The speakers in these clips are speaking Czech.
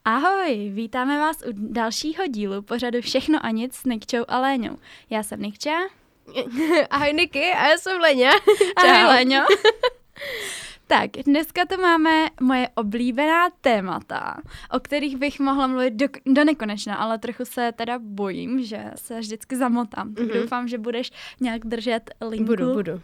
Ahoj, vítáme vás u dalšího dílu pořadu Všechno a nic s Nikčou a Léňou. Já jsem Nikča. Ahoj Niky, a já jsem Léňa. Ahoj Léňo. Tak, dneska tu máme moje oblíbená témata, o kterých bych mohla mluvit do nekonečna, ale trochu se teda bojím, že se vždycky zamotám. Tak doufám, že budeš nějak držet linku. Budu.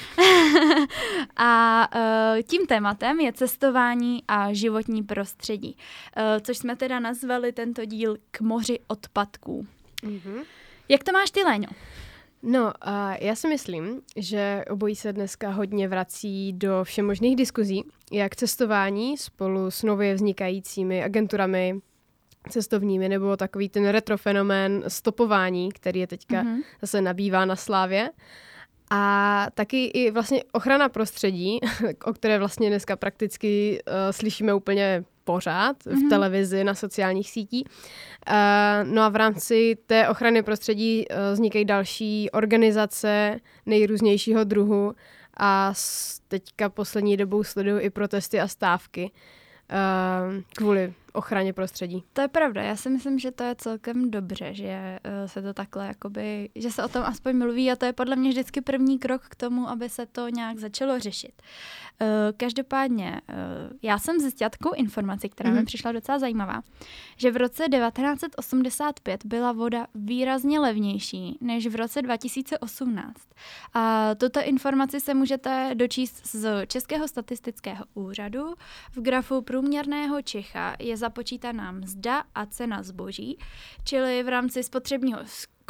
A tím tématem je cestování a životní prostředí, což jsme teda nazvali tento díl K moři odpadků. Jak to máš ty, Léňo? No, já si myslím, že obojí se dneska hodně vrací do všemožných diskuzí, jak cestování spolu s nově vznikajícími agenturami cestovními, nebo takový ten retrofenomén stopování, který je teďka zase nabývá na slávě. A taky i vlastně ochrana prostředí, o které vlastně dneska prakticky slyšíme úplně pořád v televizi, na sociálních sítích. No a v rámci té ochrany prostředí vznikají další organizace nejrůznějšího druhu a teďka poslední dobou sledují i protesty a stávky kvůli ochraně prostředí. To je pravda, já si myslím, že to je celkem dobře, že se to takhle jakoby, že se o tom aspoň mluví a to je podle mě vždycky první krok k tomu, aby se to nějak začalo řešit. Každopádně, já jsem zjistila takovou informaci, která mi přišla docela zajímavá, že v roce 1985 byla voda výrazně levnější než v roce 2018. A tuto informaci se můžete dočíst z Českého statistického úřadu. V grafu průměrného Čecha je započítaná mzda a cena zboží, čili v rámci spotřebního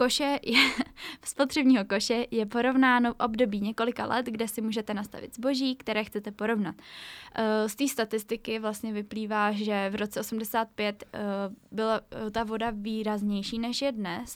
koše je porovnáno v období několika let, kde si můžete nastavit zboží, které chcete porovnat. Z té statistiky vlastně vyplývá, že v roce 85 byla ta voda výraznější než je dnes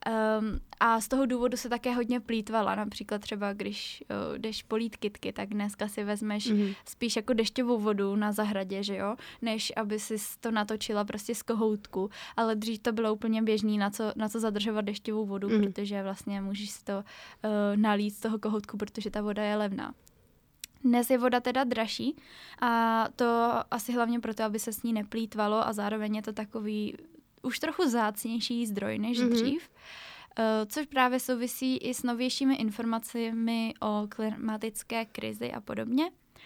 a z toho důvodu se také hodně plýtvala. Například třeba, když jdeš polít kytky, tak dneska si vezmeš spíš jako dešťovou vodu na zahradě, že jo, než aby si to natočila prostě z kohoutku, ale dřív to bylo úplně běžný, na co zadržovat dešťovou vodu, protože vlastně můžeš si to nalít z toho kohoutku, protože ta voda je levná. Dnes je voda teda dražší a to asi hlavně proto, aby se s ní neplýtvalo a zároveň je to takový už trochu vzácnější zdroj než dřív, což právě souvisí i s novějšími informacemi o klimatické krizi a podobně.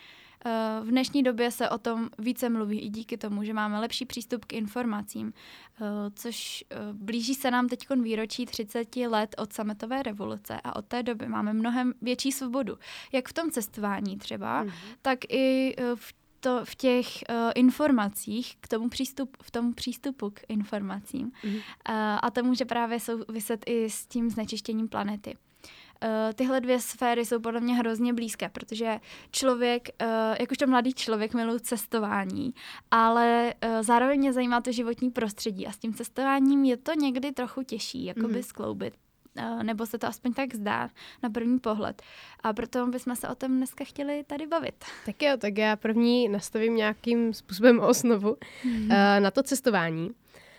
V dnešní době se o tom více mluví i díky tomu, že máme lepší přístup k informacím, což blíží se nám teď výročí 30 let od sametové revoluce a od té doby máme mnohem větší svobodu. Jak v tom cestování třeba, tak i v těch informacích v tom přístupu k informacím. A to může právě souviset i s tím znečištěním planety. Tyhle dvě sféry jsou podle mě hrozně blízké, protože člověk, jakožto mladý člověk, miluje cestování, ale zároveň mě zajímá to životní prostředí a s tím cestováním je to někdy trochu těžší, jakoby skloubit. Nebo se to aspoň tak zdá na první pohled. A proto bychom se o tom dneska chtěli tady bavit. Tak jo, tak já první nastavím nějakým způsobem osnovu na to cestování.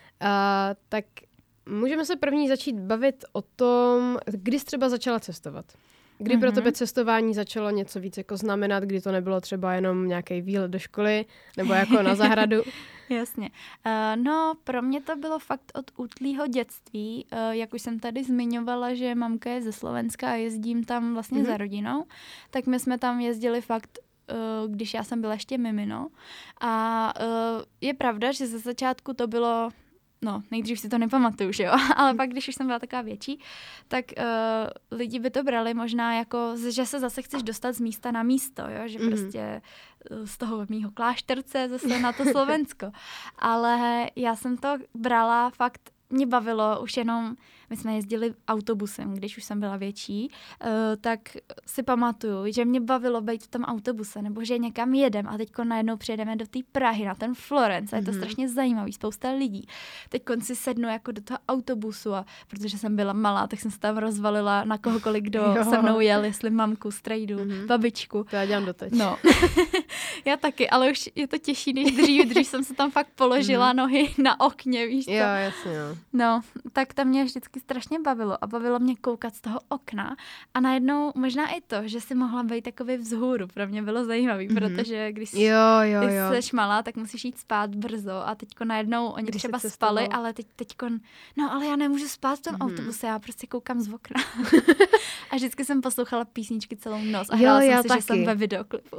Tak můžeme se první začít bavit o tom, kdy jsi třeba začala cestovat. Kdy pro tebe cestování začalo něco víc jako znamenat, kdy to nebylo třeba jenom nějaký výlet do školy nebo jako na zahradu. Jasně. No, pro mě to bylo fakt od útlýho dětství. Jak už jsem tady zmiňovala, že mamka je ze Slovenska a jezdím tam vlastně za rodinou, tak my jsme tam jezdili fakt když já jsem byla ještě mimino. A je pravda, že ze začátku to bylo nejdřív si to nepamatuju, že jo, ale pak, když už jsem byla taková větší, tak lidi by to brali možná jako, že se zase chceš dostat z místa na místo, jo, že prostě z toho mýho klášterce zase na to Slovensko. Ale já jsem to brala fakt, mě bavilo už jenom, my jsme jezdili autobusem, když už jsem byla větší, tak si pamatuju, že mě bavilo být v tom autobuse, nebo že někam jedem a teďko najednou přijedeme do té Prahy, na ten Florence, a je to strašně zajímavý, spousta lidí. Teďko si sednu jako do toho autobusu a protože jsem byla malá, tak jsem se tam rozvalila na kohokoliv, kdo se mnou jel, jestli mamku, strejdu, babičku. To já dělám doteď. No. Já taky, ale už je to těžší než dřív. Dřív jsem se tam fakt položila nohy na okně, víš co? Jo, jasně, no. No, tak to mě vždycky vždycky strašně bavilo a bavilo mě koukat z toho okna a najednou možná i to, že si mohla být takový vzhůru, pro mě bylo zajímavý, protože když jsi malá, tak musíš jít spát brzo a teďko najednou oni když třeba spali, ale teďko, no ale já nemůžu spát v tom autobuse, já prostě koukám z okna. A vždycky jsem poslouchala písničky celou noc a hrála jsem si, že jsem ve videoklipu.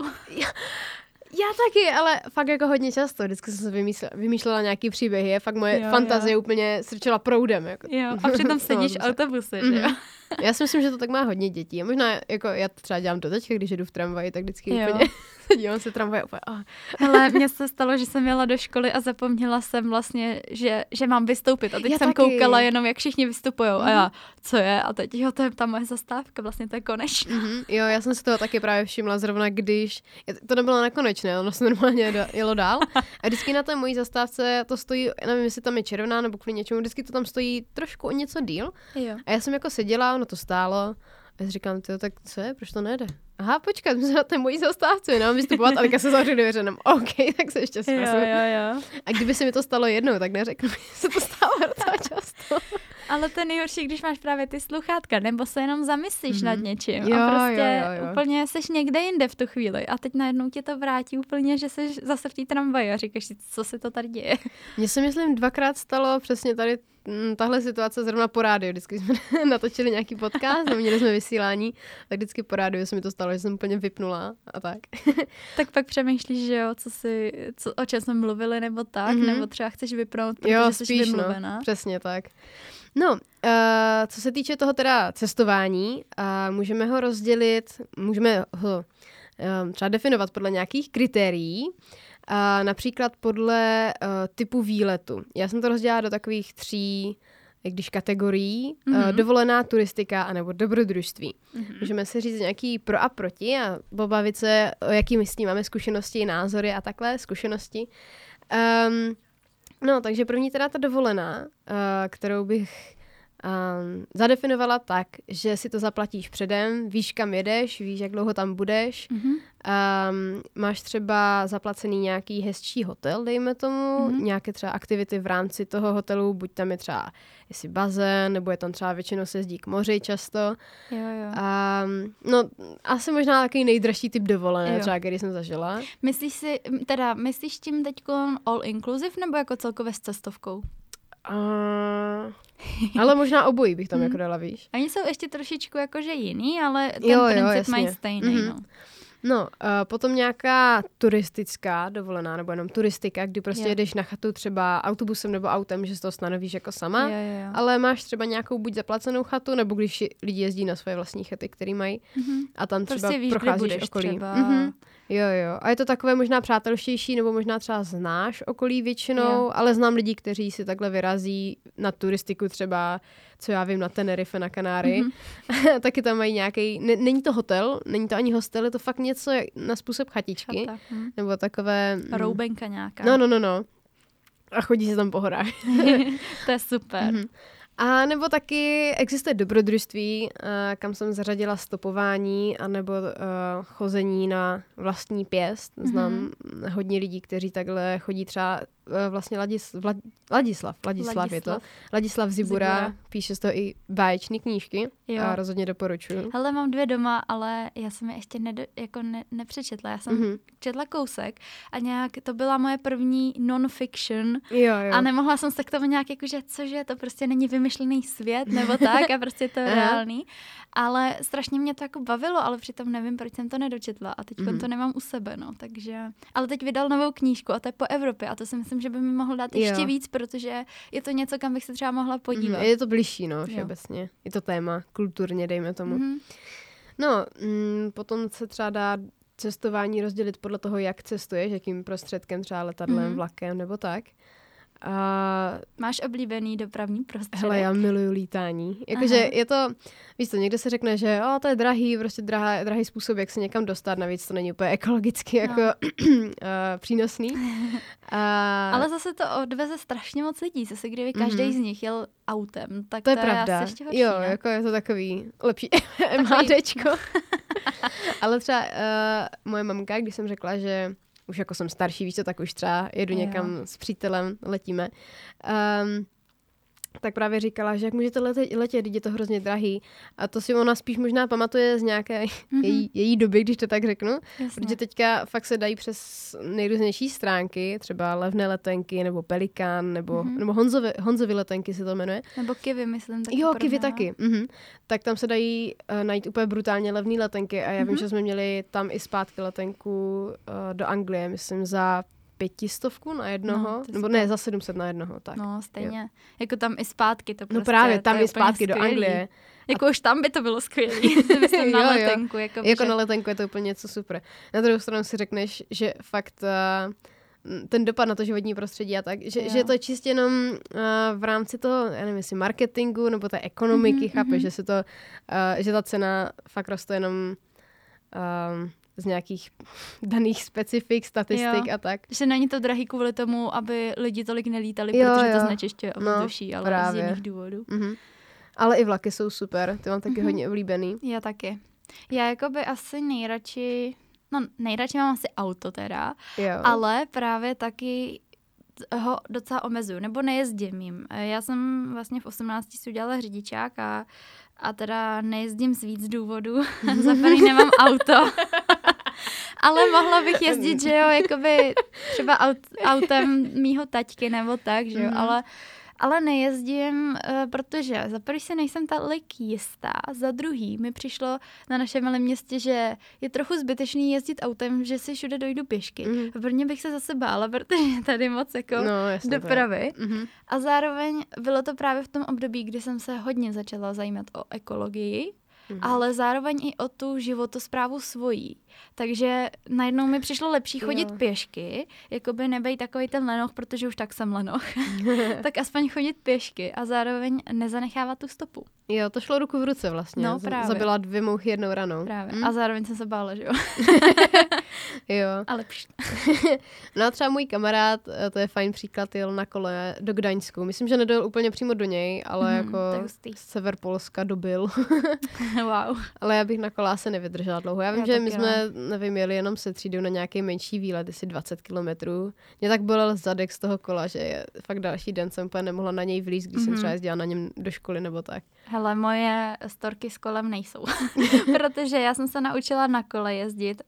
Já taky, ale fakt jako hodně často. Vždycky jsem se vymýšlela nějaký příběhy a fakt moje fantazie úplně srčela proudem. Jako. Jo, a přitom sedíš v autobuse, že jo? Já si myslím, že to tak má hodně dětí. A možná, jako já to třeba dělám do teďka, když jedu v tramvaji, tak vždycky úplně dívám se tramvaje úplně. Hele, mně se stalo, že jsem jela do školy a zapomněla jsem vlastně, že mám vystoupit. A teď jsem koukala jenom, jak všichni vystupujou. A já, co je? A teď, to je ta moje zastávka, vlastně to je konečná. Jo, já jsem si toho taky právě všimla zrovna, když, to nebylo nekonečné, ono se normálně jelo dál. A vždycky na té mojí zastávce to stojí, nevím, jestli tam je červená nebo kvůli něčemu, vždycky to tam stojí trošku o něco díl. Jo. A já jsem jako seděla, ono to stálo. A já si říkám, tak co je, proč to nejde? Aha, počkat, my jsme na té mojí zastávce, nemám vystupovat, ale já se zavřu dveře, OK, tak se ještě zprasu. Jo. A kdyby se mi to stalo jednou, tak neřeknu, že se to stalo docela často. Ale to nejhorší, když máš právě ty sluchátka, nebo se jenom zamyslíš nad něčím a prostě úplně seš někde jinde v tu chvíli a teď najednou tě to vrátí úplně, že jsi zase v té tramvaji a říkáš si, co se to tady děje. Mně se myslím 2krát stalo přesně tady tahle situace zrovna po rádiu. Vždycky jsme natočili nějaký podcast, měli jsme vysílání, tak vždycky po rádiu se mi to stalo, že jsem úplně vypnula a tak. Tak pak přemýšlíš, že jo, o čem jsme mluvili nebo tak, nebo třeba chceš vypnout, protože jsi vymluvená. No, přesně tak. No, co se týče toho teda cestování, můžeme ho rozdělit, můžeme ho třeba definovat podle nějakých kritérií, například podle typu výletu. Já jsem to rozdělila do takových 3 kategorií. Dovolená, turistika anebo dobrodružství. Můžeme si říct nějaký pro a proti a pobavit se, o jakými s tím máme zkušenosti, názory a takhle zkušenosti. No, takže první teda ta dovolená, kterou bych zadefinovala tak, že si to zaplatíš předem, víš, kam jedeš, víš, jak dlouho tam budeš, máš třeba zaplacený nějaký hezčí hotel, dejme tomu, nějaké třeba aktivity v rámci toho hotelu, buď tam je třeba jestli bazén, nebo je tam třeba většinou se jezdí k moři často. Jo. No, asi možná takový nejdražší typ dovolené, třeba, který jsem zažila. Myslíš tím teďko all inclusive, nebo jako celkově s cestovkou? Ale možná obojí bych tam jako dala, víš. Oni jsou ještě trošičku jakože jiný, ale ten princip mají stejný. No, potom nějaká turistická dovolená, nebo jenom turistika, kdy prostě jedeš na chatu třeba autobusem nebo autem, že si to stanovíš jako sama, ale máš třeba nějakou buď zaplacenou chatu, nebo když lidi jezdí na svoje vlastní chaty, který mají a tam třeba prostě víš, procházíš okolí. Jo. A je to takové možná přátelštější, nebo možná třeba znáš okolí většinou, ale znám lidi, kteří si takhle vyrazí na turistiku třeba, co já vím, na Tenerife, na Kanáry. Taky tam mají nějaký, není to hotel, není to ani hostel, je to fakt něco na způsob chatičky. Nebo takové... Roubenka nějaká. No. A chodí se tam po horách. To je super. A nebo taky existuje dobrodružství, kam jsem zařadila stopování anebo chození na vlastní pěst. Znám hodně lidí, kteří takhle chodí třeba vlastně Ladislav je to. Ladislav Zibura, píše z toho i báječný knížky a rozhodně doporučuju. Hele, mám 2 doma, ale já jsem je ještě nepřečetla. Já jsem četla kousek a nějak to byla moje první non-fiction a nemohla jsem se k tomu nějak jakože, cože, to prostě není vymyšlený svět nebo tak a prostě to je reálný. Ale strašně mě to jako bavilo, ale přitom nevím, proč jsem to nedočetla a teď to nemám u sebe, no, takže... Ale teď vydal novou knížku a to je po Evropě a to si myslím, že by mi mohl dát ještě víc, protože je to něco, kam bych se třeba mohla podívat. Je to bližší, no, všeobecně. Je to téma, kulturně, dejme tomu. No, potom se třeba dá cestování rozdělit podle toho, jak cestuješ, jakým prostředkem, třeba letadlem, vlakem nebo tak. Máš oblíbený dopravní prostředek? Hele, já miluju lítání. Jakože je to, víš co, někde se řekne, že to je drahý, prostě drahý způsob, jak se někam dostat, navíc to není úplně ekologicky jako přínosný. Ale zase to odveze strašně moc lidí, zase kdyby každý z nich jel autem, tak to je pravda. Asi ještě horší, jo, jako je to takový lepší MHDčko. Ale třeba moje mamka, když jsem řekla, že už jako jsem starší, víš co, tak už třeba jedu někam s přítelem, letíme. tak právě říkala, že jak můžete letět, když je to hrozně drahý. A to si ona spíš možná pamatuje z nějaké její doby, když to tak řeknu. Jasně. Protože teďka fakt se dají přes nejrůznější stránky, třeba levné letenky, nebo Pelikán, nebo Honzovy letenky se to jmenuje. Nebo Kiwi, myslím. Taky Jo, Kiwi taky. Tak tam se dají najít úplně brutálně levné letenky a já vím, že jsme měli tam i zpátky letenku do Anglie, myslím za 500 na jednoho, nebo ne, za 700 na jednoho, tak. No, stejně. Jo. Jako tam i zpátky to prostě. No právě, tam i zpátky do Anglie. Jako už tam by to bylo skvělý. Myslím na letenku. Jako na letenku je to úplně něco super. Na druhou stranu si řekneš, že fakt ten dopad na to životní prostředí a tak, že to je čistě jenom v rámci toho, já nevím, jestli marketingu nebo té ekonomiky, chápeš, že se to, že ta cena fakt roste jenom z nějakých daných specifik, statistik a tak. Že není to drahý kvůli tomu, aby lidi tolik nelítali, protože to znečišťuje ovzduší, ale právě z jiných důvodů. Ale i vlaky jsou super, ty mám taky hodně oblíbený. Já taky. Já jakoby asi nejradši mám asi auto teda, ale právě taky ho docela omezuju, nebo nejezdím jim. Já jsem vlastně v 18 si udělala řidičák a teda nejezdím z víc důvodů. Za první nemám auto. Ale mohla bych jezdit, že jo, jakoby třeba autem mýho taťky nebo tak, že jo, ale nejezdím, protože za první si nejsem tolik jistá, za druhý mi přišlo na našem malém městě, že je trochu zbytečný jezdit autem, že si všude dojdu pěšky. V Brně bych se zase bála, protože je tady moc jako dopravy. A zároveň bylo to právě v tom období, kdy jsem se hodně začala zajímat o ekologii, ale zároveň i o tu životosprávu svojí. Takže najednou mi přišlo lepší chodit pěšky, jakoby nebejt takovej ten lenoch, protože už tak jsem lenoch, tak aspoň chodit pěšky a zároveň nezanechávat tu stopu. Jo, to šlo ruku v ruce vlastně. No, právě. Zabila 2 mouchy jednou ranou. Právě. A zároveň jsem se bála, že jo. Jo. Ale pšt. No a třeba můj kamarád, to je fajn příklad, jel na kole do Gdaňsku. Myslím, že nedojel úplně přímo do něj, ale jako sever Polska dobil. Wow. Ale já bych na koláse nevydržela dlouho. Já vím, že my jsme, nevím, jeli jenom se třídou na nějaký menší výlet, jestli 20 kilometrů. Mě tak bolel zadek z toho kola, že fakt další den jsem úplně nemohla na něj vlízt, když jsem třeba jezdila na něm do školy nebo tak. Hele, moje storky s kolem nejsou. Protože já jsem se naučila na kole jezdit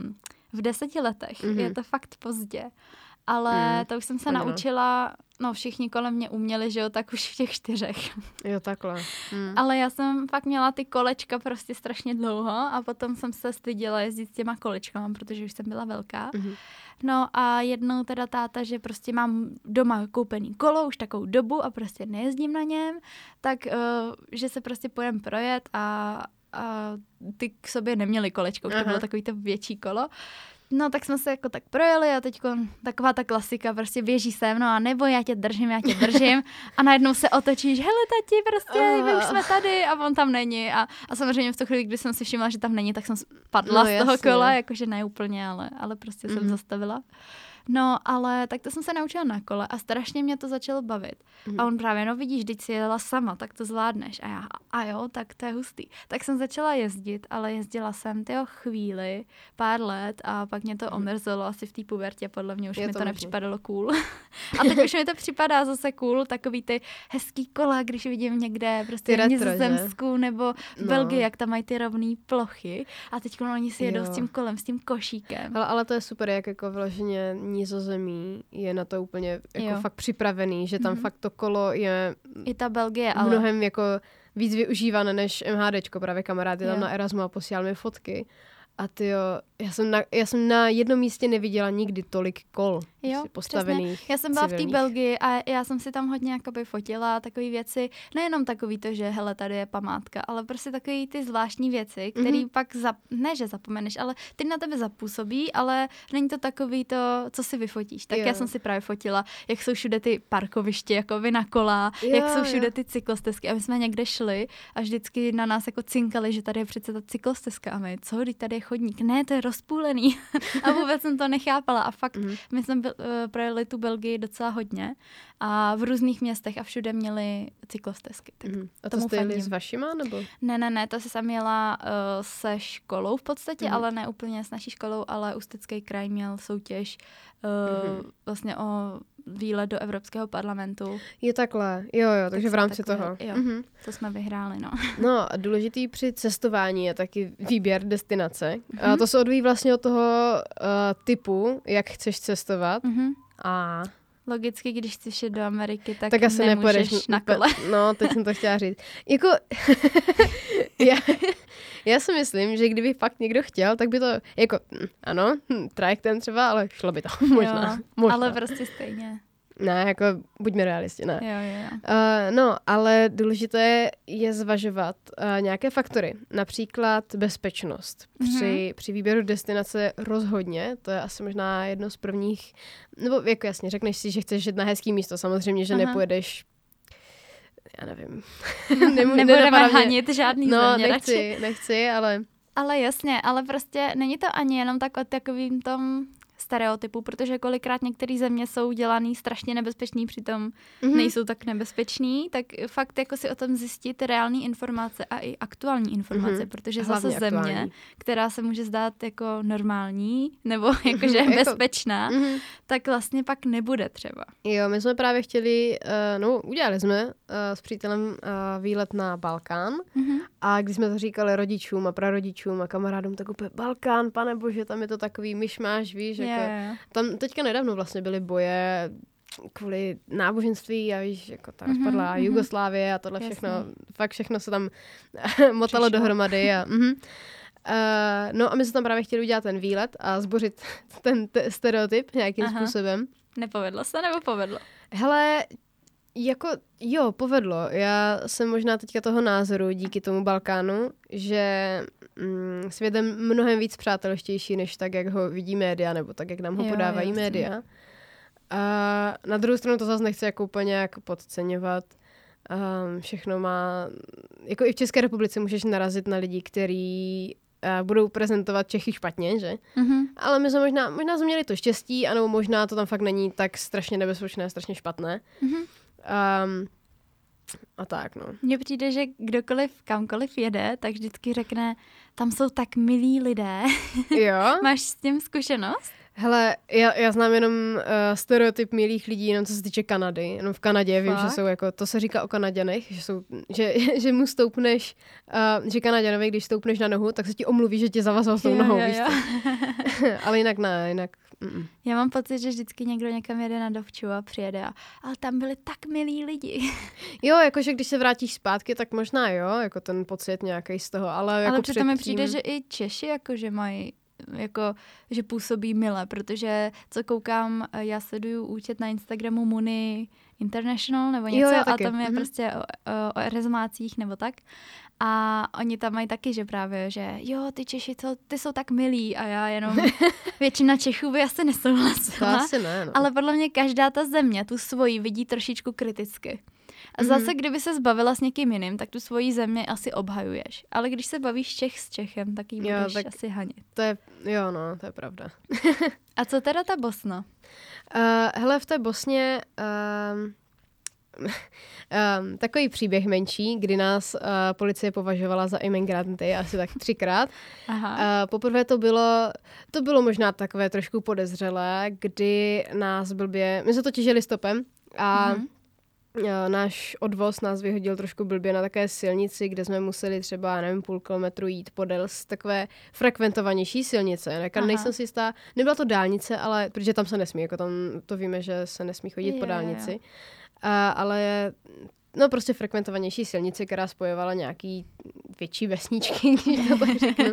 v 10 letech. Je to fakt pozdě. Ale to už jsem se naučila, všichni kolem mě uměli, že jo, tak už v těch 4. Jo, takhle. Ale já jsem fakt měla ty kolečka prostě strašně dlouho a potom jsem se styděla jezdit s těma kolečkama, protože už jsem byla velká. No a jednou teda táta, že prostě mám doma koupený kolo už takovou dobu a prostě nejezdím na něm, tak že se prostě pojedem projet a ty k sobě neměli kolečko, už to bylo takový to větší kolo. No tak jsme se jako tak projeli a teď taková ta klasika, prostě běží se mnou a nebo já tě držím a najednou se otočíš, hele tati, prostě my už jsme tady a on tam není a samozřejmě v tu chvíli, kdy jsem si všimla, že tam není, tak jsem spadla z toho kola, jakože ne úplně, ale prostě jsem zastavila. No, ale tak to jsem se naučila na kole a strašně mě to začalo bavit. A on právě, vidíš, když jsi jela sama, tak to zvládneš. A jo, tak to je hustý. Tak jsem začala jezdit, ale jezdila jsem chvíli, pár let a pak mě to omrzelo asi v té pubertě, podle mě už mi to nepřipadalo cool. A teď už mi to připadá zase cool, takový ty hezký kola, když vidím někde prostě v Nizozemsku nebo v Belgii, jak tam mají ty rovný plochy. A teď oni si jedou s tím kolem, s tím košíkem. Ale to je super, jak jako vyloženě Nizozemí je na to úplně jako fakt připravený, že tam fakt to kolo je i ta Belgie, mnohem jako víc využívané než MHDčko, právě kamarád je tam na Erasmu a posílal mi fotky. A tyjo, já jsem na jednom místě neviděla nikdy tolik kol postavených. Přesně. Já jsem byla v té Belgii a já jsem si tam hodně jakoby fotila takové věci, nejenom takový to, že hele, tady je památka, ale prostě takový ty zvláštní věci, který pak, ne že zapomeneš, ale ty na tebe zapůsobí, ale není to takový to, co si vyfotíš. Tak já jsem si právě fotila, jak jsou všude ty parkoviště, jako na kola, jak jsou všude ty cyklostezky. A my jsme někde šli a vždycky na nás jako cinkali, že tady je přece ta cyklostezka a my, co, když tady je chodník? Ne, to je rozpůlený. A vůbec jsem to nechápala a fakt my jsme projeli tu Belgii docela hodně a v různých městech a všude měli cyklostezky. Tak a to jste jeli s vašima, nebo? Ne, to jsem jela se školou v podstatě, ale ne úplně s naší školou, ale Ústecký kraj měl soutěž vlastně o výlet do Evropského parlamentu. Je takhle, jo, takže v rámci toho. Jo, to jsme vyhráli, no. No a důležitý při cestování je taky výběr destinace. A to se odvíjí vlastně od toho typu, jak chceš cestovat. A logicky, když chceš jít do Ameriky, tak asi nemůžeš na kole. No, teď jsem to chtěla říct. Jako, já si myslím, že kdyby fakt někdo chtěl, tak by to, jako, ano, trajektem třeba, ale šlo by to, možná. Ale prostě stejně. Ne, jako, buďme realisti, ne. Jo. No, ale důležité je zvažovat nějaké faktory, například bezpečnost. Při výběru destinace rozhodně, to je asi možná jedno z prvních, nebo jako jasně, řekneš si, že chceš jít na hezký místo, samozřejmě, že nepojedeš, já nevím. Nebudeme hanit žádný země. No, nechci, ale... Ale jasně, ale prostě není to ani jenom tak o takovým tom stereotypu, protože kolikrát některé země jsou dělaný strašně nebezpečný, přitom nejsou tak nebezpečný, tak fakt jako si o tom zjistit reální informace a i aktuální informace, protože zase země, která se může zdát jako normální, nebo jakože bezpečná, tak vlastně pak nebude třeba. Jo, my jsme právě chtěli, udělali jsme s přítelem výlet na Balkán a když jsme to říkali rodičům a prarodičům a kamarádům, tak úplně Balkán, panebože, tam je to takový myšmáš, víš, jako, tam teďka nedávno vlastně byly boje kvůli náboženství a víš, jako ta rozpadlá Jugoslávie a tohle všechno, fakt všechno se tam motalo dohromady a no a my jsme tam právě chtěli udělat ten výlet a zbořit ten stereotyp nějakým způsobem. Nepovedlo se nebo povedlo? Hele, jako jo, povedlo. Já jsem možná teďka toho názoru díky tomu Balkánu, že svět je mnohem víc přátelštější, než tak, jak ho vidí média, nebo tak, jak nám ho podávají média. A na druhou stranu to zase nechci jako úplně jako podceňovat. Všechno má... Jako i v České republice můžeš narazit na lidi, kteří budou prezentovat Čechy špatně, že? Ale my jsme možná jsme měli to štěstí, anebo možná to tam fakt není tak strašně nebezpečné, strašně špatné. A tak, no. Mně přijde, že kdokoliv kamkoliv jede, tak vždycky řekne, tam jsou tak milí lidé. Jo? Máš s tím zkušenost? Hele, já znám jenom stereotyp milých lidí, jenom co se týče Kanady. Jenom v Kanadě vím, že jsou jako, to se říká o Kanaďanech, že mu stoupneš, že Kanaďanovi, když stoupneš na nohu, tak se ti omluví, že tě zavazal s tou nohou, víš to. Ale jinak ne, jinak. Já mám pocit, že vždycky někdo někam jede na dovču a přijede ale tam byli tak milí lidi. Jo, jakože když se vrátíš zpátky, tak možná jo, jako ten pocit nějaký z toho, ale jako přitom mi přijde, že i Češi jakože mají jako, že působí mile, protože co koukám, já sleduju účet na Instagramu Muni International nebo něco a tam je prostě o rezmácích nebo tak. A oni tam mají taky, že právě, že jo, ty Češi, ty jsou tak milí a já jenom většina Čechů by asi nesouhlasila. To asi ne, no. Ale podle mě každá ta země tu svoji vidí trošičku kriticky. A zase, kdyby se zbavila s někým jiným, tak tu svoji zemi asi obhajuješ. Ale když se bavíš Čech s Čechem, tak jí budeš asi hanit. To je pravda. A co teda ta Bosna? Hele, v té Bosně takový příběh menší, kdy nás policie považovala za imigranty asi tak 3krát. Poprvé to bylo možná takové trošku podezřelé, kdy nás my jsme to těžili stopem a náš odvoz nás vyhodil trošku blbě na také silnici, kde jsme museli třeba, nevím, půl kilometru jít podél takové frekventovanější silnice. Nejsem si jistá, nebyla to dálnice, ale protože tam se nesmí, jako tam to víme, že se nesmí chodit po dálnici. Ale prostě frekventovanější silnice, která spojovala nějaký větší vesničky, když to tak řeknu.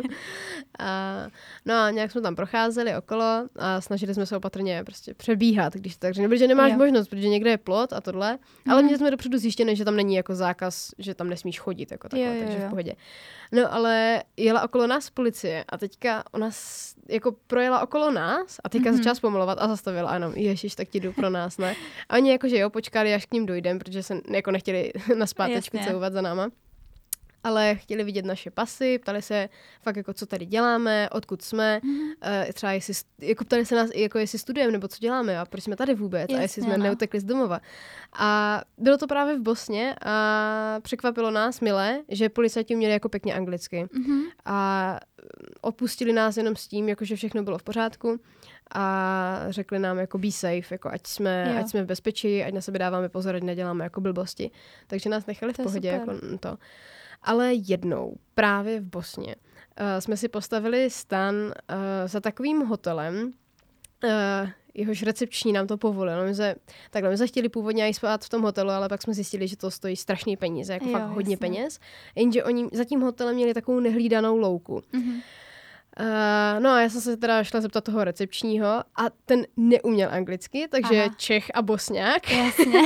A nějak jsme tam procházeli okolo a snažili jsme se opatrně prostě přebíhat, když to tak řeknu, protože nemáš možnost, protože někde je plot a tohle, ale měli jsme dopředu zjištěné, že tam není jako zákaz, že tam nesmíš chodit, jako takhle, takže v pohodě. No ale jela okolo nás policie a teďka ona jako projela okolo nás a teďka začala zpomalovat a zastavila a jenom, ježiš, tak ti jdu pro nás, ne? A oni jako, že jo, počkali, až k ním dojdem, protože se jako nechtěli na zpátečku couvat za náma. Ale chtěli vidět naše pasy, ptali se fakt jako, co tady děláme, odkud jsme, třeba ptali se nás jako jestli studujeme, nebo co děláme a proč jsme tady vůbec a jestli jsme neutekli z domova. A bylo to právě v Bosně a překvapilo nás milé, že policajti měli jako pěkně anglicky. A opustili nás jenom s tím, jakože všechno bylo v pořádku. a řekli nám jako be safe, jako ať jsme v bezpečí, ať na sebe dáváme pozor, ať neděláme jako blbosti. Takže nás nechali v pohodě. Jako to. Ale jednou, právě v Bosně, jsme si postavili stan za takovým hotelem, jehož recepční nám to povolil. My jsme chtěli původně i spát v tom hotelu, ale pak jsme zjistili, že to stojí strašný peníze, jako fakt hodně peněz. Jenže oni za tím hotelem měli takovou nehlídanou louku. Mm-hmm. No a já jsem se teda šla zeptat toho recepčního a ten neuměl anglicky, takže Čech a Bosňák. Jasně.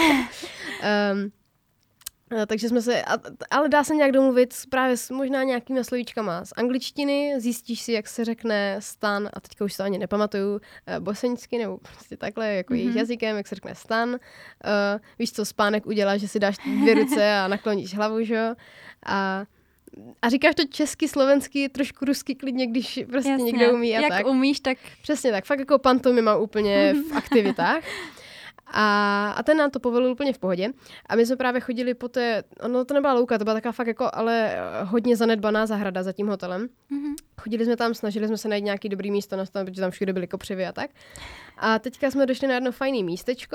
Takže jsme se, ale dá se nějak domluvit právě s možná nějakýma slovíčkama z angličtiny, zjistíš si, jak se řekne stan, a teďka už to ani nepamatuju, boseňsky nebo prostě takhle, jako jejich jazykem, jak se řekne stan. Víš, co spánek udělá, že si dáš 2 ruce a nakloníš hlavu, že jo? A říkáš to česky, slovensky, trošku rusky klidně, když prostě někdo umí a jak tak. Jak umíš, tak... Přesně tak, fakt jako pantomima úplně v aktivitách. A ten nám to povolil úplně v pohodě. A my jsme právě chodili po té, ono to nebyla louka, to byla taková fakt jako, ale hodně zanedbaná zahrada za tím hotelem. Mm-hmm. Chodili jsme tam, snažili jsme se najít nějaký dobrý místo na stan, protože tam všude byly kopřivy a tak. A teďka jsme došli na jedno fajné místečko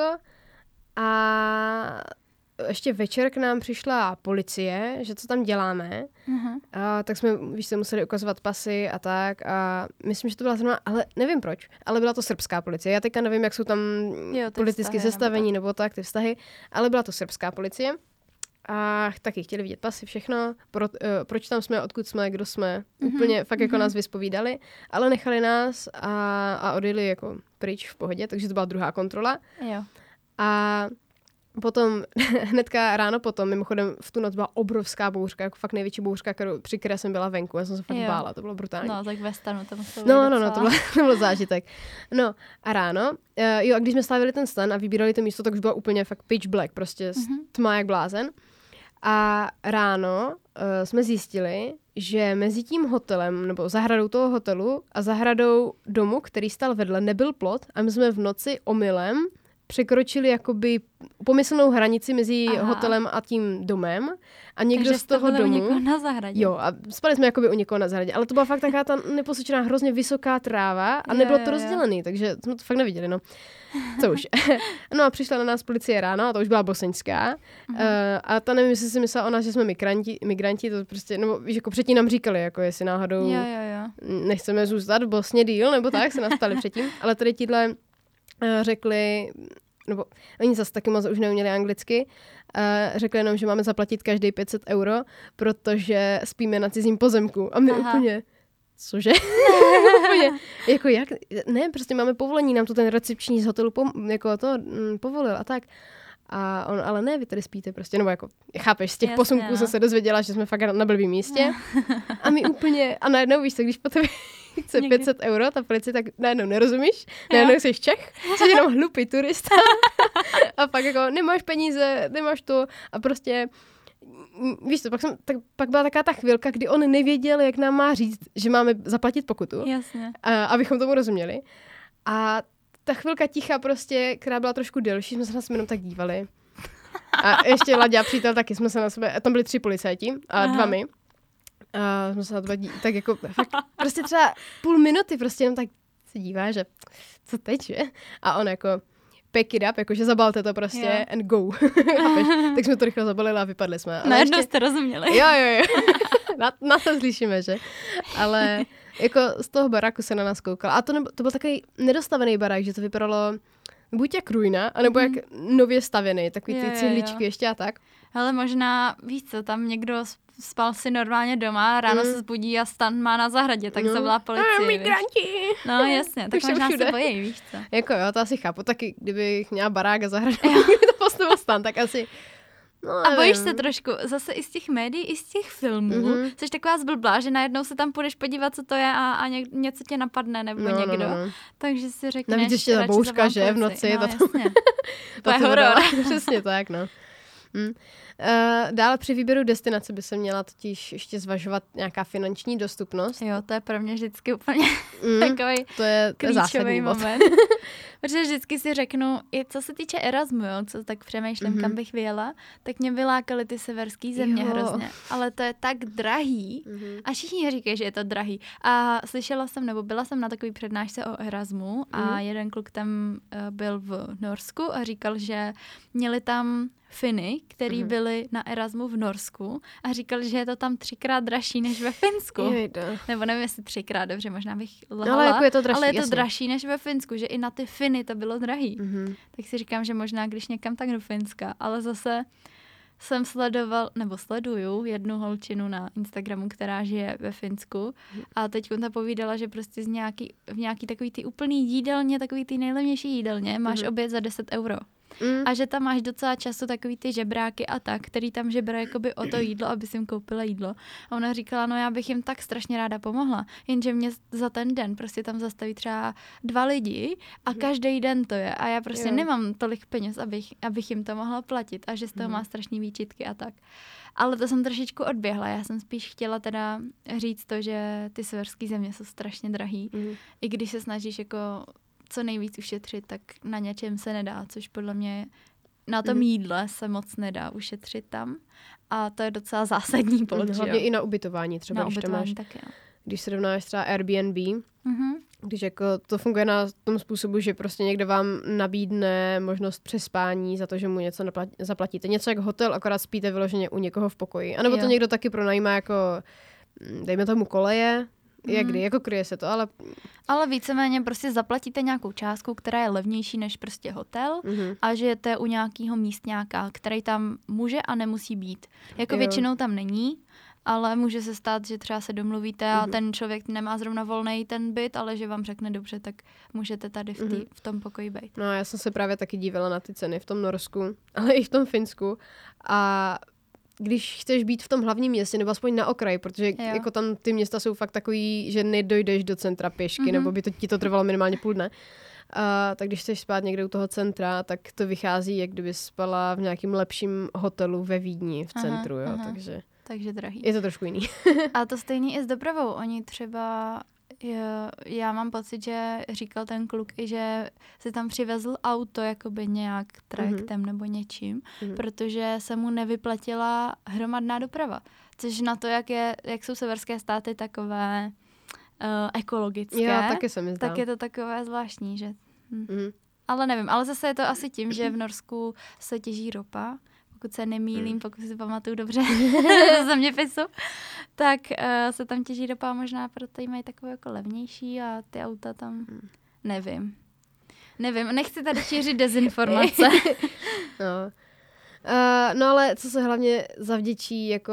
a ještě večer k nám přišla policie, že co tam děláme. Uh-huh. Tak jsme, víš, se museli ukazovat pasy a tak. A myslím, že to byla zrovna, ale nevím proč, ale byla to srbská policie. Já teďka nevím, jak jsou tam politicky sestavení nebo tak, ty vztahy, ale byla to srbská policie. A taky chtěli vidět pasy, všechno. Proč tam jsme, odkud jsme, kdo jsme. Úplně fakt jako nás vyspovídali, ale nechali nás a odjeli jako pryč v pohodě, takže to byla druhá kontrola. Jo. A potom, hnedka ráno potom, mimochodem v tu noc byla obrovská bouřka, jako fakt největší bouřka, při které jsem byla venku. Já jsem se fakt bála, to bylo brutální. No, tak ve stanu to muselo být No, to byl zážitek. No a ráno, a když jsme stavili ten stan a vybírali to místo, tak už bylo úplně fakt pitch black, prostě tma jak blázen. A ráno jsme zjistili, že mezi tím hotelem, nebo zahradou toho hotelu a zahradou domu, který stál vedle, nebyl plot a my jsme v noci omylem překročili jakoby pomyslnou hranici mezi hotelem a tím domem a někdo takže z toho domu... u někoho na zahradě. Jo, a spali jsme jakoby u někoho na zahradě, ale to byla fakt taková ta neposlušená hrozně vysoká tráva a nebylo to rozdělený, takže jsme to fakt neviděli, no. Co už. No a přišla na nás policie ráno a to už byla boseňská. A ta nevím, jestli si myslela o nás, že jsme migranti, to prostě, nebo víš, jako předtím nám říkali, jako jestli náhodou nechceme zůstat v Bosně díl, nebo tak, se nás ptali předtím, ale tady tíhle řekli, nebo oni zase taky moc už neuměli anglicky, řekli jenom, že máme zaplatit každý 500 €, protože spíme na cizím pozemku. A my úplně, cože? Úplně, jako jak? Ne, prostě máme povolení, nám to ten recepční z hotelu povolil a tak. A on, ale ne, vy tady spíte prostě, nebo jako, chápeš, z těch posunků jsem se dozvěděla, že jsme fakt na blbým místě. A my úplně, a najednou víš, tak když po tebe chce 500 €, ta policie, tak najednou nerozumíš, najednou jsi Čech, jsi jenom hlupý turista a pak jako nemáš peníze, nemáš to a prostě, víš co, pak byla taková ta chvilka, kdy on nevěděl, jak nám má říct, že máme zaplatit pokutu, abychom tomu rozuměli. A ta chvilka ticha prostě, která byla trošku delší, jsme se na sebe jenom tak dívali. A ještě Laďa, přítel, taky jsme se na sebe, tam byli 3 policajti a 2 my. A jsme se na sebe tak jako fakt, prostě třeba půl minuty prostě jenom tak se dívá, že co teď, že? A on jako pick it up, jakože zabalte to prostě and go. Tak jsme to rychle zabalili a vypadli jsme. Najednou jste rozuměli. Jo. na to slyšíme, že? Ale jako z toho baráku se na nás koukala. A to byl takový nedostavený barák, že to vypadalo buď jak ruina, anebo jak nově stavěný, takový ty cihličky ještě a tak. Ale možná, víš co, tam někdo spal si normálně doma, ráno se zbudí a stan má na zahradě, tak zavolá policie. Migranti! No jasně, tak možná se bojí, víš co. Jako jo, to asi chápu, taky kdybych měla barák a zahradu, kdyby to postavil stan, tak asi... No, a bojíš se trošku, zase i z těch médií, i z těch filmů, jsi taková zblblá, že najednou se tam půjdeš podívat, co to je a něco tě napadne nebo někdo. No. Takže si řekneš... Navíc ještě ta bouřka, že v noci. No, jasně. To je horor. Přesně tak, no. Dále při výběru destinace by se měla totiž ještě zvažovat nějaká finanční dostupnost. Jo, to je pro mě vždycky úplně takový to je klíčový moment. Protože vždycky si řeknu, i co se týče Erasmu, jo, co tak přemýšlím, kam bych vyjela, tak mě vylákaly ty severský země hrozně. Ale to je tak drahý a všichni říkají, že je to drahý. A slyšela jsem, nebo byla jsem na takový přednášce o Erasmu a jeden kluk tam byl v Norsku a říkal, že měli tam Finy, který byli na Erasmu v Norsku a říkali, že je to tam 3x dražší než ve Finsku. Nebo nevím, jestli 3x, dobře, možná bych lhala, ale jako je to dražší, ale je to dražší než ve Finsku, že i na ty Finy to bylo drahý. Tak si říkám, že možná když někam tak do Finska, ale zase jsem sleduju jednu holčinu na Instagramu, která žije ve Finsku a teď ta povídala, že prostě v nějaký takový ty úplný jídelně, takový ty nejlevnější jídelně máš oběd za 10 €. A že tam máš docela často takový ty žebráky a tak, který tam žebrají jakoby o to jídlo, aby si jim koupila jídlo. A ona říkala, no já bych jim tak strašně ráda pomohla, jenže mě za ten den prostě tam zastaví třeba 2 lidi a každý den to je a já prostě nemám tolik peněz, abych jim to mohla platit a že z toho má strašný výčitky a tak. Ale to jsem trošičku odběhla, já jsem spíš chtěla teda říct to, že ty severské země jsou strašně drahý, i když se snažíš jako co nejvíc ušetřit, tak na něčem se nedá, což podle mě na tom jídle se moc nedá ušetřit tam. A to je docela zásadní bod. Hlavně i na ubytování třeba, když to máš. Taky, no. Když srovnáš třeba Airbnb, když jako to funguje na tom způsobu, že prostě někdo vám nabídne možnost přespání za to, že mu něco zaplatíte. Něco jak hotel, akorát spíte vyloženě u někoho v pokoji. A nebo to někdo taky pronajímá jako, dejme tomu koleje, jako kryje se to, ale víceméně prostě zaplatíte nějakou částku, která je levnější než prostě hotel a žijete u nějakého místňáka, který tam může a nemusí být. Jako většinou tam není, ale může se stát, že třeba se domluvíte a ten člověk nemá zrovna volnej ten byt, ale že vám řekne dobře, tak můžete tady v tom pokoji být. No já jsem se právě taky dívala na ty ceny v tom Norsku, ale i v tom Finsku a když chceš být v tom hlavním městě, nebo aspoň na okraji, protože jako tam ty města jsou fakt takový, že nedojdeš do centra pěšky, nebo by ti to trvalo minimálně půl dne. Tak když chceš spát někde u toho centra, tak to vychází, jak kdyby spala v nějakém lepším hotelu ve Vídni v centru, Takže drahý. Je to trošku jiný. A to stejný i s dopravou. Oni třeba, já mám pocit, že říkal ten kluk i, že si tam přivezl auto jakoby nějak trajektem nebo něčím, protože se mu nevyplatila hromadná doprava. Což na to, jak jsou severské státy takové ekologické, taky se mi zdá. Tak je to takové zvláštní, že... Ale nevím, ale zase je to asi tím, že v Norsku se těží ropa, pokud se nemýlím, pokud si pamatuju dobře ze zeměpisu, tak se tam těží ropa, možná proto jí mají takové jako levnější a ty auta tam, nevím, nechci tady šířit dezinformace. No ale co se hlavně zavděčí jako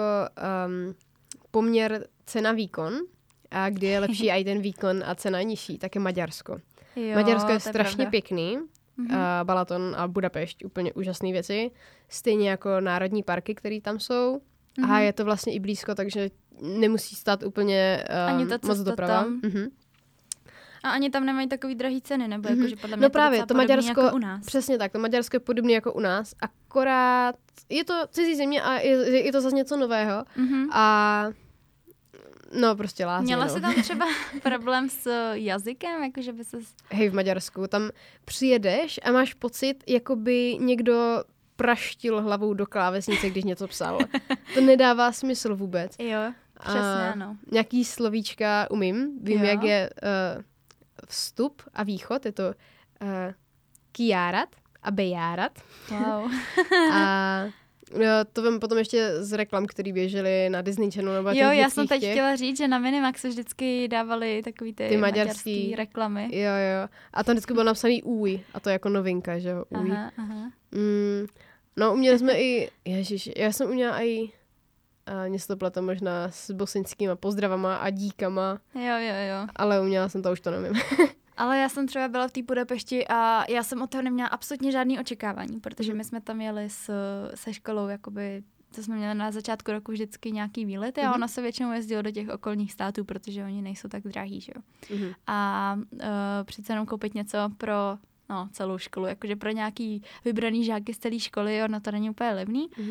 poměr cena-výkon, a kdy je lepší i ten výkon a cena nižší, tak je Maďarsko. Maďarsko je strašně pěkný. Balaton a Budapešť, úplně úžasné věci. Stejně jako národní parky, které tam jsou. A je to vlastně i blízko, takže nemusí stát úplně moc doprava. A ani tam nemají takový drahý ceny, nebo jakože podle mě právě, to Maďarsko, jako u nás. Přesně tak, to Maďarsko je podobné jako u nás, akorát je to cizí země a je to zase něco nového. A no, prostě lázně. Měla jsi tam třeba problém s jazykem? Jakože by ses... Hej, v Maďarsku, tam přijedeš a máš pocit, jako by někdo praštil hlavou do klávesnice, když něco psal. To nedává smysl vůbec. Jo, přesně, ano. Nějaký slovíčka umím. Vím, jak je vstup a východ. Je to kijárat a bejárat. Wow. A to vím potom ještě z reklam, které běžely na Disney Channel. Nebo já jsem teď chtěla říct, že na Minimaxu vždycky dávali takový ty maďarský reklamy. Jo. A tam vždycky bylo napsaný új. A to je jako novinka, že jo? Új. Aha. No, uměli jsme i... Ježiš, já jsem uměla i... něco to plete možná s bosenskýma pozdravama a díkama. Jo. Ale uměla jsem to, už to nevím. Ale já jsem třeba byla v té Budapešti a já jsem od toho neměla absolutně žádný očekávání, protože my jsme tam jeli se školou, jakoby, to jsme měli na začátku roku vždycky nějaký výlety a ona se většinou jezdilo do těch okolních států, protože oni nejsou tak drahý, že jo. A přece jenom koupit něco pro celou školu, jakože pro nějaký vybraný žáky z celé školy, ono to není úplně levný.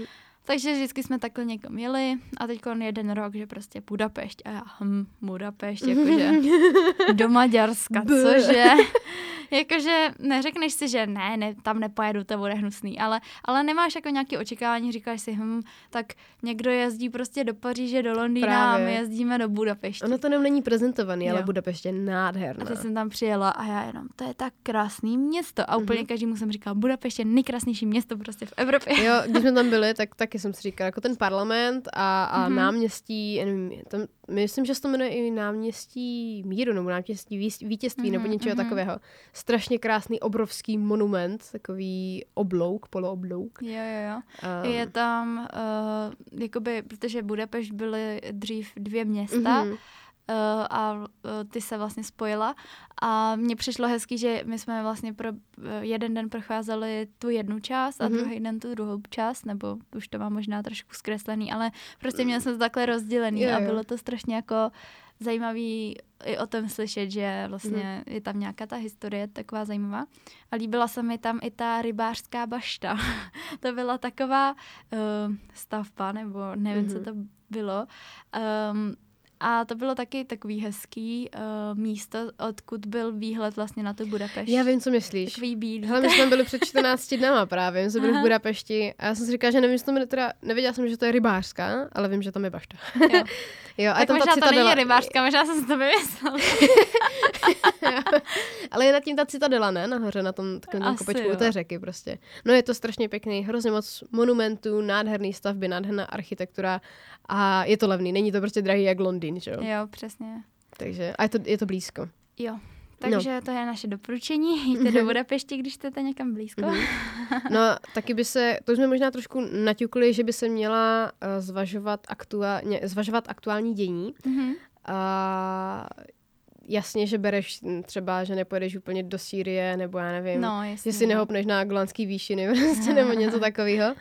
Takže vždycky jsme takhle někam jeli a teď jeden rok, že prostě Budapešť a já, Budapešť, jakože do Maďarska, cože? Jakože neřekneš si, že ne, tam nepojedu, to bude hnusný, ale nemáš jako nějaké očekávání, říkáš si, tak někdo jezdí prostě do Paříže, do Londýna Právě. a my jezdíme do Budapešti. Ono to není prezentovaný, ale Jo. Budapešť je nádherná. A teď jsem tam přijela a já jenom, to je tak krásný město a úplně každému jsem říkala, Budapešť je nejkrásnější město prostě v Evropě. Jo, když jsme tam byli, tak taky jsem si říkala, jako ten parlament a náměstí, já nevím, tam, myslím, že se to jmenuje i náměstí míru, nebo náměstí vítězství, nebo něčeho takového. Strašně krásný, obrovský monument, takový oblouk, polooblouk. Jo. Je tam, jakoby, protože Budapešť byly dřív 2 města, a ty se vlastně spojila a mně přišlo hezký, že my jsme vlastně pro jeden den procházeli tu jednu část a druhý den tu druhou část, nebo už to mám možná trošku zkreslený, ale prostě měli jsme to takhle rozdělený a bylo to strašně jako zajímavý i o tom slyšet, že vlastně je tam nějaká ta historie taková zajímavá. A líbila se mi tam i ta rybářská bašta. To byla taková stavba, nebo nevím, co to bylo. A to bylo taky takový hezký místo, odkud byl výhled vlastně na tu Budapešť. Já vím, co myslíš. Takový bílý. Hele, my jsme byli před 14 dnama právě, my jsme byli v Budapešti a já jsem si říkala, že nevím, že to jmenuje, teda nevěděla jsem, že to je rybářská, ale vím, že tam je bašta. Jo. Jo, a tak tam možná ta to není rybářská, možná jsem si to vymyslela. Ale je nad tím ta citadela, ne? Nahoře na tom takovém kopečku u té řeky prostě. No je to strašně pěkný, hrozně moc monumentů, nádherný stavby, nádherná architektura a je to levný, není to prostě drahý jak Londýn, že jo? Jo, přesně. Takže, a je to blízko. Jo. Takže to je naše doporučení. Jděte do Budapešti, když jste tam blízko. No, taky to jsme možná trošku naťukli, že by se měla zvažovat aktuální dění. A jasně, že bereš třeba, že nepojedeš úplně do Sýrie, nebo já nevím, že si nehopneš na Golanský výšiny prostě, nebo něco takového.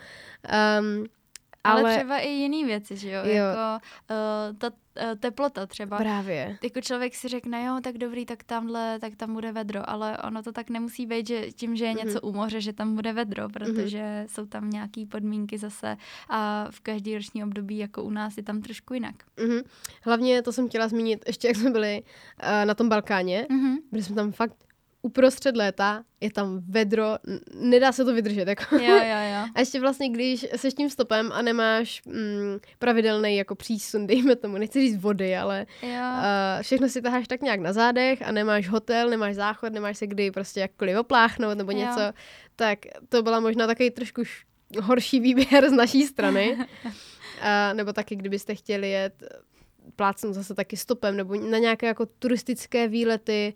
Ale třeba i jiný věci, že jo? Jako ta teplota třeba. Právě. Jako člověk si řekne, jo, tak dobrý, tak tam bude vedro, ale ono to tak nemusí být, že tím, že je něco u moře, že tam bude vedro, protože jsou tam nějaký podmínky zase a v každý roční období, jako u nás, je tam trošku jinak. Hlavně to jsem chtěla zmínit, ještě jak jsme byli na tom Balkáně, byli jsme tam fakt uprostřed léta, je tam vedro, nedá se to vydržet. Jako. Jo. A ještě vlastně, když seš tím stopem a nemáš pravidelný jako přísun, dejme tomu, nechci říct vody, ale všechno si taháš tak nějak na zádech a nemáš hotel, nemáš záchod, nemáš se kdy prostě jakkoliv opláchnout nebo něco, tak to byla možná takový trošku horší výběr z naší strany. Nebo taky, kdybyste chtěli jet plácnout zase taky stopem nebo na nějaké jako turistické výlety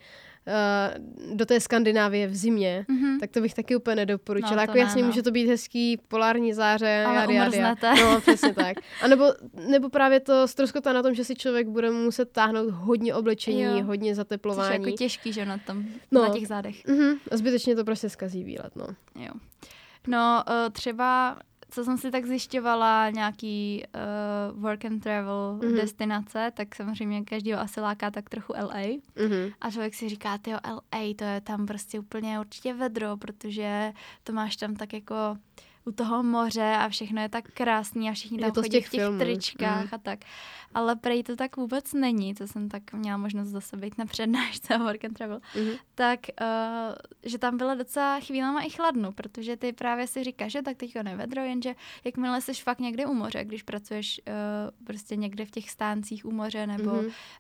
do té Skandinávie v zimě, tak to bych taky úplně nedoporučila. No, jako jasně může to být hezký polární záře. Ale umrznete. No, přesně tak. A nebo právě to ztroskotá na tom, že si člověk bude muset táhnout hodně oblečení, hodně zateplování. Což je jako těžký, že na těch zádech. A zbytečně to prostě zkazí výlet, no. Jo. No, třeba co jsem si tak zjišťovala, nějaký work and travel destinace, tak samozřejmě každýho asi láká tak trochu LA. A člověk si říká, tyjo, LA, to je tam prostě úplně určitě vedro, protože to máš tam tak jako u toho moře a všechno je tak krásný a všichni tam chodí v těch tričkách a tak. Ale prej to tak vůbec není, co jsem tak měla možnost zase být na přednášce Work and Travel. Tak, že tam bylo docela chvílema i chladno, protože ty právě si říkáš, že tak teďko nevedro, jenže jakmile jsi fakt někde u moře, když pracuješ prostě někde v těch stáncích u moře nebo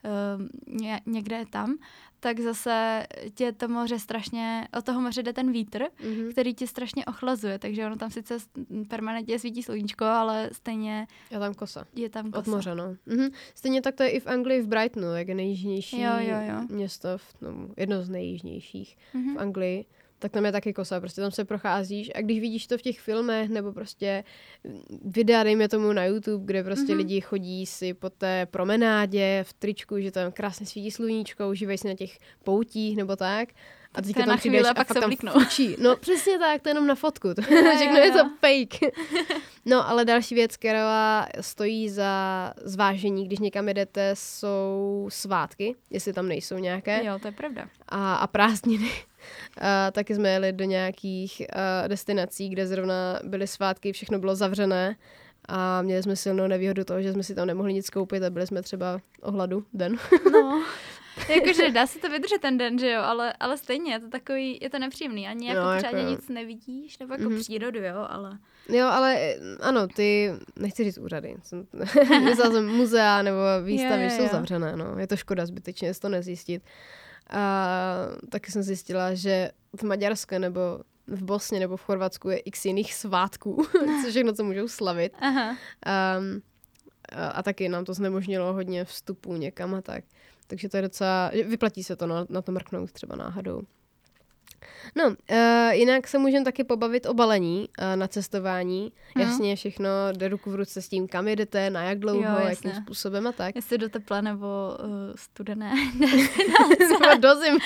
někde tam, tak zase tě to moře strašně, od toho moře jde ten vítr, který tě strašně ochlazuje, takže ono tam sice permanentně svítí sluníčko, ale stejně je tam kosa. Od moře, no. Stejně tak to je i v Anglii v Brightonu, jak je nejjižnější město, jedno z nejjižnějších v Anglii. Tak tam je taky kosa, prostě tam se procházíš a když vidíš to v těch filmech nebo prostě videa, dejme tomu na YouTube, kde prostě lidi chodí si po té promenádě v tričku, že tam krásně svítí sluníčko, užívají si na těch poutích nebo tak. A teďka tam přijdeš a pak tam fučí. No přesně tak, to je jenom na fotku. Všechno je to fake. No ale další věc, která stojí za zvážení, když někam jedete, jsou svátky, jestli tam nejsou nějaké. Jo, to je pravda. A prázdniny. Taky jsme jeli do nějakých destinací, kde zrovna byly svátky, všechno bylo zavřené a měli jsme silnou nevýhodu toho, že jsme si tam nemohli nic koupit a byli jsme třeba o hladu den. No, jakože dá se to vydržet ten den, že jo, ale stejně je to takový, je to nepříjemný, ani jako pořádně nic nevidíš, nebo jako přírodu, jo, ale... Jo, ale ano, ty, nechci říct úřady, myslela jsem muzea nebo výstavy, jsou zavřené, no, je to škoda zbytečně to nezjistit. A taky jsem zjistila, že v Maďarsku nebo v Bosně nebo v Chorvatsku je x jiných svátků, což všechno, co můžou slavit. Aha. A taky nám to znemožnilo hodně vstupů někam a tak. Takže to je docela, vyplatí se to na to mrknout třeba náhodou. No, jinak se můžeme taky pobavit o balení na cestování. Jasně, všechno jde ruku v ruce s tím, kam jedete, na jak dlouho, jakým způsobem a tak. Jestli do tepla nebo studené. Nebo do zimy.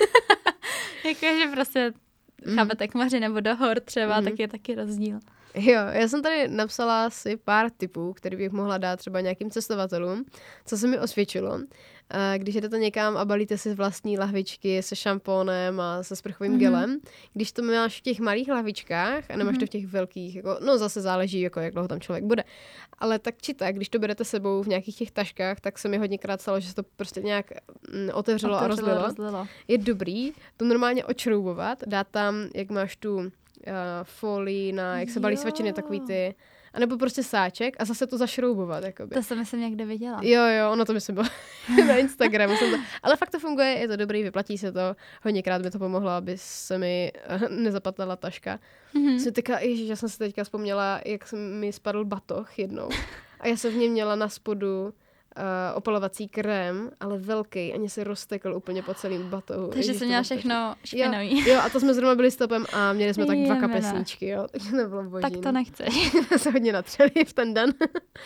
Jakože prostě chápete k moři nebo do hor třeba, tak je taky rozdíl. Jo, já jsem tady napsala si pár tipů, který bych mohla dát třeba nějakým cestovatelům, co se mi osvědčilo. Když jdete někam a balíte si vlastní lahvičky se šampónem a se sprchovým gelem, když to máš v těch malých lahvičkách a nemáš to v těch velkých, jako, no zase záleží, jako, jak dlouho tam člověk bude. Ale tak či tak, když to berete sebou v nějakých těch taškách, tak se mi hodněkrát stalo, že se to prostě nějak otevřelo a rozlilo. Je dobrý to normálně odšroubovat, dát tam, jak máš tu folii na, jak se balí svačiny, takový ty, anebo prostě sáček a zase to zašroubovat, jakoby. To jsem někde viděla. Jo, ono to myslím bylo na Instagramu. Ale fakt to funguje, je to dobrý, vyplatí se to. Hodněkrát mi to pomohlo, aby se mi nezapatlala taška. Já jsem si teďka vzpomněla, jak mi spadl batoh jednou. A já jsem v něm měla na spodu opalovací krém, ale velký, ani se roztekl úplně po celém batohu. Takže jsem měla všechno špinavý. Jo, a to jsme zrovna byli stopem a měli jsme tak 2 kapesníčky, jo. Takže to bylo boží. Tak to nechceš. Se hodně natřeli v ten den.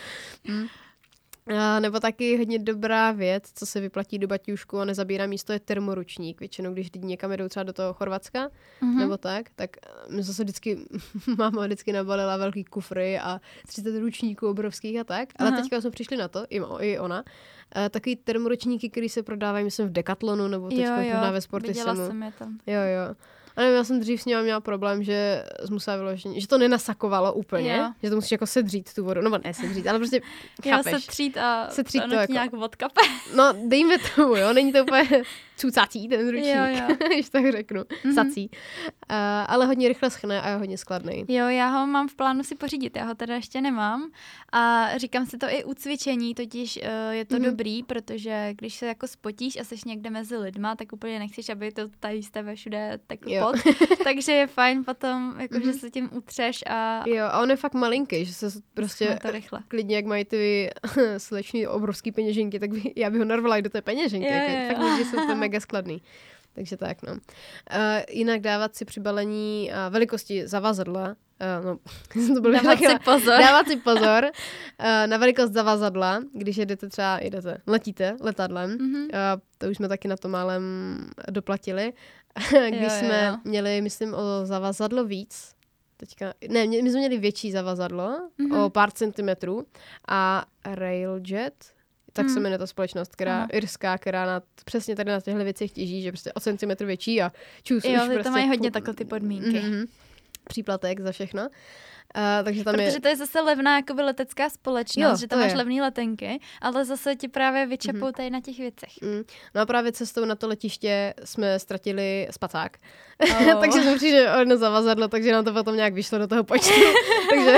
Nebo taky hodně dobrá věc, co se vyplatí do baťůžku a nezabírá místo, je termoručník. Většinou, když někam jedou třeba do toho Chorvatska, nebo tak mi zase máma vždycky nabalila velký kufry a 30 ručníků obrovských a tak. Ale teďka jsme přišli na to, i ona, takový termoručníky, který se prodávají, myslím, v Decathlonu, nebo teďka možná ve Sportisemu. Viděla jsem je tam. Jo. A nevím, já jsem dřív s ním měla problém, že musela vyložit, že to nenasakovalo úplně, že to musíš jako sedřít tu vodu, nebo ne sedřít, ale prostě chápeš. Setřít a to jako nějak odkape. No, dejme tomu, jo, není to úplně cucací ten ručník, když tak řeknu, sací. Ale hodně rychle schne a je hodně skladný. Jo, já ho mám v plánu si pořídit, já ho teda ještě nemám a říkám si to i u cvičení, totiž je to dobrý, protože když se jako spotíš a seš někde mezi lidma, tak úplně nechceš, aby to tady z tebe všude tekl pot, takže je fajn potom, jako, že se tím utřeš a... Jo, a on je fakt malinký, že se prostě to rychle. Klidně, jak mají ty slečný obrovský peněženky, tak já bych ho narvala i do té peněženky, fakt že jsou to mega skladný. Takže tak, no. Jinak dávat si při balení velikosti zavazadla, dávat si pozor na velikost zavazadla, když letíte letadlem, to už jsme taky na to málem doplatili, když jsme měli, myslím, o zavazadlo víc, my jsme měli větší zavazadlo, o pár centimetrů a Railjet, tak se jmenuje ta společnost, irská, která přesně tady na těchto věcech těží, že prostě o centimetr větší a čus. Jo, prostě to mají hodně takhle ty podmínky. Příplatek za všechno. Takže tam protože to je zase levná jakoby letecká společnost, že tam máš levné letenky, ale zase ti právě vyčepou tady na těch věcech. No a právě cestou na to letiště jsme ztratili spacák. Takže jsme přišli o jedno zavazadlo, takže nám to potom nějak vyšlo do toho počtu. Takže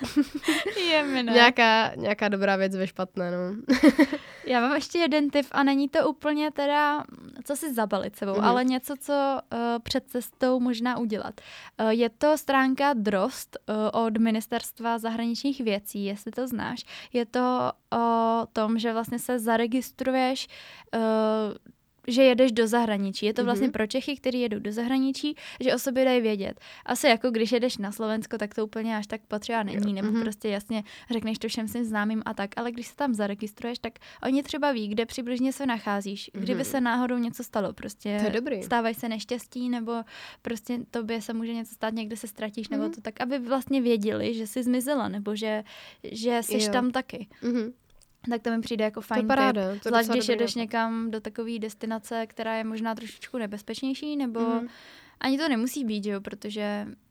nějaká dobrá věc ve špatné. No. Já mám ještě jeden tip a není to úplně teda, co si zabalit sebou, ale něco, co před cestou možná udělat. Je to stránka Drost od Ministerstva zahraničních věcí, jestli to znáš. Je to o tom, že vlastně se zaregistruješ, že jedeš do zahraničí. Je to vlastně pro Čechy, kteří jedou do zahraničí, že o sobě dají vědět. Asi jako když jedeš na Slovensko, tak to úplně až tak potřeba není, nebo prostě jasně řekneš to všem svým známým a tak, ale když se tam zaregistruješ, tak oni třeba ví, kde přibližně se nacházíš, kdyby se náhodou něco stalo, prostě stávají se neštěstí, nebo prostě tobě se může něco stát, někde se ztratíš, nebo to tak, aby vlastně věděli, že jsi zmizela, nebo že jsi tam taky. Tak to mi přijde jako fajn tip. Zvlášť, když jedeš někam do takové destinace, která je možná trošičku nebezpečnější, nebo ani to nemusí být, jo, protože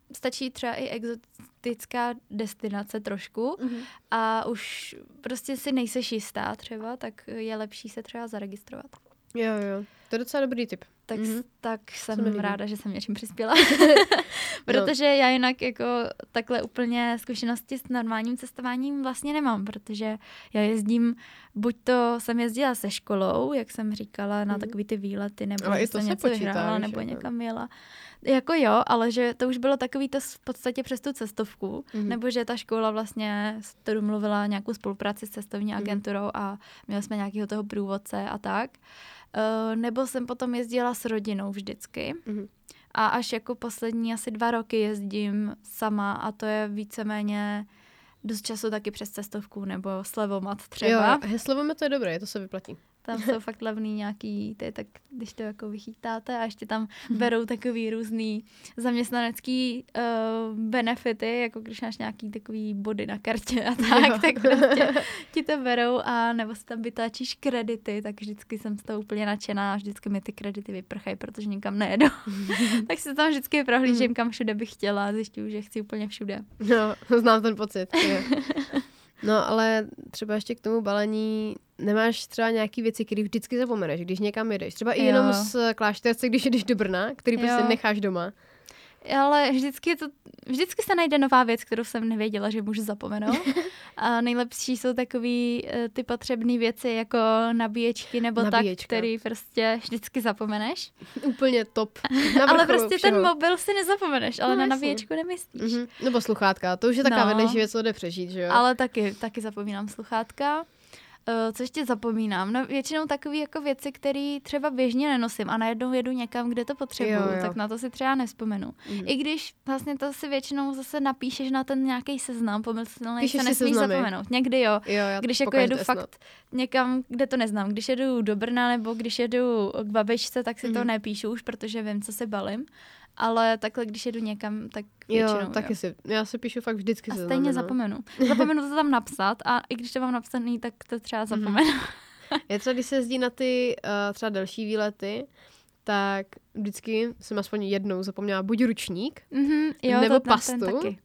stačí třeba i exotická destinace trošku a už prostě si nejseš jistá třeba, tak je lepší se třeba zaregistrovat. Jo, to je docela dobrý tip. Tak jsem ráda, že jsem něčím přispěla. Protože já jinak jako takhle úplně zkušenosti s normálním cestováním vlastně nemám, protože já jezdím, buď to jsem jezdila se školou, jak jsem říkala, na takový ty výlety, nebo že jsem něco vyhrála, nebo někam jela. Jako jo, ale že to už bylo takový to v podstatě přes tu cestovku, nebo že ta škola vlastně to domluvila nějakou spolupráci s cestovní agenturou a měli jsme nějakého toho průvodce a tak. Nebo jsem potom jezdila s rodinou vždycky. A až jako poslední asi 2 roky jezdím sama a to je víceméně dost času taky přes cestovku nebo Slevomat třeba. Jo, Slevomat to je dobré, to se vyplatí. Tam jsou fakt levný nějaký, tak když to jako vychytáte a ještě tam berou takový různý zaměstnanecký benefity, jako když máš nějaký takový body na kartě a tak prostě ti to berou a nebo si tam vytáčíš kredity, tak vždycky jsem z toho úplně nadšená a vždycky mi ty kredity vyprchají, protože nikam nejedu. Tak si tam vždycky prohlížím, kam všude bych chtěla a zjišťuju, že chci úplně všude. No, znám ten pocit. No, ale třeba ještě k tomu balení nemáš třeba nějaký věci, které vždycky zapomeneš, když někam jedeš. Třeba i jenom z Klášterce, když jdeš do Brna, který prostě necháš doma. Ale vždycky se najde nová věc, kterou jsem nevěděla, že můžu zapomenout. A nejlepší jsou takový ty potřebné věci, jako nabíječky nebo tak, který prostě vždycky zapomeneš. Úplně top. Ale prostě ten mobil si nezapomeneš, ale na nabíječku nemyslíš. Nebo sluchátka, to už je taková vedlejší věc, co jde přežít, že jo? Ale taky zapomínám sluchátka. Co ještě zapomínám? No většinou takové jako věci, které třeba běžně nenosím a najednou jedu někam, kde to potřebuju, tak na to si třeba nespomenu. I když vlastně to si většinou zase napíšeš na ten nějaký seznam, pomyslnej se nesmíš zapomenout. Někdy jo když jako jedu fakt někam, kde to neznám. Když jedu do Brna nebo když jedu k babičce, tak si to nepíšu už, protože vím, co si balím. Ale takhle, když jedu někam, tak většinou, taky já si píšu fakt vždycky. A stejně zapomenu. Zapomenu to tam napsat a i když to mám napsaný, tak to třeba zapomenu. Já třeba, když se jezdí na ty třeba delší výlety, tak vždycky jsem aspoň jednou zapomněla buď ručník, nebo pastu. Taky.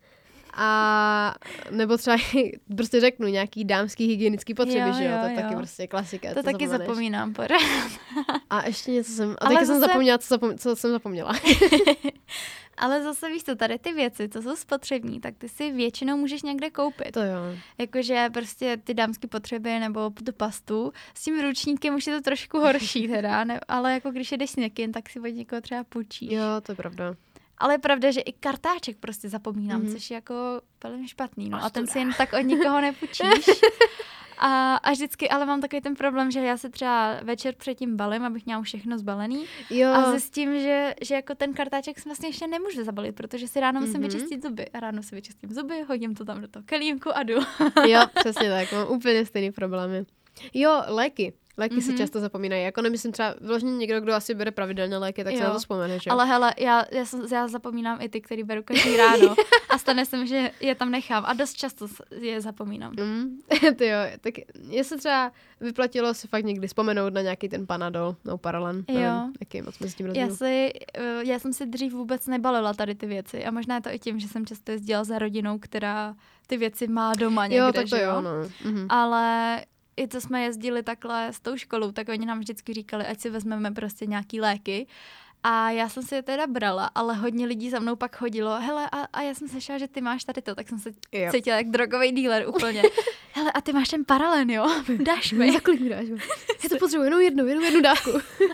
A nebo třeba prostě řeknu nějaký dámský hygienický potřeby, že jo? To je taky prostě klasika. To taky zapomínám pořád. A ještě něco jsem... A taky jsem zapomněla, co jsem zapomněla. Ale zase víš co, tady ty věci, co jsou spotřební, tak ty si většinou můžeš někde koupit. To jo. Jakože prostě ty dámské potřeby nebo tu pastu, s tím ručníkem už je to trošku horší teda, ale jako když jedeš s někým, tak si od někoho třeba půjčíš. Jo, to je pravda. Ale je pravda, že i kartáček prostě zapomínám, což je jako velmi špatný. No. A ten si jen tak od nikoho nepůjčíš. A vždycky, ale mám takový ten problém, že já se třeba večer předtím balím, abych měla už všechno zbalený. A zjistím, že jako ten kartáček si vlastně ještě nemůžu zabalit, protože si ráno musím vyčistit zuby. A ráno si vyčistím zuby, hodím to tam do toho kelímku a jdu. Jo, přesně tak, mám úplně stejný problémy. Jo, léky. Léky se často zapomínají. Jako nemyslím třeba vložně někdo, kdo asi bere pravidelně léky, tak se na to vzpomene, že? Ale hele, já zapomínám i ty, který beru každý ráno a stane se mi, že je tam nechám a dost často je zapomínám. Ty jo, tak je se třeba vyplatilo si fakt někdy vzpomenout na nějaký ten Panadol, no Paralen, nevím, jaký moc mezi tím rozdíl. Já jsem si dřív vůbec nebalila tady ty věci a možná je to i tím, že jsem často jezdila za rodinou, která ty věci má doma někde, jo, tak to že jo, no. Ale i co jsme jezdili takhle s tou školou, tak oni nám vždycky říkali, ať si vezmeme prostě nějaký léky. A já jsem si je teda brala, ale hodně lidí za mnou pak chodilo, hele, a já jsem slyšela, že ty máš tady to, tak jsem se cítila jak drogový dealer úplně. Hele, a ty máš ten Paralen, jo? Dáš mi. Za kolik dáš? Já to potřebuji jenom jednu dávku.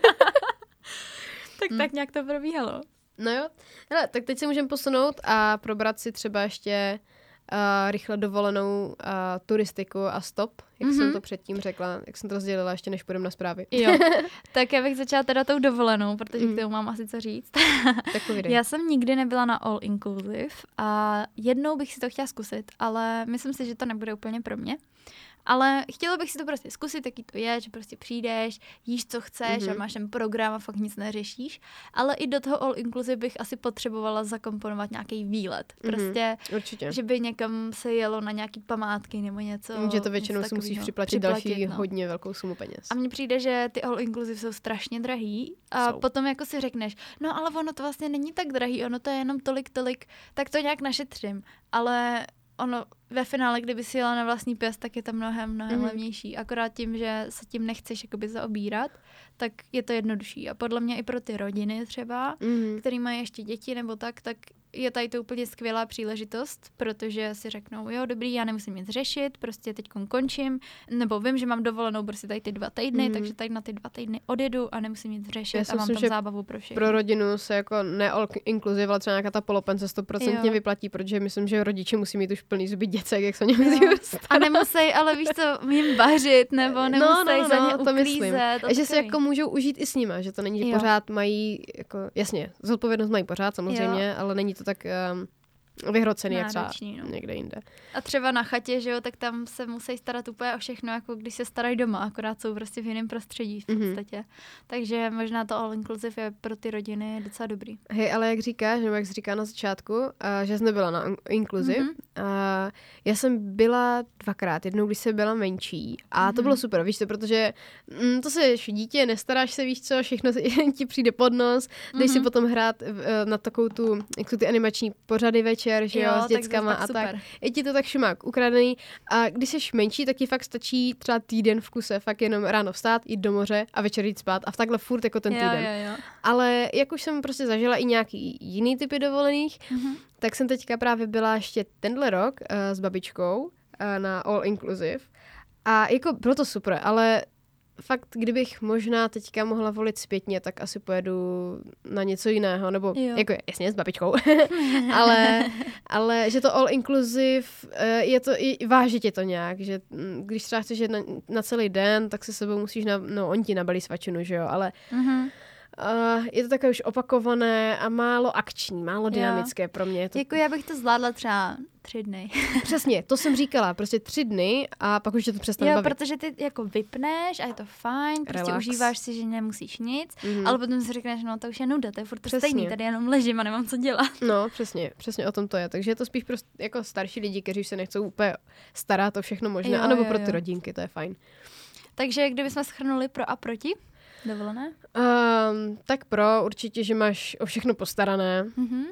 tak nějak to probíhalo. No jo, hele, tak teď se můžeme posunout a probrat si třeba ještě rychle dovolenou turistiku a stop, jak jsem to předtím řekla, jak jsem to rozdělila ještě než půjdeme na zprávy. Jo, tak já bych začala teda tou dovolenou, protože k tomu mám asi co říct. Já jsem nikdy nebyla na all inclusive a jednou bych si to chtěla zkusit, ale myslím si, že to nebude úplně pro mě. Ale chtěla bych si to prostě zkusit, jaký to je, že prostě přijdeš, jíš, co chceš a máš ten program a fakt nic neřešíš. Ale i do toho all inclusive bych asi potřebovala zakomponovat nějaký výlet. Prostě, určitě. že by někam se jelo na nějaký památky nebo něco. Že to většinou si musíš připlatit další hodně velkou sumu peněz. A mně přijde, že ty all inclusive jsou strašně drahý a potom jako si řekneš, no ale ono to vlastně není tak drahý, ono to je jenom tolik, tak to nějak našetřím. Ale ono ve finále, kdyby si jela na vlastní pěst, tak je to mnohem levnější. Akorát tím, že se tím nechceš jakoby zaobírat, tak je to jednodušší. A podle mě i pro ty rodiny třeba, který mají ještě děti nebo tak je tady to úplně skvělá příležitost, protože si řeknou, jo, dobrý, já nemusím nic řešit, prostě teď končím, nebo vím, že mám dovolenou prostě tady ty 2 týdny, takže tady na ty 2 týdny odjedu a nemusím nic řešit a mám tam zábavu pro všechny. Pro rodinu se jako ne all inclusive, ale třeba nějaká ta polopence 100% vyplatí, protože myslím, že rodiče musí mít už plný zuby děcek, jak se o ně musí starat. A nemusí, ale víš co, jim vařit, nebo nemusí za ně uklízet. A že se jako můžou užít i s nima, že to není, že pořád mají, jako, jasně, zodpovědnost mají pořád samozřejmě, ale není to tak vyhrocený, jak třeba někde jinde. A třeba na chatě, že jo, tak tam se musí starat úplně o všechno, jako když se starají doma, akorát jsou prostě v jiném prostředí v podstatě. Takže možná to all inclusive je pro ty rodiny docela dobrý. Hej, ale jak říkáš, nebo jak jsi říká na začátku, že jsi nebyla na inclusive, já jsem byla 2krát, jednou, když jsem byla menší a to bylo super, víš to, protože to seš dítě, nestaráš se, víš co, všechno ti přijde pod nos, jdeš si potom hrát na takovou tu, jak jsou ty animační pořady večer, že jo, s dětskama a tak. Je ti to tak šumák ukradený a když jsi menší, tak ti fakt stačí třeba týden v kuse, fakt jenom ráno vstát, jít do moře a večer jít spát a v takhle furt jako ten týden. Jo. Ale jak už jsem prostě zažila i nějaký jiný typy dovolených, tak jsem teďka právě byla ještě tenhle rok s babičkou na all inclusive a jako bylo to super, ale fakt, kdybych možná teďka mohla volit zpětně, tak asi pojedu na něco jiného, nebo jako jasně s babičkou, ale že to all inclusive, je to i váží tě to nějak, že když třeba chceš jít na celý den, tak se sebou musíš, oni ti nabalí svačinu, že jo, ale je to takové už opakované a málo akční, málo dynamické pro mě. Jako já bych to zvládla třeba 3 dny. Přesně, to jsem říkala, prostě 3 dny a pak už tě to přestane bavit. Protože ty jako vypneš a je to fajn, prostě užíváš si, že nemusíš nic, ale potom si řekneš, no to už je nuda, to je furt to stejný, tady jenom ležím a nemám co dělat. No, přesně o tom to je, takže je to spíš prostě jako starší lidi, kteří se nechcou úplně starat o všechno možné, anebo pro ty rodinky, to je fajn. Takže kdybychom shrnuli pro a proti dovolené? Tak určitě, že máš o všechno postarané.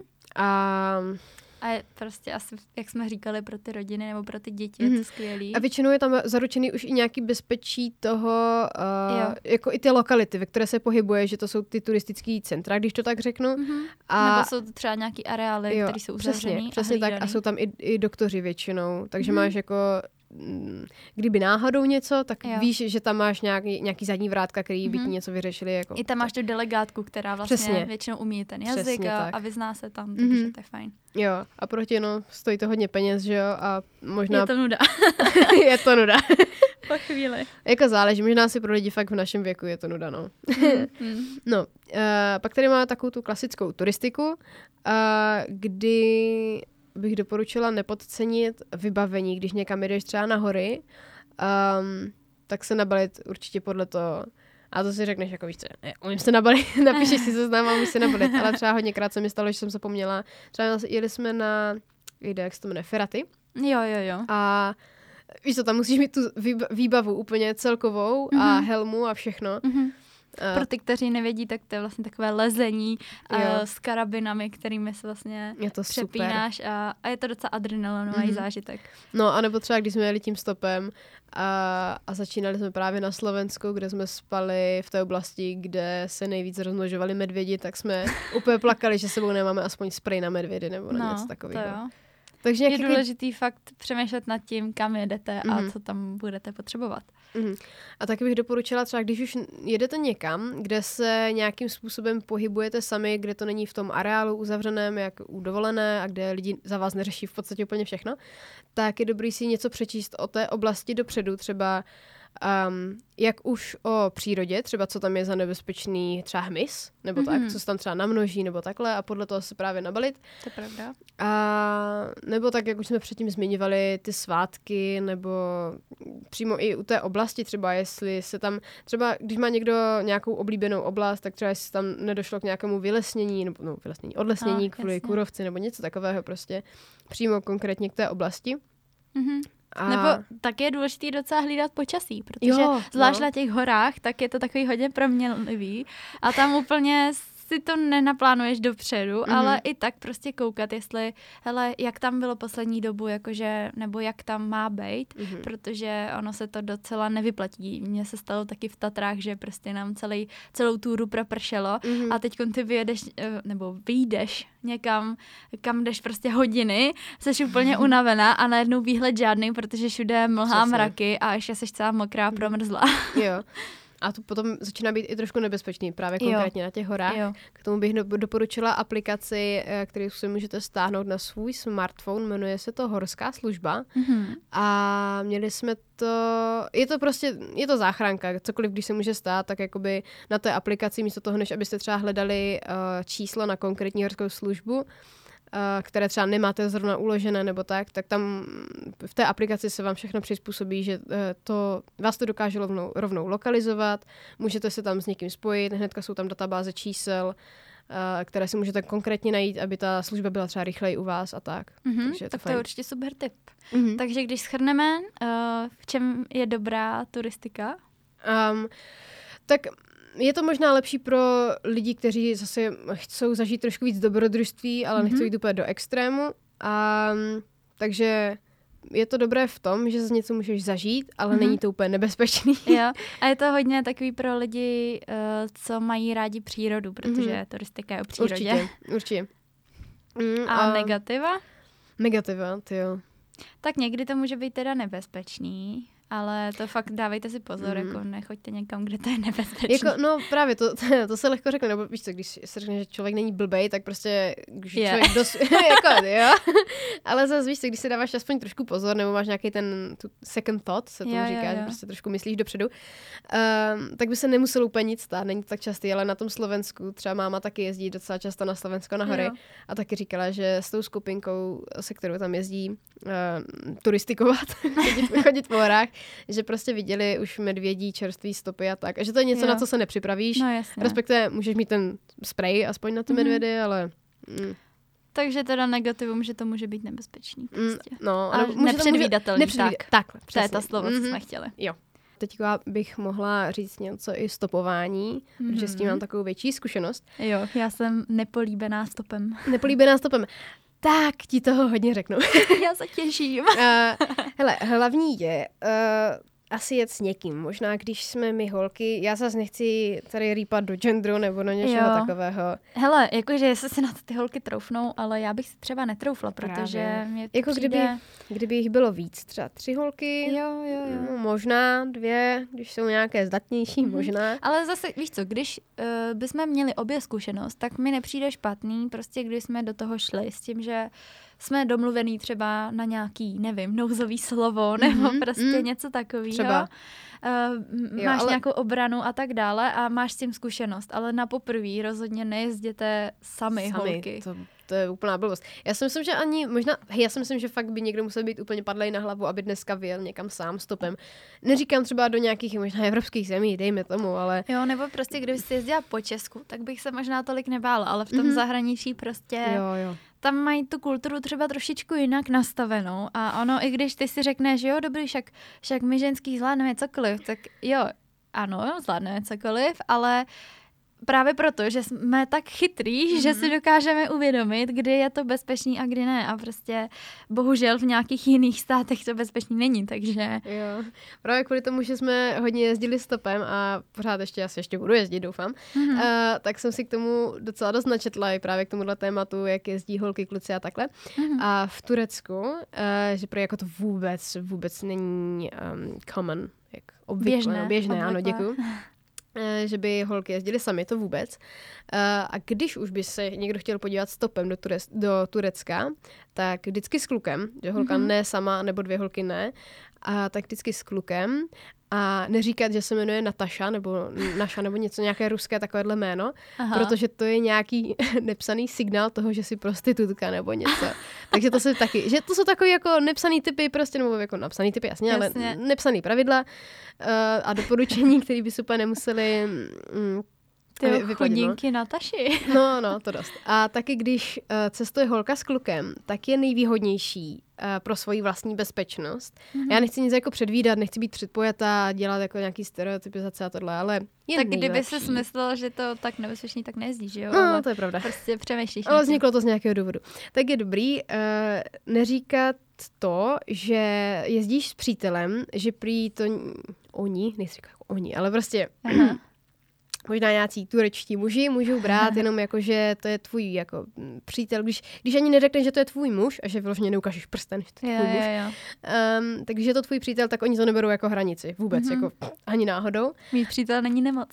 A je prostě asi, jak jsme říkali, pro ty rodiny nebo pro ty děti je to skvělý. A většinou je tam zaručený už i nějaký bezpečí toho, jako i ty lokality, ve které se pohybuje, že to jsou ty turistický centra, když to tak řeknu. Nebo jsou to třeba nějaký areály, které jsou uzavřený. Přesně tak. A jsou tam i doktoři většinou, takže máš jako kdyby náhodou něco, tak víš, že tam máš nějaký zadní vrátka, který by ti něco vyřešili. Jako i tam máš tu delegátku, která vlastně většinou umí ten jazyk a vyzná se tam, takže to je fajn. Jo, a proti stojí to hodně peněz, že jo, a možná... Je to nuda. Je to nuda. Po chvíli. Jako záleží, možná si pro lidi fakt v našem věku je to nuda, no. No, pak tady máme takovou tu klasickou turistiku, kdy bych doporučila nepodcenit vybavení, když někam jdeš třeba na hory, tak se nabalit určitě podle toho. A to si řekneš, jako víš co, umím se nabalit, napíšeš si seznam a umíš se nabalit, ale třeba hodněkrát se mi stalo, že jsem zapomněla. Třeba jeli jsme na, jak se to jmenuje, Feraty. Jo. A víš co, tam musíš mít tu výbavu úplně celkovou a helmu a všechno. Pro ty, kteří nevědí, tak to je vlastně takové lezení s karabinami, kterými se vlastně přepínáš a je to docela adrenalinový zážitek. No a nebo třeba, když jsme jeli tím stopem a začínali jsme právě na Slovensku, kde jsme spali v té oblasti, kde se nejvíc rozmnožovali medvědi, tak jsme úplně plakali, že sebou nemáme aspoň sprej na medvědy nebo na něco takového. Takže je důležitý fakt přemýšlet nad tím, kam jedete a co tam budete potřebovat. A taky bych doporučila třeba, když už jedete někam, kde se nějakým způsobem pohybujete sami, kde to není v tom areálu uzavřeném, jak u dovolené a kde lidi za vás neřeší v podstatě úplně všechno, tak je dobrý si něco přečíst o té oblasti dopředu, třeba jak už o přírodě, třeba co tam je za nebezpečný třeba hmyz, nebo tak, co se tam třeba namnoží, nebo takhle a podle toho se právě nabalit. To je pravda. A nebo tak, jak už jsme předtím zmiňovali, ty svátky, nebo přímo i u té oblasti třeba, jestli se tam, třeba když má někdo nějakou oblíbenou oblast, tak třeba jestli tam nedošlo k nějakému vylesnění, nebo odlesnění kvůli kůrovci, nebo něco takového prostě, přímo konkrétně k té oblasti. Nebo taky je důležité docela hlídat počasí, protože zvlášť na těch horách, tak je to takový hodně proměnlivý a tam úplně si to nenaplánuješ dopředu, ale i tak prostě koukat, jestli, hele, jak tam bylo poslední dobu, jakože, nebo jak tam má být, protože ono se to docela nevyplatí. Mně se stalo taky v Tatrách, že prostě nám celou túru propršelo a teď ty vyjdeš někam, kam jdeš prostě hodiny, jsi úplně unavená a najednou výhled žádný, protože všude je mlha, mraky a ještě jsi celá mokrá, promrzlá. Jo. A to potom začíná být i trošku nebezpečný, právě konkrétně na těch horách. Jo. K tomu bych doporučila aplikaci, kterou si můžete stáhnout na svůj smartphone, jmenuje se to Horská služba. A měli jsme je to záchranka, cokoliv, když se může stát, tak jakoby na té aplikaci místo toho, než abyste třeba hledali číslo na konkrétní horskou službu, které třeba nemáte zrovna uložené nebo tak tam v té aplikaci se vám všechno přizpůsobí, že vás to dokáže rovnou lokalizovat, můžete se tam s někým spojit, hnedka jsou tam databáze čísel, které si můžete konkrétně najít, aby ta služba byla třeba rychleji u vás a tak. Takže tak to je určitě super tip. Takže když shrneme, v čem je dobrá turistika? Tak je to možná lepší pro lidi, kteří zase chcou zažít trošku víc dobrodružství, ale nechcou jít úplně do extrému. Takže je to dobré v tom, že z něco můžeš zažít, ale není to úplně nebezpečný. Jo. A je to hodně takový pro lidi, co mají rádi přírodu, protože turistika je o přírodě. Určitě. A negativa? Negativa, jo. Tak někdy to může být teda nebezpečný. Ale to fakt dávejte si pozor, jako nechoďte někam, kde to je nebezpečné. No právě, to se lehko řekne, nebo víš co, když se řekne, že člověk není blbej, tak prostě člověk jo. Ale zase víš co, když si dáváš aspoň trošku pozor, nebo máš nějaký tu second thought, se tomu říká, že prostě trošku myslíš dopředu, tak by se nemuselo úplně nic stát, není to tak častý, ale na tom Slovensku, třeba máma taky jezdí docela často na Slovensko na hory a taky říkala, že s tou skupinkou, se kterou tam jezdí turistikovat, chodit po horách, že prostě viděli už medvědí čerství stopy a tak. A že to je něco, na co se nepřipravíš. No, jasně. Respektive můžeš mít ten spray aspoň na ty medvědy, ale... Takže teda negativum, že to může být nebezpečný. Prostě. A nepředvídatelný. Takhle, to je to slovo, co jsme chtěli. Jo. Teď bych mohla říct něco i stopování, protože s tím mám takovou větší zkušenost. Jo, já jsem nepolíbená stopem. Tak ti toho hodně řeknu. Já se těším. Hele, hlavní je asi jet s někým. Možná, když jsme my holky, já zase nechci tady rýpat do genderu nebo do něčeho takového. Hele, jakože jestli se na to ty holky troufnou, ale já bych si třeba netroufla, protože mě jako přijde... kdyby jich bylo víc, třeba 3 holky, jo. Možná 2, když jsou nějaké zdatnější, možná. Ale zase, víš co, když bychom měli obě zkušenost, tak mi nepřijde špatný, prostě když jsme do toho šli s tím, že jsme domluvený třeba na nějaký, nevím, nouzový slovo, nebo prostě něco takového. Třeba. Máš nějakou obranu a tak dále a máš s tím zkušenost, ale na poprvé rozhodně nejezděte sami holky. To je úplná blbost. Já si myslím, že fakt by někdo musel být úplně padlej na hlavu, aby dneska vyjel někam sám stopem. Neříkám třeba do nějakých možná evropských zemí, dejme tomu, ale... Jo, nebo prostě kdyby jsi jezdila po Česku, tak bych se možná tolik nebála, ale v tom zahraničí prostě... Jo. Tam mají tu kulturu třeba trošičku jinak nastavenou a ono, i když ty si řekneš, jo, dobrý, však my ženský zvládneme cokoliv, tak jo, ano, zvládneme cokoliv, ale právě proto, že jsme tak chytrý, že si dokážeme uvědomit, kdy je to bezpečný a kdy ne. A prostě bohužel v nějakých jiných státech to bezpečný není, takže... Jo, právě kvůli tomu, že jsme hodně jezdili stopem a pořád ještě budu jezdit, doufám, tak jsem si k tomu docela dost načetla i právě k tomuhle tématu, jak jezdí holky, kluci a takhle. A v Turecku, že prý jako to vůbec není common, jak běžné, ano, děkuju. Že by holky jezdily sami, to vůbec. A když už by se někdo chtěl podívat stopem do Turecka, tak vždycky s klukem, že holka ne sama, nebo 2 holky ne, a tak vždycky s klukem a neříkat, že se jmenuje Nataša nebo Naša nebo něco, nějaké ruské takovéhle jméno, protože to je nějaký nepsaný signál toho, že jsi prostitutka nebo něco. Takže to jsou taky, že to jsou takový jako nepsaný typy prostě, nebo jako napsaný typy, jasně. Ale nepsaný pravidla a doporučení, které by se úplně nemuseli ty chudinky Nataši. No, to dost. A taky když cestuje holka s klukem, tak je nejvýhodnější pro svoji vlastní bezpečnost. Já nechci nic jako předvídat, nechci být předpojatá, dělat jako nějaký stereotypizace a tohle, ale je tak nejlepší. kdyby si myslel, že to tak nebezpečný, tak nejezdíš, že jo? No, ale to je pravda. Prostě přemýšlíš. Ale vzniklo to z nějakého důvodu. Tak je dobrý neříkat to, že jezdíš s přítelem, že prý to oni, nechci říkat jako oni, ale prostě možná nějací turečtí muži můžou brát jenom jako, že to je tvůj jako přítel, když ani neřekneš, že to je tvůj muž a že vyloženě neukážeš prsten, že to je tvůj muž. Takže je to tvůj přítel, tak oni to neberou jako hranici vůbec, jako ani náhodou. Mít přítel není nemoc.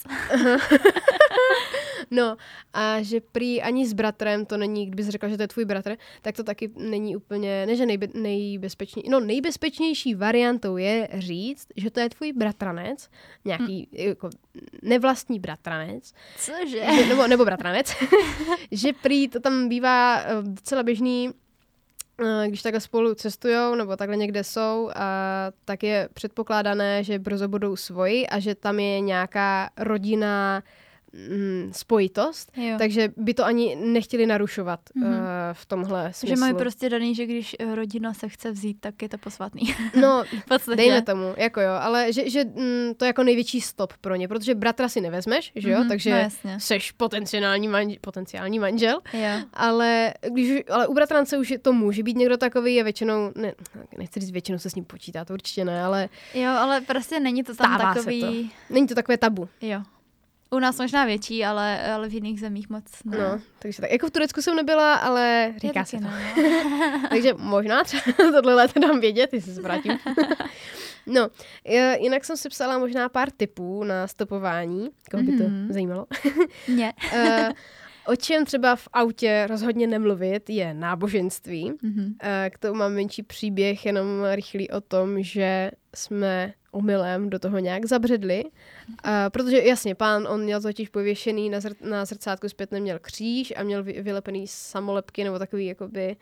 No a že prý ani s bratrem to není, kdybys řekla, že to je tvůj bratr, tak to taky není úplně, ne že nejbezpečnější variantou je říct, že to je tvůj bratranec, nějaký jako nevlastní bratranec. Cože? Nebo bratranec. Že prý to tam bývá docela běžný, když takhle spolu cestujou nebo takhle někde jsou, tak je předpokládané, že brzo budou svoji a že tam je nějaká rodinná spojitost, takže by to ani nechtěli narušovat v tomhle smyslu. Že mají prostě daný, že když rodina se chce vzít, tak je to posvátný. No, dejme tomu, jako jo, ale že to je jako největší stop pro ně, protože bratra si nevezmeš, že jo, takže seš potenciální manžel, ale u bratrance už to může být někdo takový, je většinou, nechci říct většinou se s ním počítá, to určitě ne, ale... Jo, ale prostě není to tam takový... Není to takové tabu. Jo. U nás možná větší, ale v jiných zemích moc ne. No, takže tak. Jako v Turecku jsem nebyla, ale říká se to. Takže možná třeba tohle léto dám vědět, jestli se vrátím. No, jinak jsem si psala možná pár tipů na stopování, koho by to zajímalo. Mě. O čem třeba v autě rozhodně nemluvit je náboženství. K tomu mám menší příběh, jenom rychlý o tom, že jsme omylem do toho nějak zabředli. Protože jasně, pán, on měl totiž pověšený na zrcátku zpětně měl kříž a měl vylepený samolepky nebo takový jakoby,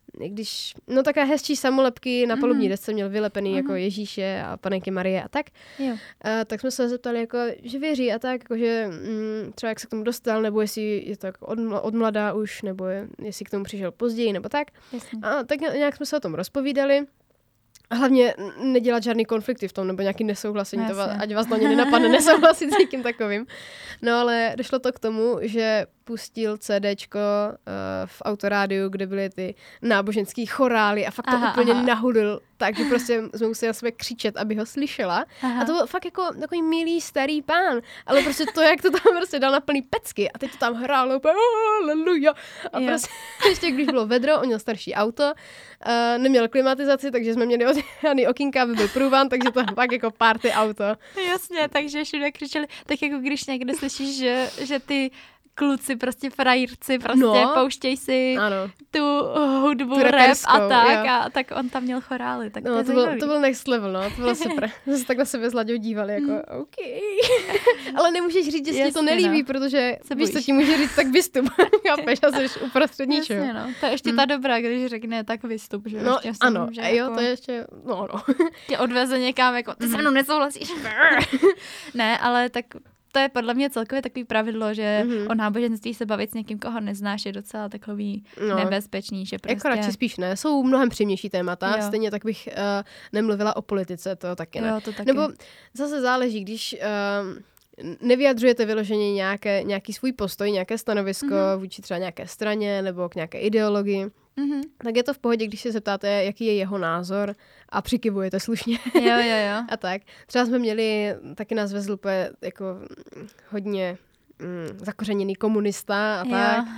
také hezčí samolepky na palubní desce měl vylepený jako Ježíše a Panenky Marie a tak. Tak jsme se zeptali, jako, že věří a tak, jako, že třeba jak se k tomu dostal, nebo jestli je to jako od mladá už, nebo jestli k tomu přišel později, nebo tak. A tak nějak jsme se o tom rozpovídali. A hlavně nedělat žádný konflikty v tom, nebo nějaký nesouhlasení, ať vás to ani nenapadne nesouhlasit s někým takovým. No ale došlo to k tomu, že pustil CDčko v autorádiu, kde byly ty náboženský chorály a fakt to úplně nahulil, takže prostě jsme museli na sebe křičet, aby ho slyšela. A to byl fakt jako takový milý starý pán, ale prostě to, jak to tam prostě dal na plný pecky a teď to tam hrálo úplně haleluja. A prostě ještě když bylo vedro, on měl starší auto, neměl klimatizaci, takže jsme měli žádný okýnka, aby byl průvan, takže to fakt jako party auto. Jasně, takže všude křičeli, tak jako když někde slyšíš, že ty kluci, prostě frajírci, prostě pouštěj si tu hudbu, tu rap a tak, a tak on tam měl chorály. Tak to byl next level, no, to bylo super. Jsme se takhle sebe s Laďou dívali, jako OK. Ale nemůžeš říct, že si ti to nelíbí, protože víš, co ti může říct, tak vystup. Chápeš, a jsi uprostřed ničeho. Jasně, no. To je ještě ta dobrá, když řekne, tak vystup, že no, ještě ano, že jo, jako, to je ještě, no. Tě odveze někam, jako, ty se mnou nesouhlasíš. Ne, ale tak to je podle mě celkově takový pravidlo, že o náboženství se bavit s někým, koho neznáš, je docela takový nebezpečný, že prostě... Jako radši spíš ne, jsou mnohem příjemnější témata, stejně tak bych nemluvila o politice, to taky ne. Jo, to taky. Nebo zase záleží, když nevyjadřujete vyloženě nějaký svůj postoj, nějaké stanovisko vůči třeba nějaké straně nebo k nějaké ideologii, tak je to v pohodě, když se zeptáte, jaký je jeho názor a přikivujete slušně. Jo. A tak. Třeba jsme měli, taky nás vezl jako hodně zakořeněný komunista a tak.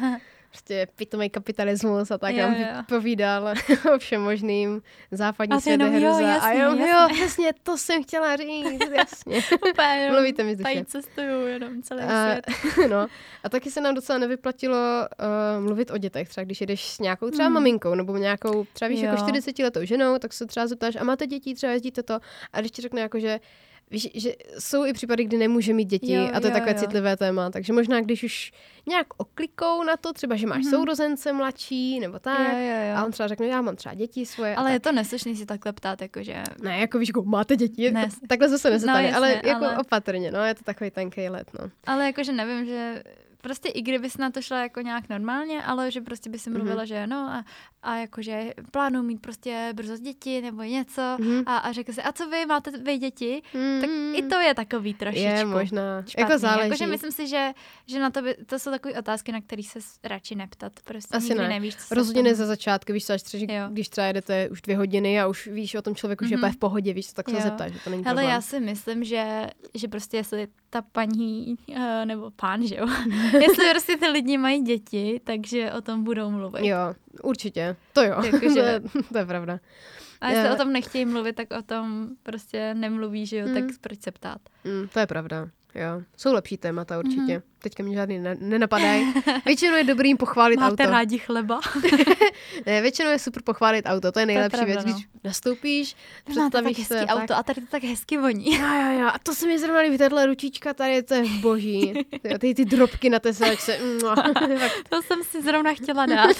prostě pitomej kapitalismus a tak nám povídal o všem možným, západní svět hruza. A jo, přesně, to jsem chtěla říct, jasně. Úplně, mluvíte mi duše. cestuju jenom celý svět. No. A taky se nám docela nevyplatilo mluvit o dětech, třeba když jedeš s nějakou třeba maminkou, nebo nějakou třeba víš, jako 40letou ženou, tak se třeba zeptáš, a máte děti, třeba jezdíte to, a když ti řekne jako, že víš, že jsou i případy, kdy nemůže mít děti a to je takové citlivé téma, takže možná když už nějak oklikou na to, třeba, že máš sourozence mladší nebo tak a on třeba řekne, já mám třeba děti svoje. Ale je to neslušný si takhle ptát, jakože... Ne, jako víš, jako máte děti, takhle zase nesestane, ale jako opatrně, no, je to takový tenkej let, no. Ale jakože nevím, že... Prostě i kdybys na to šla jako nějak normálně, ale že prostě by si mluvila, že no a jakože plánuju mít prostě brzo děti nebo něco a řekl si, a co vy, máte vy děti? Tak i to je takový trošičku. Je možná, špatný. Jako záleží. Jakože myslím si, že na to jsou takové otázky, na které se radši neptat. Prostě asi nikdy ne. Nevíš, co rozhodně ne za začátku, víš, když třeba jedete už 2 hodiny a už víš o tom člověku, že je v pohodě, víš, tak se zeptáš, že to není problém. Ale já si myslím, že prostě jestli ta paní nebo pán, že jo, jestli prostě ty lidi mají děti, takže o tom budou mluvit. Jo, určitě. To jo, Jakože... to je pravda. A jestli o tom nechtějí mluvit, tak o tom prostě nemluví, že jo, tak proč se ptát? To je pravda. Jo, jsou lepší témata určitě. Teďka mi žádný nenapadají. Většinou je dobrý jim pochválit auto. Máte rádi chleba? Ne, většinou je super pochválit auto, to je nejlepší věc, když nastoupíš, představíš se. Máte auto a tady to tak hezky voní. Jo, a to se mi zrovna líbí, tahle ručička, tady to je boží. Ty drobky na té sedačce. To jsem si zrovna chtěla dát.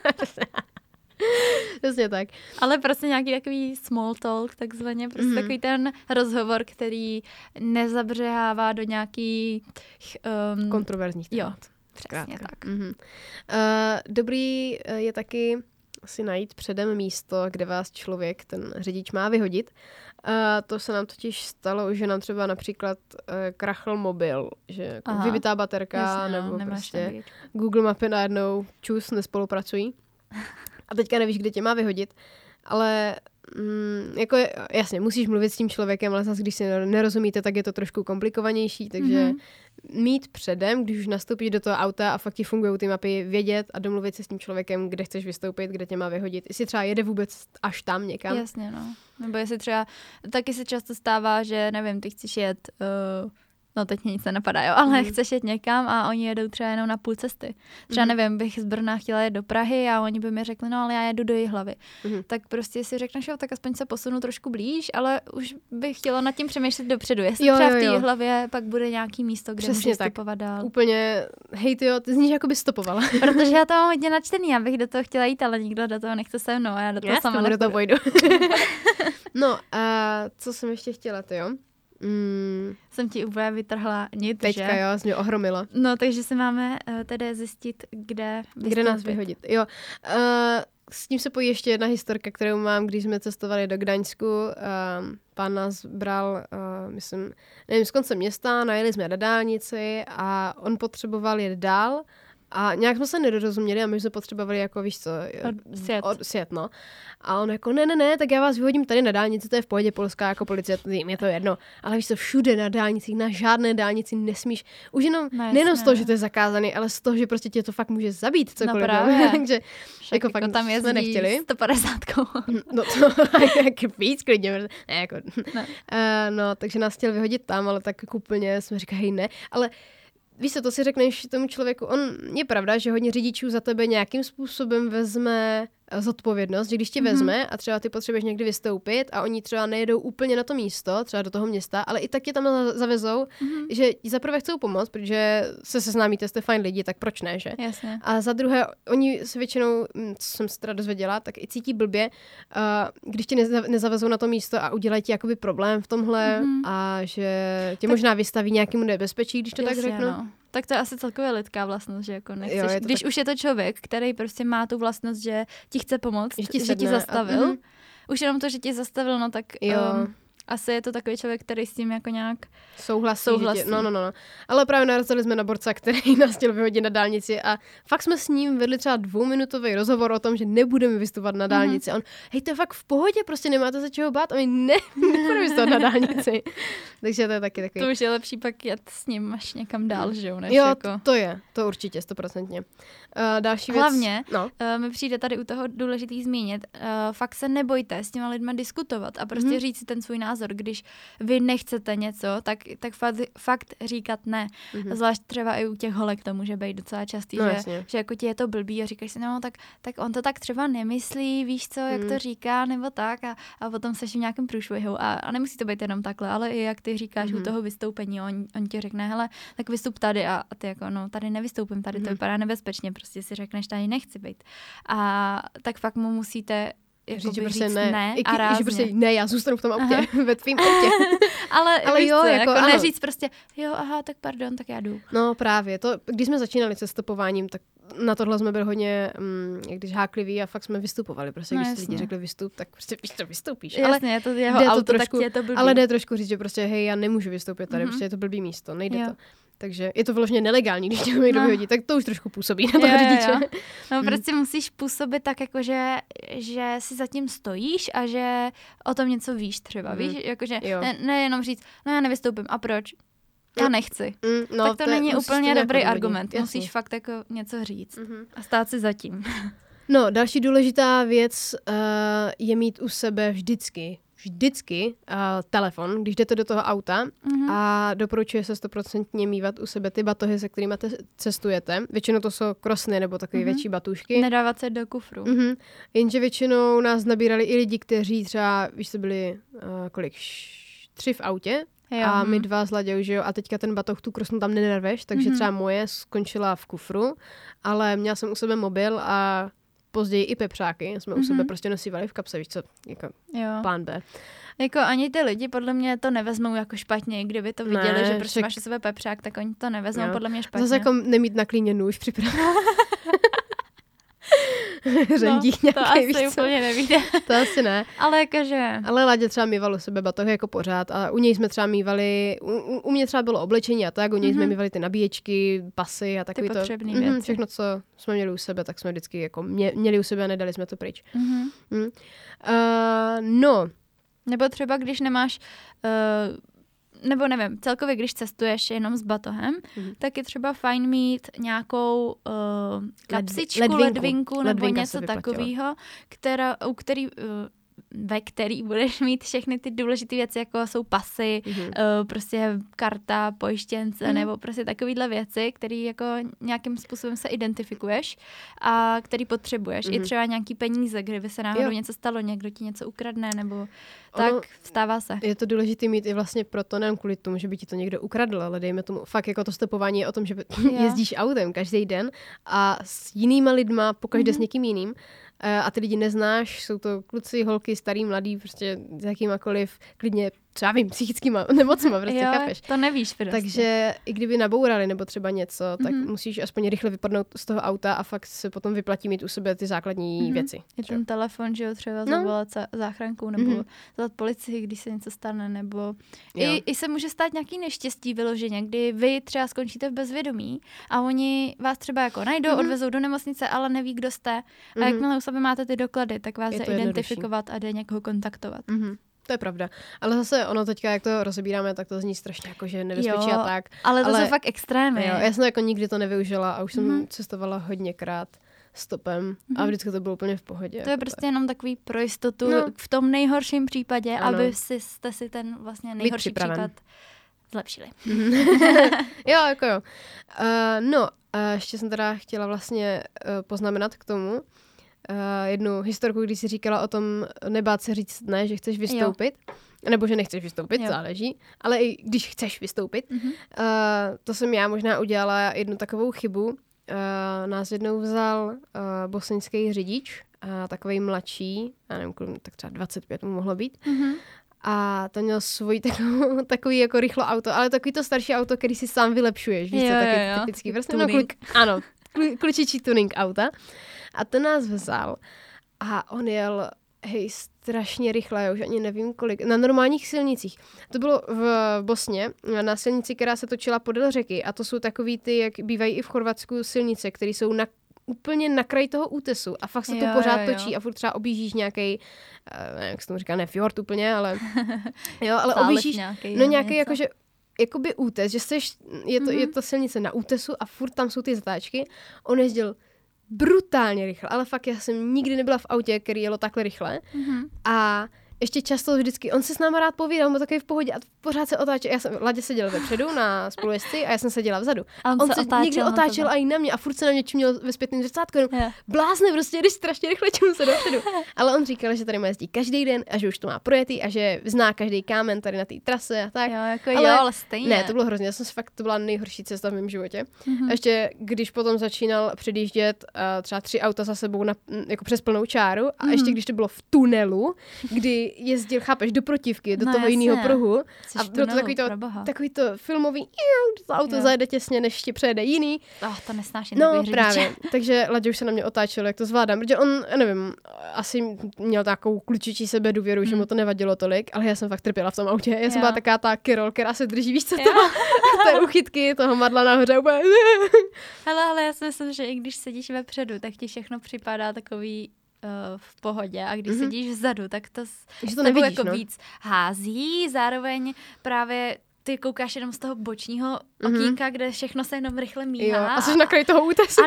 Přesně tak. Ale prostě nějaký takový small talk, takzvaně, prostě takový ten rozhovor, který nezabřehává do nějakých... kontroverzních témat. Jo, přesně tak. Dobrý je taky si najít předem místo, kde vás člověk, ten řidič, má vyhodit. To se nám totiž stalo, že nám třeba například krachl mobil, že jako vybitá baterka, jasně, nebo prostě Google mapy najednou nespolupracují. A teďka nevíš, kde tě má vyhodit, ale jako jasně, musíš mluvit s tím člověkem, ale zase, když si nerozumíte, tak je to trošku komplikovanější, takže mít předem, když už nastoupíš do toho auta a fakt ti fungují ty mapy, vědět a domluvit se s tím člověkem, kde chceš vystoupit, kde tě má vyhodit. Jestli třeba jede vůbec až tam někam. Jasně, no. Nebo jestli třeba, taky se často stává, že nevím, ty chceš jet... No teď mě nic nenapadá, jo, ale chceš jet někam a oni jedou třeba jenom na půl cesty. Třeba nevím, bych z Brna chtěla jet do Prahy a oni by mi řekli, no ale já jedu do Jihlavy. Tak prostě si řekneš, jo, tak aspoň se posunu trošku blíž, ale už bych chtěla nad tím přemýšlet dopředu. Jestli třeba v té Jihlavě pak bude nějaký místo, kde můžeš stopovat dál. Úplně, hej ty jo, ty zníš, jako by stopovala. Protože já to mám hodně načtený, já bych do toho chtěla jít, ale nikdo do toho nechce se mnou a já do toho sama do toho pojdu. No a co jsem ještě chtěla, ty jo? Jsem ti úplně vytrhla nit, teďka, že? Jo, jsi mě ohromila. No, takže si máme tedy zjistit, kde vystoupit. Kde nás vyhodit, jo. S tím se pojí ještě jedna historka, kterou mám, když jsme cestovali do Gdaňsku. Pán nás bral, myslím, nevím, z konce města, najeli jsme na dálnici a on potřeboval jet dál. A nějak jsme se nedorozuměli a my jsme potřebovali, jako víš co, sjet, no. A on jako, ne, tak já vás vyhodím tady na dálnici, to je v pohodě, polská jako policie, je to jedno. Ale víš co, všude na dálnicích, na žádné dálnici nesmíš, už jenom, nejenom z toho, že to je zakázaný, ale z toho, že prostě tě to fakt může zabít cokoliv. No právě. Takže jako fakt tam jsme nechtěli. 150. No to jak víc klidně. Ne, jako. No, takže nás chtěl vyhodit tam, ale tak jako úplně jsme říkali, hej, ne, ale víš co, to si řekneš tomu člověku, je pravda, že hodně řidičů za tebe nějakým způsobem vezme zodpovědnost, že když ti vezme a třeba ty potřebuješ někdy vystoupit a oni třeba nejedou úplně na to místo, třeba do toho města, ale i tak tě tam zavezou, že za prvé chcou pomoct, protože se seznámíte, jste fajn lidi, tak proč ne, že? Jasně. A za druhé, oni se většinou, co jsem se teda dozvěděla, tak i cítí blbě, když tě nezavezou na to místo a udělají ti jakoby problém v tomhle a že tě možná vystaví nějakému nebezpečí, když to tak řeknu. No. Tak to je asi celkově lidská vlastnost, že jako nechceš. Když už je to člověk, který prostě má tu vlastnost, že ti chce pomoct, že ti zastavil. Už jenom to, že ti zastavil, no tak asi je to takový člověk, který s tím jako nějak souhlasí. No. Ale právě narazili jsme na borca, který nás chtěl vyhodit na dálnici a fakt jsme s ním vedli třeba 2minutový rozhovor o tom, že nebudeme vystupovat na dálnici. On, hej, to je fakt v pohodě, prostě nemáte se čeho bát a my nebudeme vystupovat na dálnici. Takže to je taky takový. To už je lepší pak jet s ním až někam dál, že jo? Jo, jako... to určitě, 100%. Další věc. Hlavně mi přijde tady u toho důležitý zmínit, fakt se nebojte s těma lidma diskutovat a prostě říct si ten svůj názor. Když vy nechcete něco, tak fakt říkat ne. Zvlášť třeba i u těch holek to může být docela častý, že jako ti je to blbý a říkáš si, no tak on to tak třeba nemyslí, víš co, jak to říká, nebo tak a potom seš v nějakém průšvihu a nemusí to být jenom takhle, ale i jak ty říkáš u toho vystoupení, on ti řekne, hele, tak vystup tady a ty jako, no tady nevystoupím, tady to vypadá nebezpečně, prostě si řekneš, tady nechci být. A tak fakt mu musíte říct prostě ne a rázně. Že prostě ne, já zůstanu v tom autě, ve tvým autě. ale jo, co, jako neříct prostě, jo, aha, tak pardon, tak já jdu. No právě, když jsme začínali se stopováním, tak na tohle jsme byli hodně, když hákliví a fakt jsme vystupovali. Prostě když lidi řekli vystup, tak prostě víš co, vystoupíš. Jasně, je to jeho auto, trošku, tak je to blbý. Ale jde trošku říct, že prostě hej, já nemůžu vystoupit tady, prostě je to blbý místo, nejde to. Takže je to vyloženě nelegální, když tě někdo vyhodí, tak to už trošku působí na toho řidiče. No prostě musíš působit tak, jako že si zatím stojíš a že o tom něco víš třeba, víš? Jakože nejenom říct, no já nevystoupím, a proč? Já nechci. Tak to není úplně dobrý argument. Musíš fakt jako něco říct a stát si zatím. No, další důležitá věc je mít u sebe vždycky telefon, když jdete do toho auta a doporučuje se 100% mívat u sebe ty batohy, se kterými cestujete. Většinou to jsou krosny nebo takové větší batůžky. Nedávat se do kufru. Jenže většinou nás nabírali i lidi, kteří třeba, víš, to byli 3 v autě. A my 2 s Ladějou, že jo, a teďka ten batoh, tu krosnu tam nenarveš, takže třeba moje skončila v kufru, ale měla jsem u sebe mobil a později i pepřáky, jsme u sebe prostě nosívali v kapse, víš co, jako plán B. Jako ani ty lidi podle mě to nevezmou jako špatně, kdyby to viděli, že prostě máš u sebe pepřák, tak oni to nevezmou podle mě špatně. Zase jako nemít na klíně nůž připravený. Řendík to nějaký, asi úplně nevíde. To asi ne. Ale jakože... Ale Ládě třeba mýval u sebe batohy jako pořád a u něj jsme třeba mývali, u mě třeba bylo oblečení a tak, u něj jsme mývali ty nabíječky, pasy a takový ty potřebný věci. Všechno, co jsme měli u sebe, tak jsme vždycky jako měli u sebe a nedali jsme to pryč. No. Nebo třeba, když nemáš... nebo nevím, celkově, když cestuješ jenom s batohem, tak je třeba fajn mít nějakou kapsičku, ledvinku nebo něco takového, ve který budeš mít všechny ty důležité věci, jako jsou pasy, prostě karta, pojištěnce, nebo prostě takovýhle věci, které jako nějakým způsobem se identifikuješ a který potřebuješ. I třeba nějaký peníze, kdyby se náhodou něco stalo, někdo ti něco ukradne, nebo tak stává se. Je to důležité mít i vlastně proto, nejen kvůli tomu, že by ti to někdo ukradl, ale dejme tomu, fakt jako to stopování je o tom, že jezdíš autem každý den a s jinýma lidma, pokaždé s někým jiným, a ty lidi neznáš, jsou to kluci, holky, starý, mladý, prostě s jakýmakoliv, klidně, třeba vím, psychickýma nemocma, prostě chápeš. To nevíš prostě. Takže i kdyby nabourali nebo třeba něco, tak musíš aspoň rychle vypadnout z toho auta a fakt se potom vyplatí mít u sebe ty základní věci. Je ten telefon, že jo, třeba zavolat záchranku nebo zavolat policii, když se něco stane, nebo i se může stát nějaký neštěstí vyloženě, kdy vy třeba skončíte v bezvědomí a oni vás třeba jako najdou, odvezou do nemocnice, ale neví, kdo jste. A jakmile u sebe máte ty doklady, tak vás jde identifikovat a jde někoho kontaktovat. To je pravda. Ale zase ono teďka, jak to rozebíráme, tak to zní strašně jako, že nebezpečí a tak. Ale to jsou fakt extrémy. Jo, já jsem jako nikdy to nevyužila a už jsem cestovala hodněkrát stopem a vždycky to bylo úplně v pohodě. To je prostě jenom takový pro jistotu v tom nejhorším případě, aby jste si ten vlastně nejhorší případ zlepšili. Jo, jako jo. Ještě jsem teda chtěla vlastně poznamenat k tomu, jednu historku, když si říkala o tom nebát se říct ne, že chceš vystoupit, nebo že nechceš vystoupit, záleží, ale i když chceš vystoupit. To jsem já možná udělala jednu takovou chybu. Nás jednou vzal bosenský řidič, takovej mladší, já nevím, tak třeba 25 mu mohlo být. A to měl svůj takový jako rychlo auto, ale takový to starší auto, který si sám vylepšuješ, víš co, taky typický. Klučičí tuning auta. A to nás vzal a on jel Hej, strašně rychle, já už ani nevím kolik. Na normálních silnicích. To bylo v Bosně, na silnici, která se točila podél řeky. A to jsou takový ty, jak bývají i v Chorvatsku silnice, které jsou úplně na kraji toho útesu. A fakt se to pořád točí a furt třeba objíždíš nějaký, jak se tomu říká, ne fjord úplně, ale jo, ale objíždíš nějaký jakože jakoby útes, že je to silnice na útesu a furt tam jsou ty zatáčky. On jezdil brutálně rychle, ale fakt já jsem nikdy nebyla v autě, který jelo takhle rychle. A ještě často vždycky, on se s náma rád povídal, on byl takový v pohodě a pořád se otáčel. Ladě seděl vepředu na spolujezdci a já jsem seděla vzadu. A on se někdy otáčel i na mě a furt se na mě čuměl ve zpětném zrcátku. Blázne, prostě jdeš strašně rychle, čemu se dopředu. Ale on říkal, že tady má jezdí každý den a že už to má projetý a že zná každý kámen tady na té trase a tak. Ale stejně. Ne, to bylo hrozně. To byla nejhorší cesta v mém životě. A ještě když potom začínal předjíždět třeba 3 auta za sebou jako přes plnou čáru a ještě když to bylo v tunelu, kdy jezdil, chápeš, do protivky, do toho jiného pruhu. A bylo to takový to filmový, to auto zajede těsně, než ti přejede jiný. To nesnáším. No právě, takže Ladě už se na mě otáčel, jak to zvládám, protože on, nevím, asi měl takovou klučičí sebedůvěru, že mu to nevadilo tolik, ale já jsem fakt trpěla v tom autě. Já jsem byla taková ta Kirol, která se drží, víš co, té uchytky, toho madla nahoře úplně. Ale já si myslím, že i když sedíš vepředu, tak ti všechno připadá takový v pohodě a když sedíš vzadu, tak to nevidíš, jako víc hází, zároveň právě ty koukáš jenom z toho bočního okýnka, kde všechno se jenom rychle míhá. A jsi na kraji toho útesu.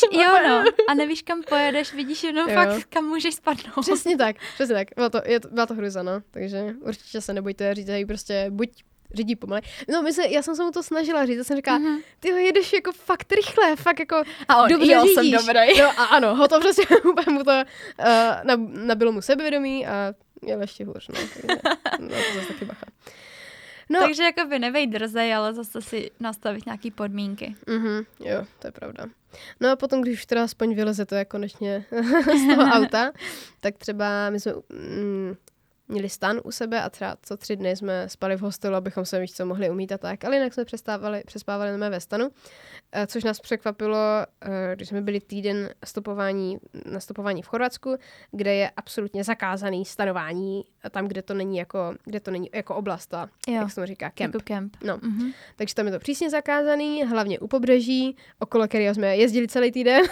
A nevíš, kam pojedeš, vidíš jenom fakt, kam můžeš spadnout. Přesně tak. Byla to hruza, no. Takže určitě se nebojte říct, že prostě buď řídí pomalej. No, já jsem se mu to snažila říct, já jsem říkala, ty jedeš jako fakt rychle, fakt jako dobře řídíš. Jsem dobrý. No a ano, ho to prostě úplně mu to nabilo mu sebevědomí a jel ještě hůř, no. Takže, to zase taky bacha. No. Takže jako by nebej drzej, ale zase si nastavit nějaký podmínky. Jo, to je pravda. No a potom, když už teda aspoň vylezete konečně z toho auta, tak třeba my jsme měli stan u sebe a třeba co 3 dny jsme spali v hostelu, abychom se víc co mohli umít a tak, ale jinak jsme přespávali na ve stanu, což nás překvapilo, když jsme byli týden nastupování v Chorvatsku, kde je absolutně zakázaný stanování tam, kde to není jako oblast, jak se to říká, kemp. Jako kemp. No. Takže tam je to přísně zakázaný, hlavně u pobřeží, okolo kterého jsme jezdili celý týden,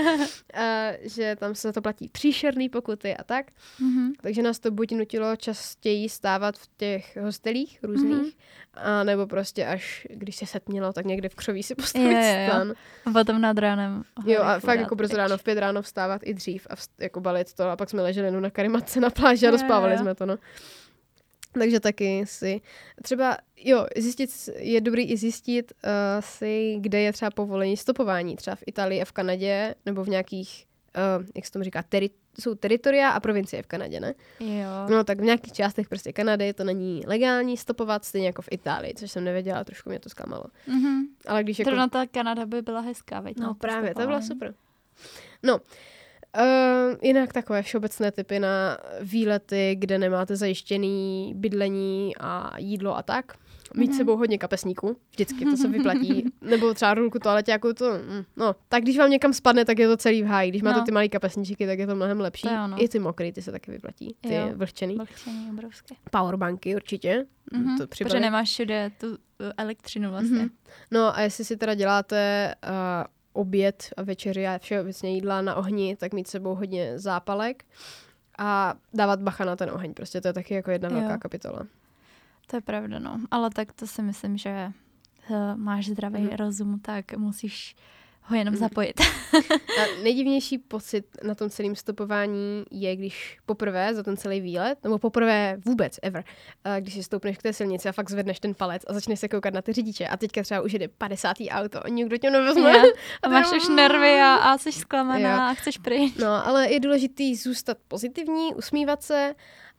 že tam se za to platí příšerný pokuty a tak. Takže nás to buď nutilo častěji stávat v těch hostelích různých, a nebo prostě až, když se setmělo, tak někde v křoví si postavit stan. A potom nad ránem. Jo, a fakt jako brzo ráno, v 5 ráno vstávat i dřív a jako balit to. A pak jsme leželi na karimatce na pláži a dospávali jsme to, no. Takže taky si třeba, je dobrý i zjistit si, kde je třeba povolení stopování. Třeba v Itálii a v Kanadě, nebo v nějakých, jak se tomu říká, jsou teritoria a provincie v Kanadě, ne? Jo. No tak v nějakých částech prostě Kanady to není legální stopovat, stejně jako v Itálii, což jsem nevěděla, trošku mě to zklamalo. Ale když jako... Zrovna ta Kanada by byla hezká, veď? No právě, to byla super. No, jinak takové všeobecné typy na výlety, kde nemáte zajištěný bydlení a jídlo a tak. Mít sebou hodně kapesníků, vždycky, to se vyplatí. Nebo třeba rulku toaleťáku, tak když vám někam spadne, tak je to celý v háji. Když máte ty malý kapesníčky, tak je to mnohem lepší. I ty mokrý, ty se taky vyplatí, ty vlhčený. Vlhčený, obrovské. Powerbanky určitě. Protože nemáš všude tu elektřinu vlastně. No a jestli si teda děláte oběd a večeři a všeobecně jídla na ohni, tak mít sebou hodně zápalek a dávat bacha na ten oheň. Prostě to je taky jako jedna velká kapitola. To je pravda, no. Ale tak to si myslím, že máš zdravý rozum, tak musíš ho jenom zapojit. A nejdivnější pocit na tom celém stopování je, když poprvé za ten celý výlet, nebo poprvé vůbec ever, když si stoupneš k té silnici a fakt zvedneš ten palec a začneš se koukat na ty řidiče a teďka třeba už jede 50. auto a nikdo tě nevezme. A máš už nervy a jsi zklamaná a chceš pryč. No, ale je důležitý zůstat pozitivní, usmívat se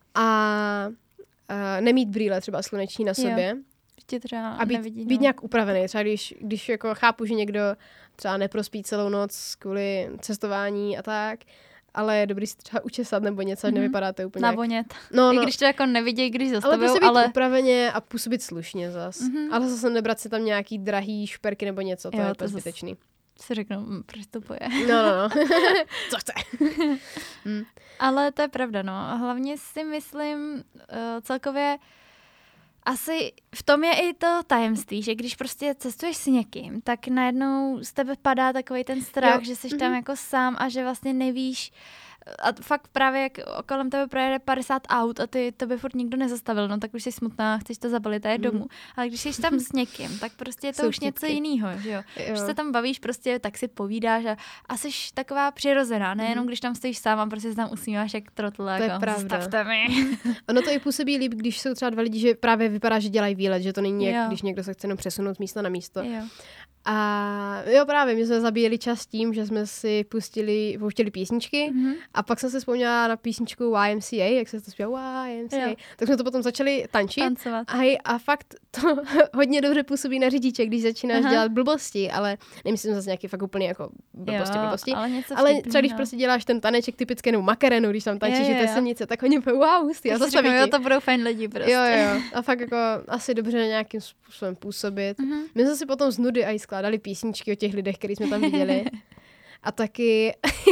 a nemít brýle třeba sluneční na sobě. A být nějak upravený. Třeba když jako chápu, že někdo třeba neprospí celou noc kvůli cestování a tak, ale je dobrý si třeba učesat nebo něco, ať nevypadáte úplně navonět. No. I když to jako nevidějí, když zastavují, ale... Ale být upraveně a působit slušně zas. Ale zase nebrat si tam nějaký drahý šperky nebo něco, to je zbytečný. si řeknou, proč to poje. No. Co chce? Ale to je pravda, no. A hlavně si myslím celkově, asi v tom je i to tajemství, že když prostě cestuješ s někým, tak najednou z tebe padá takovej ten strach, že jsi tam jako sám a že vlastně nevíš, a fakt právě jak kolem tebe projede 50 aut a tebe furt nikdo nezastavil, no tak už jsi smutná, chceš to zabalit a jít domů. Ale když jsi tam s někým, tak prostě je to už něco jiného, že jo. Když se tam bavíš prostě, tak si povídáš a jsi taková přirozená, nejenom když tam stojíš sám a prostě se tam usmíváš jak trotl, jako zastavte mi. Ono to i působí líp, když jsou třeba dva lidi, že právě vypadá, že dělají výlet, že to není jak, když někdo se chce jenom přesunout z místa na místo. Jo. A jo, právě, my jsme zabíjeli čas tím, že jsme si pouštěli písničky a pak jsem se vzpomněla na písničku YMCA, jak se to zpívá YMCA, tak jsme to potom začali tancovat. A fakt to hodně dobře působí na řidiče, když začínáš dělat blbosti, ale nemyslím zase nějaký fakt úplně jako blbosti, ale třeba když prostě děláš ten taneček typický nebo makarenu, když tam tančíš té silnice, tak hodně hustý a zastaví ti. To budou fajn lidi prostě. Jo. A fakt jako asi dobře nějakým způsobem působit. My jsme si potom z nudy i skládali písničky o těch lidech, který jsme tam viděli. A taky,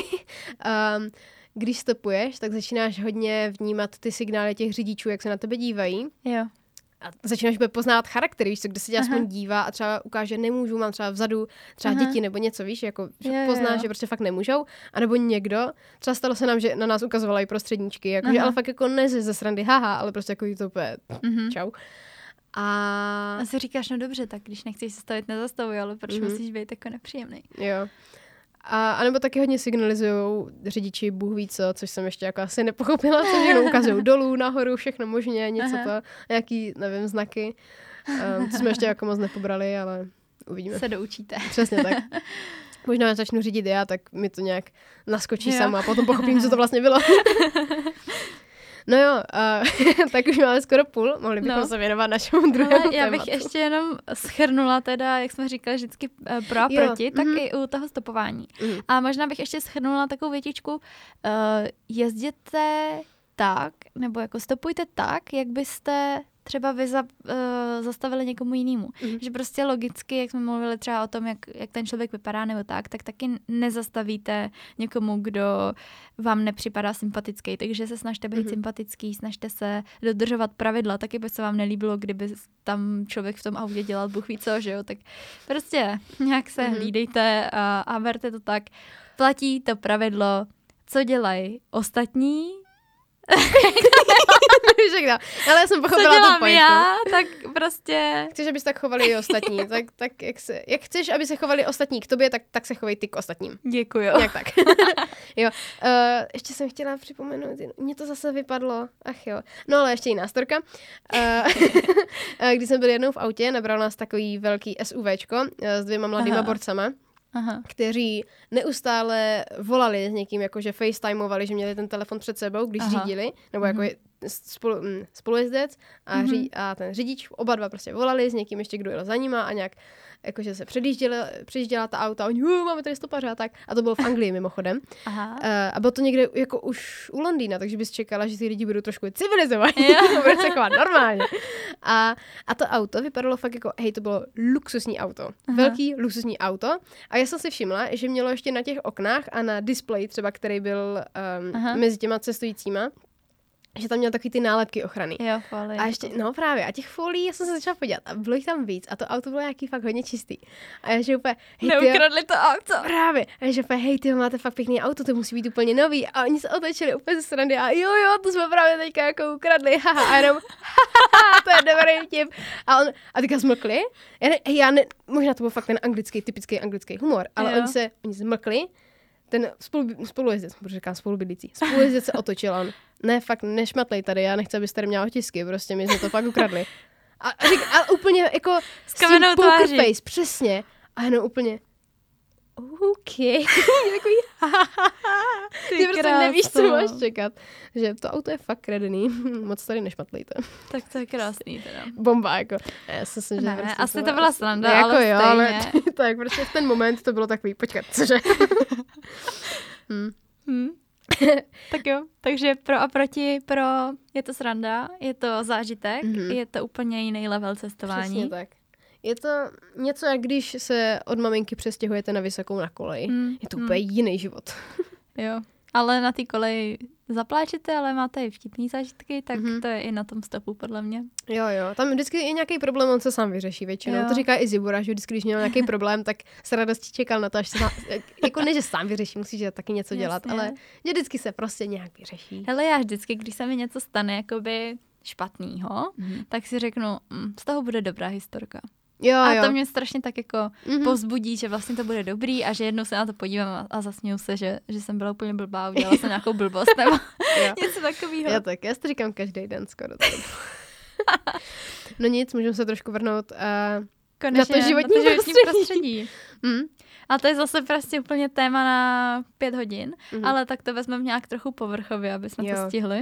když stopuješ, tak začínáš hodně vnímat ty signály těch řidičů, jak se na tebe dívají. Jo. A začínáš poznávat charaktery, víš co, kde se tě aspoň dívá a třeba ukáže, nemůžu, mám třeba vzadu třeba děti nebo něco, víš, jako poznáš, že prostě fakt nemůžou. A nebo někdo, třeba stalo se nám, že na nás ukazovala i prostředníčky, jakože, ale fakt jako ne ze srandy, haha, ale prostě jako to úplně čau. A si říkáš, no dobře, tak když nechceš se stavit, nezastavuj, ale proč musíš být jako nepříjemný? Jo. A nebo taky hodně signalizujou řidiči, Bůh ví co, což jsem ještě jako asi nepochopila, co jenom ukazují dolů, nahoru, všechno možně, něco to, nějaký, nevím, znaky. To jsme ještě jako moc nepobrali, ale uvidíme. Se doučíte. Přesně tak. Možná začnu řídit já, tak mi to nějak naskočí sama a potom pochopím, co to vlastně bylo. No jo, tak už máme skoro půl, mohli bychom se věnovat našemu druhému tématu. Já bych ještě jenom shrnula teda, jak jsme říkali vždycky pro a proti, tak i u toho stopování. A možná bych ještě shrnula takovou větičku, jezděte tak, nebo jako stopujte tak, jak byste třeba vy zastavili někomu jinému. Že prostě logicky, jak jsme mluvili třeba o tom, jak ten člověk vypadá nebo tak taky nezastavíte někomu, kdo vám nepřipadá sympatický. Takže se snažte být sympatický, snažte se dodržovat pravidla, taky by se vám nelíbilo, kdyby tam člověk v tom autě dělal Bůh ví co, že jo. Tak prostě nějak se hlídejte a berte to tak. Platí to pravidlo, co dělají ostatní, ale já jsem pochopila tu pointu. Já, tak prostě... Chceš, aby se tak chovali i ostatní. tak jak chceš, aby se chovali ostatní k tobě, tak se chovej ty k ostatním. Děkuju. Jak tak. Jo. Ještě jsem chtěla připomenout, mně to zase vypadlo. Ach jo. No ale ještě jiná storka. Když jsme byli jednou v autě, nabral nás takový velký SUVčko s 2 mladýma borcama. Kteří neustále volali s někým, jakože facetimovali, že měli ten telefon před sebou, když řídili, nebo jako spolujezdec a ten řidič, oba dva prostě volali s někým ještě, kdo jel za nima a nějak jakože se předjížděla ta auta a oni, máme tady stopaře a tak. A to bylo v Anglii mimochodem. A bylo to někde jako už u Londýna, takže bys čekala, že ty lidi budou trošku civilizovaní, budou se chovat normálně. A to auto vypadalo fakt jako, hej, to bylo luxusní auto. Velký luxusní auto. A já jsem si všimla, že mělo ještě na těch oknách a na displeji třeba, který byl mezi těma cestujícíma, že tam měl takový ty nálepky ochrany. Jo, folii. A ještě, no právě, a těch folií já jsem se začala podívat a bylo jich tam víc a to auto bylo nějaký fakt hodně čistý. A já že úplně, hej, neukradli to auto. Právě. A já že úplně, hej, máte fakt pěkný auto, to musí být úplně nový. A oni se otočili úplně ze strany a jo, to jsme právě teďka jako ukradli, haha, a jenom, to je dobrý vtip. A teďka zmlkli. Možná to byl fakt ten typický anglický humor, ale oni zmlkli. Ten spolujezdec, protože říkám spolubydlící, spolujezdec se otočil, on, ne, fakt nešmatlej tady, já nechci, abyste tady měla otisky, prostě my jsme to fakt ukradli. A úplně jako s kamenou tváří. Face, přesně. A jenom úplně, OK. Takový, ty prostě nevíš, co máš čekat. Že to auto je fakt kradený, moc tady nešmatlejte. Tak to je krásný teda. Bomba, jako. Já si myslím, že prostě asi to byla sranda, jako ale jo, stejně. Ale tak prostě v ten moment to bylo takový, počkat, cože? Tak jo, takže pro a proti, je to sranda, je to zážitek, je to úplně jiný level cestování. Přesně tak. Je to něco, jak když se od maminky přestěhujete na vysokou na kolej. Je to úplně jiný život. Jo, ale na té koleji zapláčete, ale máte i vtipný zážitky, tak to je i na tom stopu, podle mě. Jo, tam vždycky je nějaký problém, on se sám vyřeší většinou. To říká i Zibora, že vždycky, když měl nějaký problém, tak s radostí čekal na to, až se sám, jako ne, že sám vyřeší, musíš taky něco dělat, ale že vždycky se prostě nějak vyřeší. Hele, já vždycky, když se mi něco stane, jakoby špatnýho, tak si řeknu, z toho bude dobrá historka. Jo. To mě strašně tak jako povzbudí, že vlastně to bude dobrý a že jednou se na to podívám a zasměju se, že jsem byla úplně blbá, udělala jsem nějakou blbost nebo něco takového. Já si to říkám každý den skoro. No nic, můžeme se trošku vrhnout konečně, na to životní prostředí. A to je zase prostě úplně téma na 5 hodin, ale tak to vezmeme nějak trochu povrchově, aby jsme to stihli.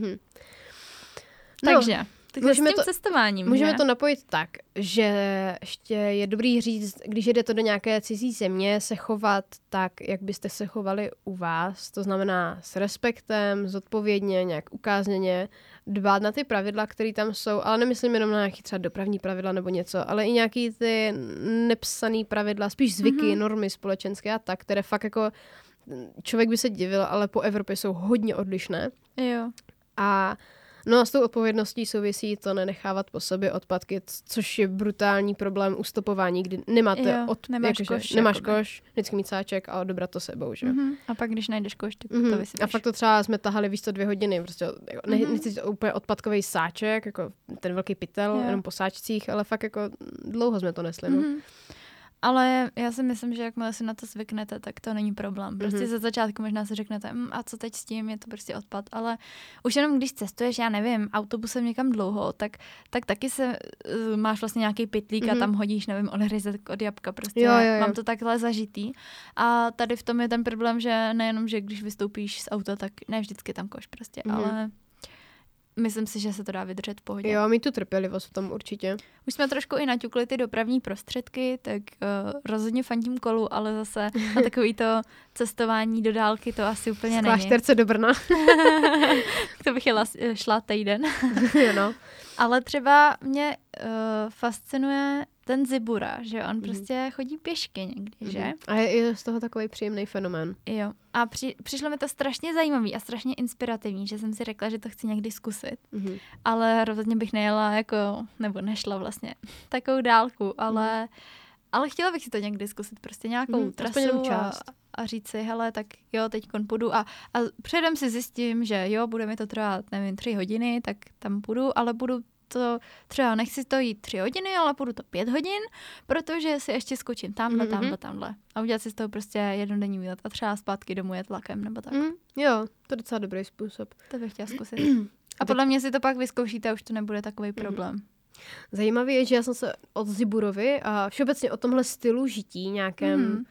Takže... Takže s tím cestováním, můžeme to napojit tak, že ještě je dobrý říct, když jdete do nějaké cizí země, se chovat tak, jak byste se chovali u vás. To znamená s respektem, zodpovědně, nějak ukázněně, dbát na ty pravidla, které tam jsou, ale nemyslím jenom na nějaké třeba dopravní pravidla nebo něco, ale i nějaký ty nepsané pravidla, spíš zvyky, normy společenské a tak, které fakt jako člověk by se divil, ale po Evropě jsou hodně odlišné. Jo. A s tou odpovědností souvisí to nenechávat po sobě odpadky, což je brutální problém ustopování, kdy nemáte nemáš koš, vždycky mít sáček a odebrat to sebou, že? A pak, když najdeš koš, tak to vysypeš. A fakt to třeba jsme tahali víc to 2 hodiny, prostě nechci to úplně odpadkový sáček, jako ten velký pytel, jenom po sáčcích, ale fakt jako dlouho jsme to nesli, no. Ale já si myslím, že jakmile si na to zvyknete, tak to není problém. Prostě ze začátku možná si řeknete, a co teď s tím, je to prostě odpad. Ale už jenom když cestuješ, já nevím, autobusem někam dlouho, tak taky se máš vlastně nějaký pytlík a tam hodíš, nevím, od hryzek, od jabka. Prostě jo. Mám to takhle zažitý. A tady v tom je ten problém, že nejenom, že když vystoupíš z auta, tak ne vždycky tam koš prostě, ale... Myslím si, že se to dá vydržet v pohodě. Jo, mít tu trpělivost v tom určitě. Už jsme trošku i naťukli ty dopravní prostředky, tak rozhodně fandím Kolu, ale zase na takový to cestování do dálky to asi úplně není. Klášterce do Brna. To bych šla týden. Jo, no. Ale třeba mě fascinuje ten Zibura, že on prostě chodí pěšky někdy, že? A je z toho takový příjemný fenomén. Jo. A přišlo mi to strašně zajímavý a strašně inspirativní, že jsem si řekla, že to chci někdy zkusit. Ale rozhodně bych nejela nebo nešla vlastně takovou dálku, ale chtěla bych si to někdy zkusit, prostě nějakou trasu a říct si, hele, tak jo, teďkon půjdu a předem si zjistím, že jo, bude mi to trvat, nevím, 3 hodiny, tak tam půjdu, ale budu to třeba nechci to jít 3 hodiny, ale půjdu to 5 hodin, protože si ještě skočím tamhle. A udělat si z toho prostě jednodenní výlet a třeba zpátky domů jet vlakem nebo tak. Jo, to je docela dobrý způsob. To bych chtěla zkusit. A podle mě si to pak vyzkoušíte a už to nebude takový problém. Zajímavý je, že já jsem se od Ziburovi a všeobecně o tomhle stylu žití nějakém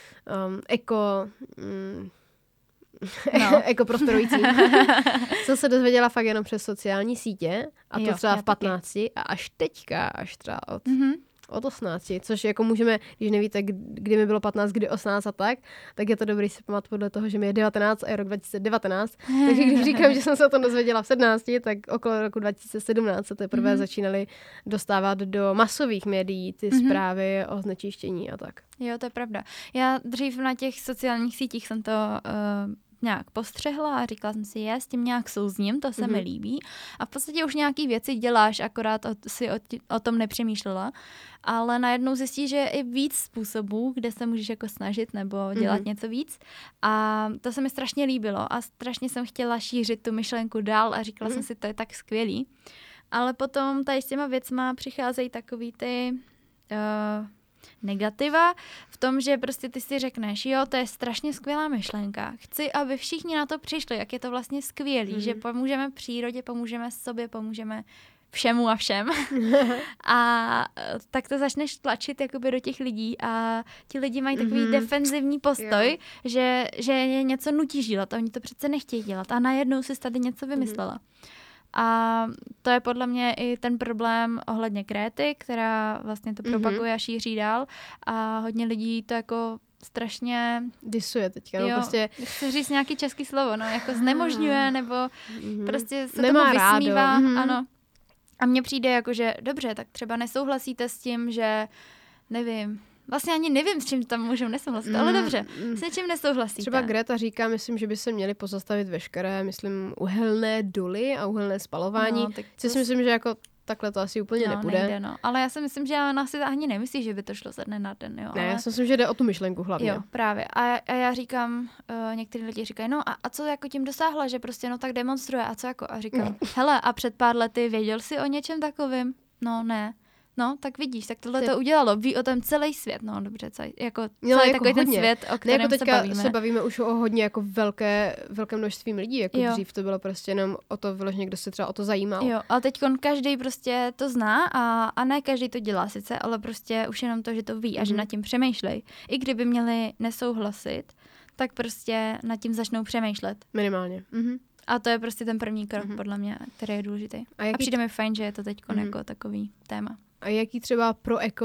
prosperující. Jsem se dozvěděla fakt jenom přes sociální sítě a to třeba v 15 a až teďka, až třeba od 18, což jako můžeme, když nevíte, kdy mi bylo 15, kdy 18 a tak je to dobrý si pamatovat podle toho, že mi je 19 a je rok 2019. Takže když říkám, že jsem se o tom dozvěděla v 17, tak okolo roku 2017 se teprve začínaly dostávat do masových médií ty zprávy o znečištění a tak. Jo, to je pravda. Já dřív na těch sociálních sítích jsem to nějak postřehla a říkala jsem si, s tím nějak souzním, to se mi líbí. A v podstatě už nějaký věci děláš, akorát si o tom nepřemýšlela. Ale najednou zjistíš, že je i víc způsobů, kde se můžeš jako snažit nebo dělat něco víc. A to se mi strašně líbilo a strašně jsem chtěla šířit tu myšlenku dál a říkala jsem si, to je tak skvělý. Ale potom tady s těma věcma přicházejí takový ty... negativa v tom, že prostě ty si řekneš, jo, to je strašně skvělá myšlenka. Chci, aby všichni na to přišli, jak je to vlastně skvělý, že pomůžeme přírodě, pomůžeme sobě, pomůžeme všemu a všem. A tak to začneš tlačit jakoby do těch lidí a ti lidi mají takový defenzivní postoj, že je něco nutí dělat a oni to přece nechtějí dělat a najednou si tady něco vymyslela. A to je podle mě i ten problém ohledně Kréty, která vlastně to propaguje a šíří dál a hodně lidí to jako strašně... disuje teďka, jo, prostě... chci říct nějaký český slovo, jako znemožňuje nebo prostě se nemá tomu vysmívá, rádo. Ano. A mně přijde jako, že dobře, tak třeba nesouhlasíte s tím, že nevím, vlastně ani nevím, s čím tam můžou nesouhlasit, ale dobře, s něčím nesouhlasíte. Třeba Greta říká, myslím, že by se měly pozastavit veškeré, myslím, uhelné doly a uhelné spalování. Si myslím, že jako takhle to asi úplně nepůjde. Nejde, no. Ale já si myslím, že ona si ani nemyslí, že by to šlo ze dne na den. Jo. Ne, ale... já si myslím, že jde o tu myšlenku hlavně. Jo, právě. A já říkám, některý lidi říkají, no a co jako tím dosáhla, že prostě no tak demonstruje a co jako? A říkám, hele, a před pár lety věděl jsi o něčem takovým? No ne. No, tak vidíš, tak tohle to udělalo. Ví o tom celý svět. No, dobře, celý jako takový ten svět, o kterém jako se bavíme. Se bavíme už o hodně jako velké množství lidí. Jako dřív to bylo prostě jenom o to vyloženě, kdo se třeba o to zajímal. Jo, ale teď každý prostě to zná a ne každý to dělá sice, ale prostě už jenom to, že to ví a že nad tím přemýšlej. I kdyby měli nesouhlasit, tak prostě nad tím začnou přemýšlet. Minimálně. A to je prostě ten první krok, podle mě, který je důležitý. A přijde mi fajn, že je to teď jako takový téma. A jaký třeba pro eko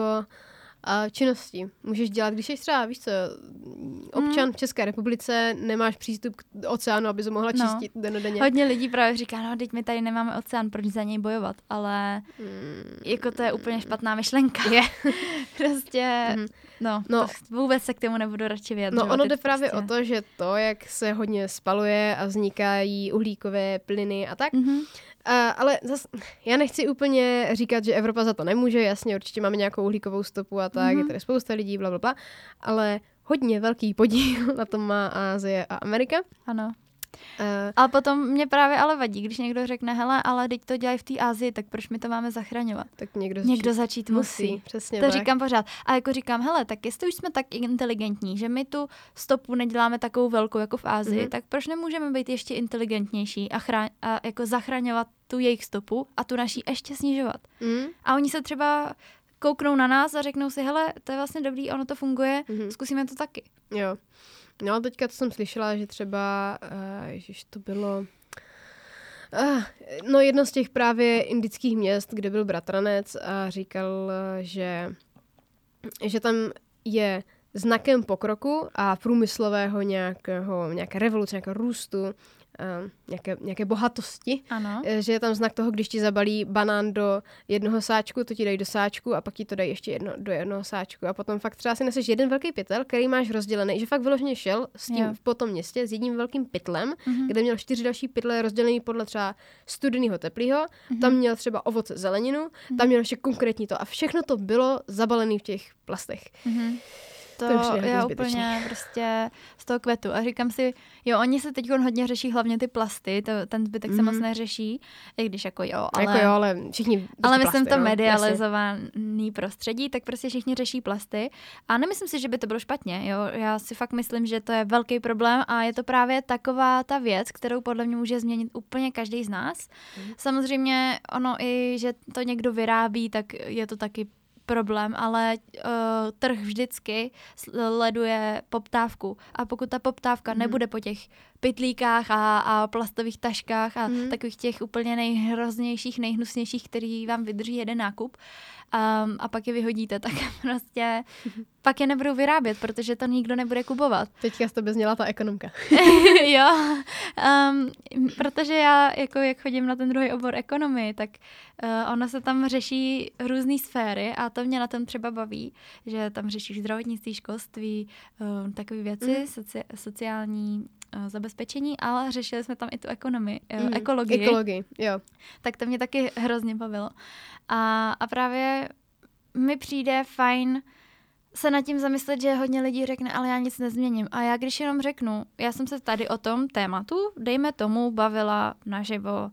činnosti můžeš dělat, když jsi třeba, víš co, občan v České republice, nemáš přístup k oceánu, aby se mohla čistit dennodenně. Hodně lidí právě říká, no teď my tady nemáme oceán, proč za něj bojovat, ale jako to je úplně špatná myšlenka. Prostě, vůbec se k tomu nebudu radši vyjadřovat. No ono jde právě o to, že to, jak se hodně spaluje a vznikají uhlíkové plyny a tak, ale zase já nechci úplně říkat, že Evropa za to nemůže, jasně, určitě máme nějakou uhlíkovou stopu a tak, je tady spousta lidí, blablabla, ale hodně velký podíl na tom má Asie a Amerika. Ano. Ale potom mě právě ale vadí, když někdo řekne, hele, ale teď to dělají v té Asii, tak proč my to máme zachraňovat? Tak někdo začít musí. Přesně to tak. Říkám pořád. A jako říkám, hele, tak jestli už jsme tak inteligentní, že my tu stopu neděláme takovou velkou jako v Asii, tak proč nemůžeme být ještě inteligentnější a jako zachraňovat tu jejich stopu a tu naší ještě snižovat? A oni se třeba kouknou na nás a řeknou si, hele, to je vlastně dobrý, ono to funguje, zkusíme to taky. Jo. No a teďka to jsem slyšela, že třeba, ježiš, to bylo, jedno z těch právě indických měst, kde byl bratranec a říkal, že tam je znakem pokroku a průmyslového nějaké revoluce, nějakého růstu, nějaké bohatosti, ano. Že je tam znak toho, když ti zabalí banán do jednoho sáčku, to ti dají do sáčku a pak ti to dají ještě do jednoho sáčku a potom fakt třeba si neseš jeden velký pytel, který máš rozdělený, že fakt vyloženě šel s tím po tom městě s jedním velkým pytlem, kde měl 4 další pytle rozdělený podle třeba studeného teplého, tam měl třeba ovoce, zeleninu, tam měl ještě konkrétní to a všechno to bylo zabalené v těch plastech. To já úplně prostě z toho kvetu. A říkám si, jo, oni se teď hodně řeší hlavně ty plasty, ten zbytek se moc neřeší, i když jako jo, ale všichni ale myslím to medializovaný prostředí, tak prostě všichni řeší plasty. A nemyslím si, že by to bylo špatně, jo. Já si fakt myslím, že to je velký problém a je to právě taková ta věc, kterou podle mě může změnit úplně každý z nás. Samozřejmě ono i, že to někdo vyrábí, tak je to taky problém, ale trh vždycky sleduje poptávku. A pokud ta poptávka nebude po těch pytlíkách a plastových taškách a takových těch úplně nejhroznějších, nejhnusnějších, který vám vydrží jeden nákup a pak je vyhodíte, tak prostě pak je nebudou vyrábět, protože to nikdo nebude kupovat. Teďka z tebe zněla ta ekonomka. Jo, protože já, jako jak chodím na ten druhý obor ekonomii, tak ona se tam řeší různé sféry a to mě na tom třeba baví, že tam řešíš zdravotnictví, školství, takové věci, sociální zabezpečení, ale řešili jsme tam i tu ekonomii, ekologii, jo. Tak to mě taky hrozně bavilo. A právě mi přijde fajn se nad tím zamyslet, že hodně lidí řekne, ale já nic nezměním. A já když jenom řeknu, já jsem se tady o tom tématu, dejme tomu, bavila naživo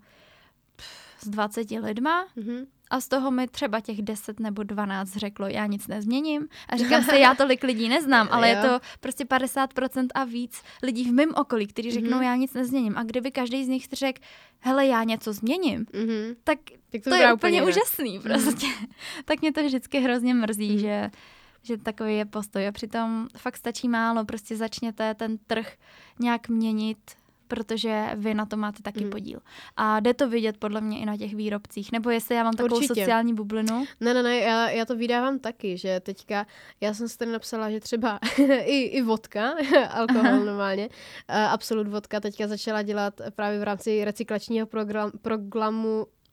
s 20 lidma a z toho mi třeba těch 10 nebo 12 řeklo, já nic nezměním. A říkám si, já tolik lidí neznám, ale je to prostě 50% a víc lidí v mém okolí, kteří řeknou, já nic nezměním. A kdyby každý z nich řekl, hele, já něco změním, tak to je úplně úžasný prostě. Tak mě to vždycky hrozně mrzí, že takový je postoj. A přitom fakt stačí málo, prostě začněte ten trh nějak měnit, protože vy na to máte taky podíl. A jde to vidět podle mě i na těch výrobcích. Nebo jestli já mám takovou sociální bublinu. Ne, já to vydávám taky, že teďka, já jsem si tady napsala, že třeba i vodka, alkohol normálně, Absolut vodka teďka začala dělat právě v rámci recyklačního programu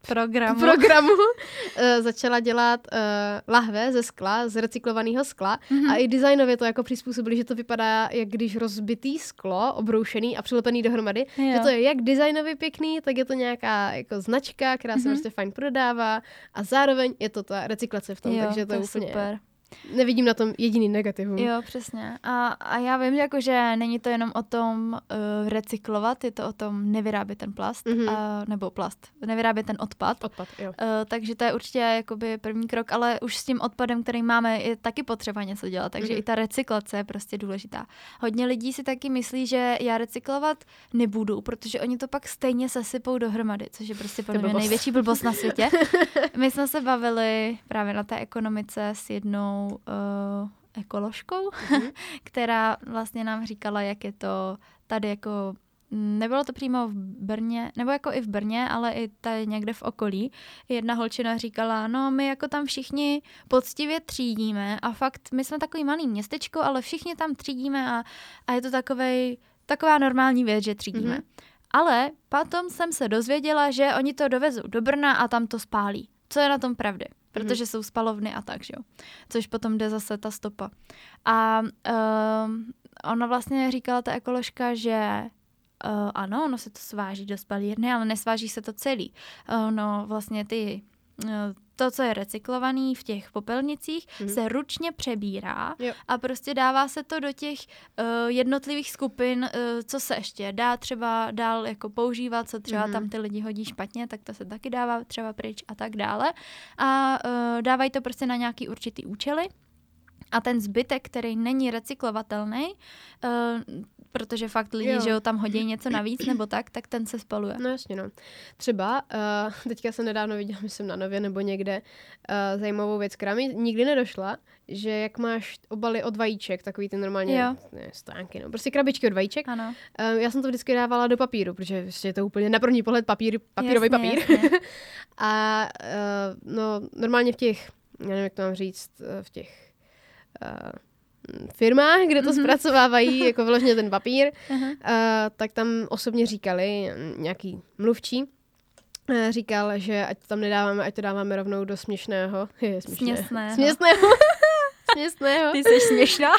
programu začala dělat lahve ze skla, z recyklovaného skla a i designově to jako přizpůsobili, že to vypadá, jak když rozbitý sklo, obroušený a přilepený dohromady, že to je jak designově pěkný, tak je to nějaká jako značka, která se prostě fajn prodává a zároveň je to ta recyklace v tom, takže to je úplně super. Nevidím na tom jediný negativum. Jo, přesně. A já vím, že, jako, že není to jenom o tom recyklovat, je to o tom nevyrábět ten plast, nebo nevyrábět ten odpad. Jo. Takže to je určitě jakoby první krok, ale už s tím odpadem, který máme, je taky potřeba něco dělat, takže i ta recyklace je prostě důležitá. Hodně lidí si taky myslí, že já recyklovat nebudu, protože oni to pak stejně sesypou dohromady, což je prostě podle mě největší blbost na světě. My jsme se bavili právě na té ekonomice s jednou ekoložkou, která vlastně nám říkala, jak je to tady jako, nebylo to přímo v Brně, nebo jako i v Brně, ale i tady někde v okolí. Jedna holčina říkala, no my jako tam všichni poctivě třídíme a fakt my jsme takový malý městečko, ale všichni tam třídíme a je to taková normální věc, že třídíme. Ale potom jsem se dozvěděla, že oni to dovezou do Brna a tam to spálí. Co je na tom pravdy? Protože jsou spalovny a tak, že jo. Což potom jde zase ta stopa. A ona vlastně říkala, ta ekoložka, že ano, ono se to sváží do spalírny, ale nesváží se to celý. No vlastně to, co je recyklovaný v těch popelnicích, se ručně přebírá a prostě dává se to do těch jednotlivých skupin, co se ještě dá třeba dál jako používat, co třeba tam ty lidi hodí špatně, tak to se taky dává třeba pryč a tak dále. A dávají to prostě na nějaký určitý účely. A ten zbytek, který není recyklovatelný, protože fakt lidi, že jo, tam hodí něco navíc nebo tak ten se spaluje. No jasně, no. Třeba, teďka jsem nedávno viděla, myslím na Nově nebo někde, zajímavou věc, která mi nikdy nedošla, že jak máš obaly od vajíček, takový ty normálně stánky, no, prostě krabičky od vajíček. Ano. Já jsem to vždycky dávala do papíru, protože je to úplně na první pohled papírový papír. A no, normálně v těch, já nevím, jak to mám říct, v těch firmách, kde to zpracovávají, jako vyloženě ten papír, tak tam osobně říkali, nějaký mluvčí, říkal, že ať to tam nedáváme, ať to dáváme rovnou do směšného. Směsného. Ty jsi směšná.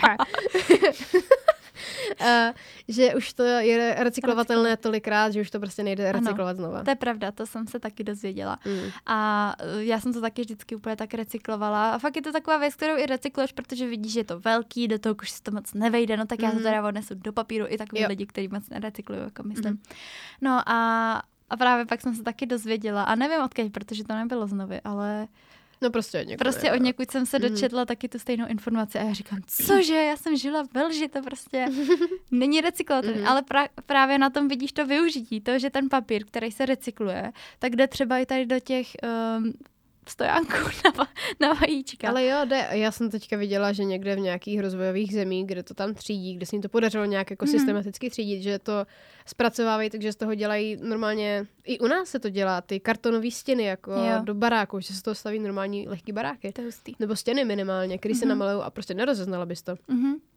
Že už to je recyklovatelné tolikrát, že už to prostě nejde recyklovat znova. To je pravda, to jsem se taky dozvěděla. A já jsem to taky vždycky úplně tak recyklovala. A fakt je to taková věc, kterou i recykluješ, protože vidíš, že je to velký, do toho už si to moc nevejde, no tak já to teda odnesu do papíru i takový lidi, kteří moc nerecyklují, jako myslím. No a právě pak jsem se taky dozvěděla, a nevím odkud, protože to nebylo znovu, ale no prostě od někud jsem se dočetla taky tu stejnou informaci a já říkám, cože, já jsem žila v Belži, to prostě není recyklovatelný, ale právě na tom vidíš to využití, to, že ten papír, který se recykluje, tak jde třeba i tady do těch stojánků na vajíčka. Ale jo, já jsem teďka viděla, že někde v nějakých rozvojových zemích, kde to tam třídí, kde se jim to podařilo nějak jako systematicky třídit, že to zpracovávají, takže z toho dělají normálně, i u nás se to dělá, ty kartonové stěny jako do baráku, že se toho staví normální lehký baráky. To je hustý. Nebo stěny minimálně, který se namalují a prostě nerozeznala bys to.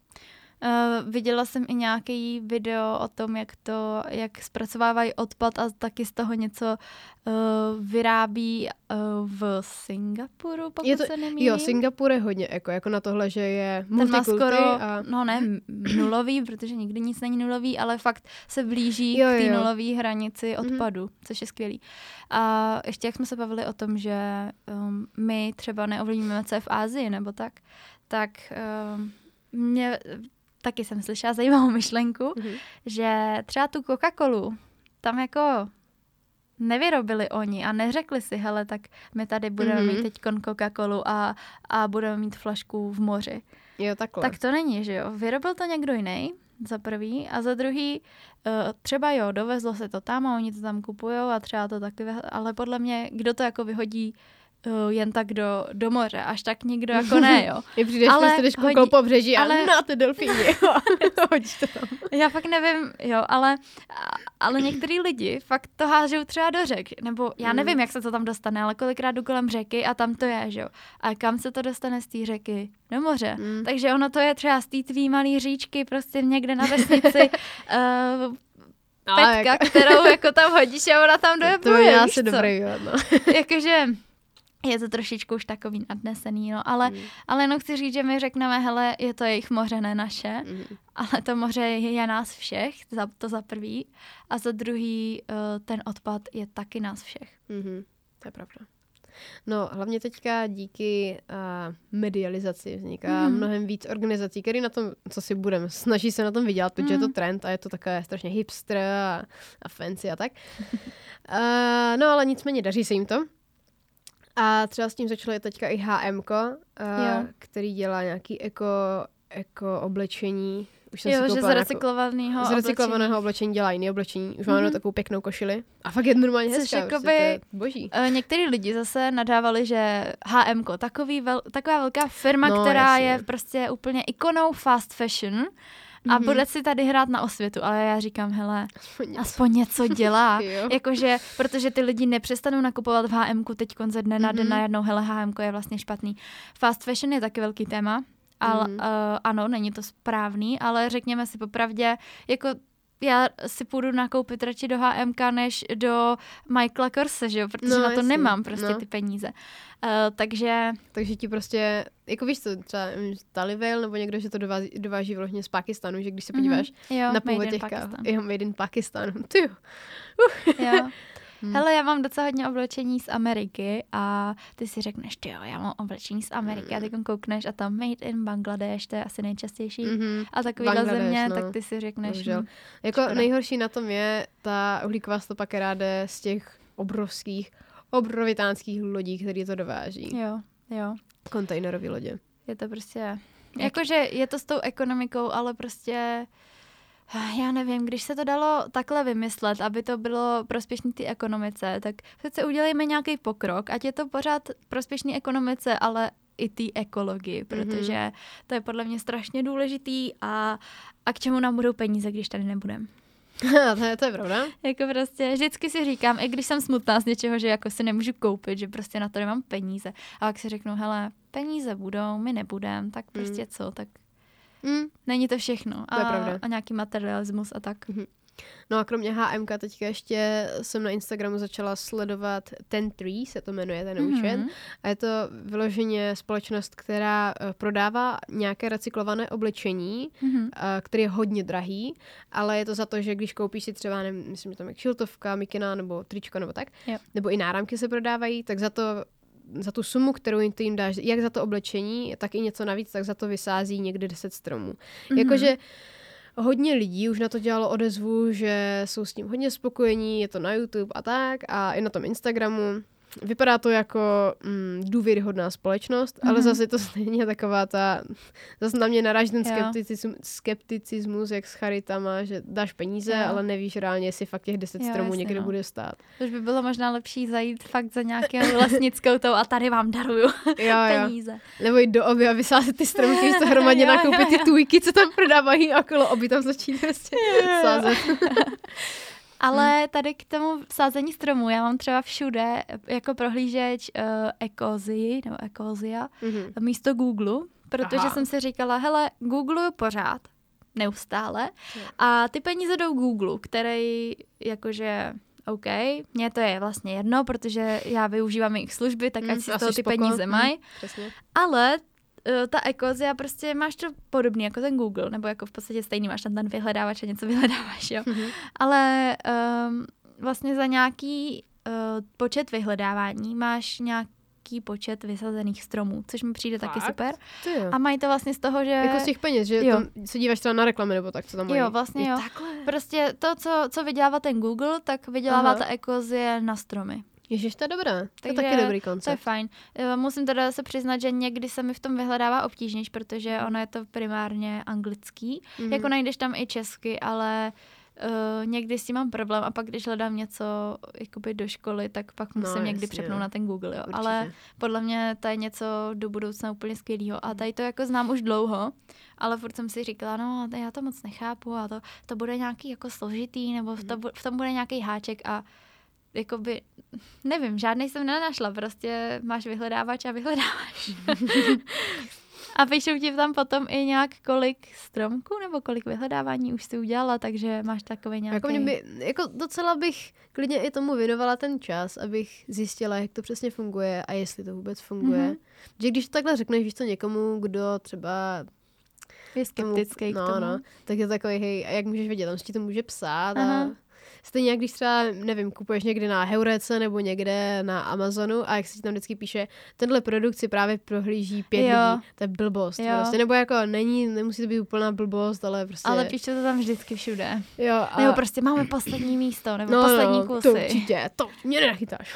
Viděla jsem i nějaký video o tom, jak zpracovávají odpad a taky z toho něco vyrábí v Singapuru, pokud se nemýlím. Jo, Singapur je hodně jako na tohle, že je multikulty. Ten má skoro, no ne nulový, protože nikdy nic není nulový, ale fakt se blíží k té nulové hranici odpadu, což je skvělý. A ještě jak jsme se bavili o tom, že my třeba neovlivníme, co je v Asii nebo tak mě taky jsem slyšela zajímavou myšlenku, že třeba tu Coca-Colu tam jako nevyrobili oni a neřekli si, hele, tak my tady budeme mít teď Coca-Colu a budeme mít flašku v moři. Jo, takhle. Tak to není, že jo. Vyrobil to někdo jiný, za prvý, a za druhý třeba dovezlo se to tam a oni to tam kupujou a třeba to taky, ale podle mě, kdo to jako vyhodí jen tak do moře, až tak nikdo jako ne, jo. I přijdeš, prostě jdeš koukal po břeží a na ty delfíny, jo. Hodíš to tam. Já fakt nevím, jo, ale některý lidi fakt to hážou třeba do řek, nebo já nevím, jak se to tam dostane, ale kolikrát jdu kolem řeky a tam to je, že jo. A kam se to dostane z té řeky? Do moře. Takže ono to je třeba z té tvý malý říčky, prostě někde na vesnici, petka, kterou jako tam hodíš a ona tam dojebuje. To je asi dobrý, no. Jakože je to trošičku už takový nadnesený, no, ale jenom chci říct, že my řekneme, hele, je to jejich moře, ne naše, ale to moře je nás všech, to za prvý, a za druhý ten odpad je taky nás všech. To je pravda. No, hlavně teďka díky medializaci vzniká mnohem víc organizací, které na tom, co si budeme, snaží se na tom vydělat, protože je to trend a je to takové strašně hipster a fancy a tak. No, ale nicméně daří se jim to. A třeba s tím začalo teďka i HMko, který dělá nějaký eko oblečení. Už jsem si že z recyklovaného oblečení dělá jiné oblečení. Už máme takovou pěknou košili. A fakt je normálně hezká. Jakoby, to je boží. Některý lidi zase nadávali, že HMko, taková velká firma, která je prostě úplně ikonou fast fashion a bude si tady hrát na osvětu. Ale já říkám, hele, aspoň něco dělá. Jakože, protože ty lidi nepřestanou nakupovat v HMku teď ze dne na den najednou, hele, HMko je vlastně špatný. Fast fashion je taky velký téma. Ale ano, není to správný, ale řekněme si popravdě, jako já si půjdu nakoupit radši do HMK než do Michaela Korse, že jo, protože na to nemám prostě ty peníze. Takže ti prostě, jako víš co, třeba Talivale nebo někdo, že to dováží vlastně z Pakistanu, že když se podíváš na původ těch káv. Jo, made in Pakistanu. Jo. Hele, já mám docela hodně oblečení z Ameriky a ty si řekneš, ty jo, já mám oblečení z Ameriky a ty koukneš a tam made in Bangladeš, to je asi nejčastější. A takovýhle země, tak ty si řekneš. Jako nejhorší na tom je ta uhlíková stopa, která jde z těch obrovitánských lodí, které to dováží. Jo. Kontejnerové lodě. Je to prostě, jakože je to s tou ekonomikou, ale prostě já nevím, když se to dalo takhle vymyslet, aby to bylo prospěšný té ekonomice, tak přece udělejme nějaký pokrok, ať je to pořád prospěšný ekonomice, ale i té ekologii, protože to je podle mě strašně důležitý a k čemu nám budou peníze, když tady nebudeme. To je pravda. Jako prostě vždycky si říkám, i když jsem smutná z něčeho, že jako si nemůžu koupit, že prostě na to nemám peníze. A pak si řeknu, hele, peníze budou, my nebudeme, tak prostě co, tak není to všechno. To je pravda. A nějaký materialismus a tak. No a kromě HMK teďka ještě jsem na Instagramu začala sledovat Ten3, se to jmenuje ten účet. A je to vyloženě společnost, která prodává nějaké recyklované oblečení, které je hodně drahý, ale je to za to, že když koupíš si třeba, nevím, myslím, že tam je kšiltovka, mikina nebo tričko nebo tak, nebo i náramky se prodávají, tak za tu sumu, kterou ty jim dáš, jak za to oblečení, tak i něco navíc, tak za to vysází někde 10 stromů. Jakože hodně lidí už na to dělalo odezvu, že jsou s tím hodně spokojení, je to na YouTube a tak a i na tom Instagramu. Vypadá to jako důvěryhodná společnost, ale zase je to stejně taková zase na mě naráží ten skepticismus, jak s charitama, že dáš peníze, ale nevíš reálně, jestli fakt těch 10 stromů někde bude stát. Už by bylo možná lepší zajít fakt za nějakou lesnickou tou a tady vám daruju peníze. Nebo jít do oby a vysázet ty stromy, když to hromadně nakoupit ty tůjky, co tam prodávají a okolo oby tam začít prostě sázet. Ale tady k tomu sázení stromů, já mám třeba všude jako prohlížeč Ecosia místo Google, protože jsem si říkala, hele, googluju pořád, neustále a ty peníze jdou Google, který jakože OK, mně to je vlastně jedno, protože já využívám jejich služby, tak ať si z toho ty peníze mají, ale ta Ecosia prostě máš to podobný jako ten Google, nebo jako v podstatě stejný, máš tam ten vyhledávač a něco vyhledáváš, jo. Ale vlastně za nějaký počet vyhledávání máš nějaký počet vysazených stromů, což mi přijde taky super. A mají to vlastně z toho, že... Jako z těch peněz, že tam se díváš třeba na reklamy, nebo tak, co tam mají. Jo, vlastně jo. Takhle. Prostě to, co vydělává ten Google, tak vydělává ta Ecosia na stromy. Ježiš, to je dobré. To je taky dobrý koncept. To je fajn. Musím teda se přiznat, že někdy se mi v tom vyhledává obtížnější, protože ono je to primárně anglický. Jako najdeš tam i česky, ale někdy s tím mám problém a pak když hledám něco jakoby do školy, tak pak musím někdy přepnout na ten Google. Jo. Ale podle mě to je něco do budoucna úplně skvělýho. A tady to jako znám už dlouho, ale furt jsem si říkala, no já to moc nechápu a to bude nějaký jako složitý, nebo v tom bude nějaký háček a jakoby, nevím, žádnej jsem nenašla, prostě máš vyhledávač a vyhledáváš. A píšou ti tam potom i nějak kolik stromků nebo kolik vyhledávání už si udělala, takže máš takový nějaký... Jako docela bych klidně i tomu věnovala ten čas, abych zjistila, jak to přesně funguje a jestli to vůbec funguje. Že když to takhle řekneš, víš to někomu, kdo třeba je skeptický k tomu. No, tak je takový, hej, a jak můžeš vědět, on ti to může psát a stejně jak když třeba, nevím, kupuješ někdy na Heurece nebo někde na Amazonu a jak se ti tam vždycky píše, tenhle produkt si právě prohlíží 5 lidí. To je blbost. Prostě. Nebo jako nemusí to být úplná blbost, ale prostě... Ale píše to tam vždycky všude. Jo, a... Nebo prostě máme poslední místo, nebo poslední kusy. To určitě, to mě nenachytáš.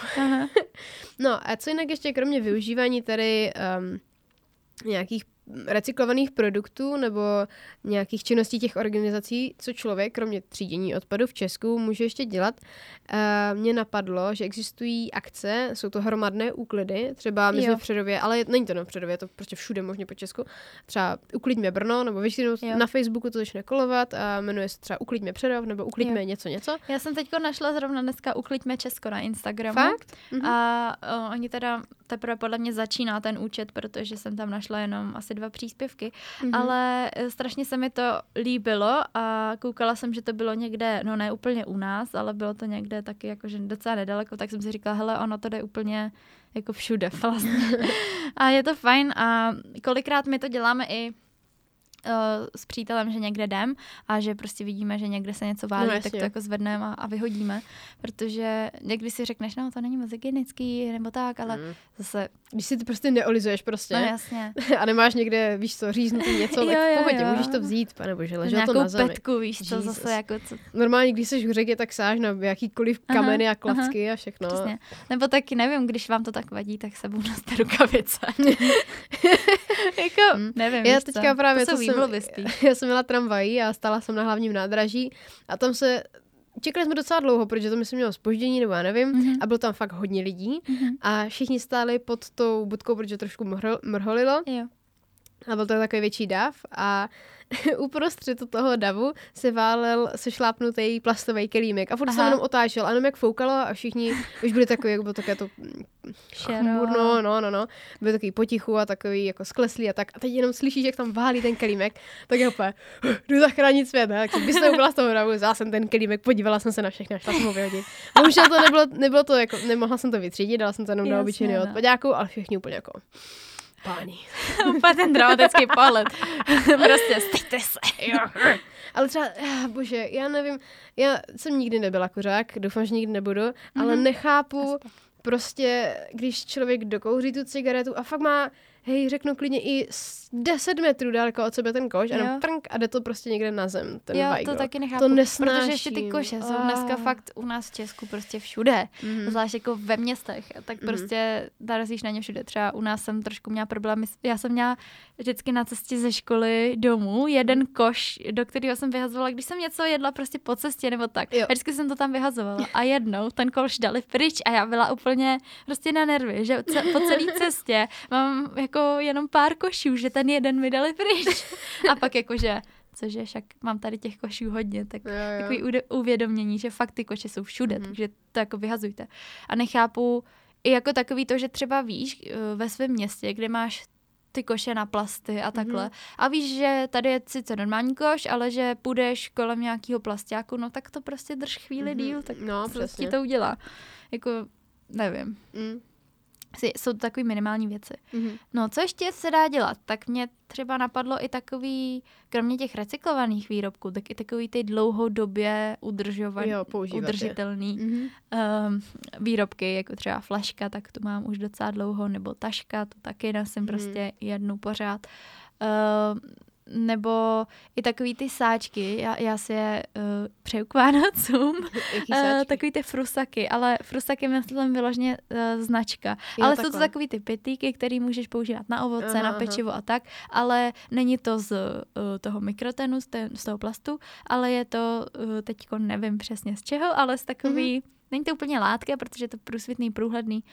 No a co jinak ještě kromě využívání tady nějakých recyklovaných produktů nebo nějakých činností těch organizací, co člověk, kromě třídění odpadu v Česku, může ještě dělat. Mně napadlo, že existují akce, jsou to hromadné úklidy, třeba my jsme v Přerově, ale není to jenom v Přerově, je to prostě všude možně po Česku. Třeba Uklidíme Brno, nebo většinou na Facebooku to začne kolovat a jmenuje se třeba Uklidíme Přerov, nebo Uklidíme něco. Já jsem teďko našla zrovna dneska Uklidíme Česko na Instagramu. Fakt? A oni teda teprve podle mě začíná ten účet, protože jsem tam našla jenom asi 2 příspěvky, ale strašně se mi to líbilo a koukala jsem, že to bylo někde, no ne úplně u nás, ale bylo to někde taky jakože docela nedaleko, tak jsem si říkala, hele, ono to jde úplně jako všude vlastně. A je to fajn a kolikrát my to děláme i s přítelem, že někde jdem a že prostě vidíme, že někde se něco válí, tak to jako zvedneme a vyhodíme, protože někdy si řekneš, no to není moc hygienický nebo tak, ale zase... Když si ty prostě neolizuješ prostě. No jasně. A nemáš někde, víš co, říznutý něco, tak v pohodě, můžeš to vzít, panebože, leželo to na zemi. Nějakou petku, víš co, zase jako... Co... Normálně, když jsi v řekě, tak sáš na jakýkoliv kameny a klacky a všechno. Přesně. Nebo taky nevím, když vám to tak vadí, tak sebou noste rukavice. Jako, nevím, já teďka právě, já jsem měla tramvají a stála jsem na hlavním nádraží a tam čekali jsme docela dlouho, protože to myslím mělo zpoždění, nebo já nevím, a bylo tam fakt hodně lidí a všichni stáli pod tou budkou, protože trošku mrholilo. Jo. A byl to takový větší dav a uprostřed toho davu se válel sešlápnutý plastový kelímek a furt se jenom otáčel a jenom jak foukalo a všichni už byli takový, jako bylo také to chmurno, no. Byli takový potichu a takový jako skleslí a tak. A teď jenom slyšíš, jak tam válí ten kelímek, tak je úplně, jdu zachránit svět, ne? Tak jsem vystoupila z toho davu, vzala jsem ten kelímek, podívala jsem se na všechny a šla jsem ho vyhodit. Bohužel to nebylo to jako, nemohla jsem to vytřídit, dala jsem to jenom do obyčejného odpaďáku, ale všichni úplně jako páni. Úplně ten dramatický pohled. Prostě styďte se. Ale třeba, bože, já nevím, já jsem nikdy nebyla kuřák, doufám, že nikdy nebudu, ale nechápu prostě, když člověk dokouří tu cigaretu a fakt má, hej, řeknu klidně i 10 metrů daleko od sebe ten koš a jde to prostě někde na zem, ten vajgo. To taky nechápu, to nesnáším. Protože ještě ty koše jsou dneska fakt u nás v Česku prostě všude, zvlášť jako ve městech, tak prostě narazíš na ně všude. Třeba u nás jsem trošku měla problémy, já jsem měla vždycky na cestě ze školy domů jeden koš, do kterého jsem vyhazovala, když jsem něco jedla prostě po cestě nebo tak. A vždycky jsem to tam vyhazovala a jednou ten koš dali pryč a já byla úplně prostě na nervy, že po celé cestě mám jako jenom pár košů, že ten jeden mi dali pryč. A pak jakože, cože, však mám tady těch košů hodně, tak takový uvědomění, že fakt ty koše jsou všude, takže to jako vyhazujte. A nechápu i jako takový to, že třeba víš ve svém městě, kde máš ty koše na plasty a takhle. A víš, že tady je sice normální koš, ale že půjdeš kolem nějakého plastáku, no tak to prostě drž chvíli díl, tak co ti to udělá. Jako, nevím. Jsou to takový minimální věci. No, co ještě se dá dělat? Tak mě třeba napadlo i takový, kromě těch recyklovaných výrobků, tak i takový ty dlouhodobě udržitelný výrobky, jako třeba flaška, tak to mám už docela dlouho, nebo taška, to taky nosím prostě jednu pořád. Nebo i takový ty sáčky, já si je přeju k Vánocům, takový ty frusaky, ale frusaky myslím vyloženě značka. Ale jsou to takový ty pytlíky, který můžeš používat na ovoce, na pečivo a tak, ale není to z toho mikrotenu, z toho plastu, ale je to, teďko nevím přesně z čeho, ale z takový, není to úplně látka, protože je to průsvitný, průhledný.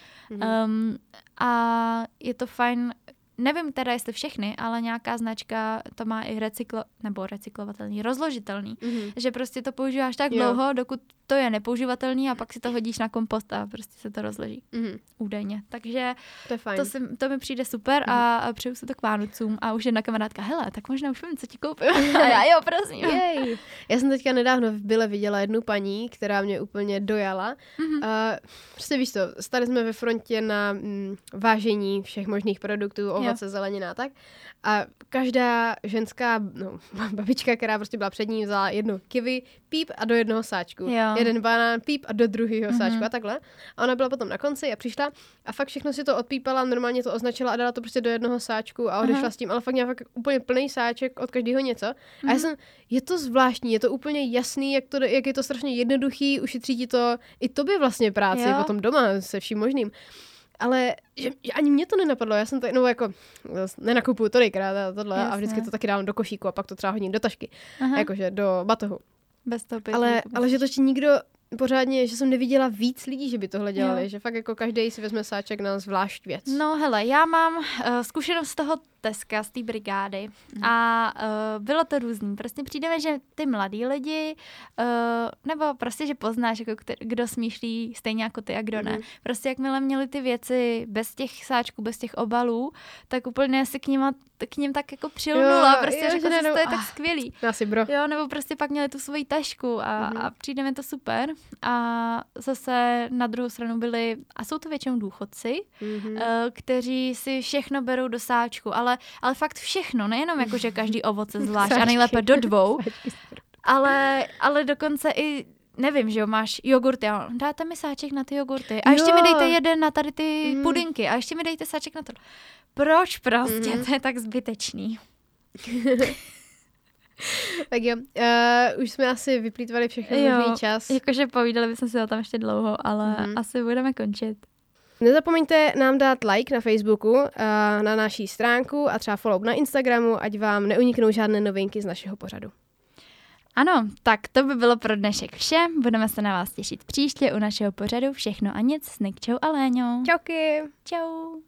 A je to fajn. Nevím teda, jestli všechny, ale nějaká značka to má i recyklovatelný, rozložitelný. Že prostě to používáš tak dlouho, dokud to je nepoužívatelný a pak si to hodíš na kompost a prostě se to rozleží. Údajně. Takže to je fajn. To mi přijde super a přeju se to k Vánocům a už jedna kamarádka, hele, tak možná už vím, co ti koupím. A já jo, prosím. Jej. Já jsem teďka nedávno v Byle viděla jednu paní, která mě úplně dojala. Prostě víš to, stali jsme ve frontě na vážení všech možných produktů, ovoce, zelenina a tak. A každá ženská babička, která prostě byla před ní, vzala jedno kiwi, píp a do jednoho sáčku. Jo. Jeden banán, píp a do druhého sáčku a takhle. A ona byla potom na konci a přišla a fakt všechno si to odpípala, normálně to označila a dala to prostě do jednoho sáčku a odešla s tím, ale fakt měla fakt úplně plný sáček od každého něco. A já jsem, je to zvláštní, je to úplně jasný, jak je to strašně jednoduchý, ušetří ti to i tobě vlastně práci, potom doma se vším možným. Ale že ani mě to nenapadlo, já jsem to jako nenakupuju tolikrát a tohle. Jasně. A vždycky to taky dávám do košíku a pak to třeba hodím do tašky, jakože do batohu. Bez toho ale že to ještě nikdo pořádně, že jsem neviděla víc lidí, že by tohle dělali, že fakt jako každý si vezme sáček na zvlášť věc. No hele, já mám zkušenost z toho Teska, z té brigády a bylo to různý. Prostě přijdeme, že ty mladí lidi, nebo prostě, že poznáš, jako kdo smýšlí stejně jako ty a kdo ne. Prostě jakmile měli ty věci bez těch sáčků, bez těch obalů, tak úplně si k ním tak jako přilnula, prostě řekla si, to je tak skvělý. Asi bro. Jo, nebo prostě pak měli tu svoji tašku a přijde mi to super. A zase na druhou stranu byli, a jsou to většinou důchodci, kteří si všechno berou do sáčku, ale fakt všechno, nejenom jako, že každý ovoce zvlášť a nejlépe do 2, ale dokonce i nevím, že jo, máš jogurty, dáte mi sáček na ty jogurty a ještě mi dejte jeden na tady ty pudinky a ještě mi dejte sáček na to. Proč prostě? To je tak zbytečný. Tak jo, už jsme asi vyplýtvali všechny možný čas. Jakože povídali bychom si o tom ještě dlouho, ale asi budeme končit. Nezapomeňte nám dát like na Facebooku, na naší stránku a třeba follow na Instagramu, ať vám neuniknou žádné novinky z našeho pořadu. Ano, tak to by bylo pro dnešek vše. Budeme se na vás těšit příště u našeho pořadu Všechno a nic s Nikčou a Léňou. Čauky. Čau.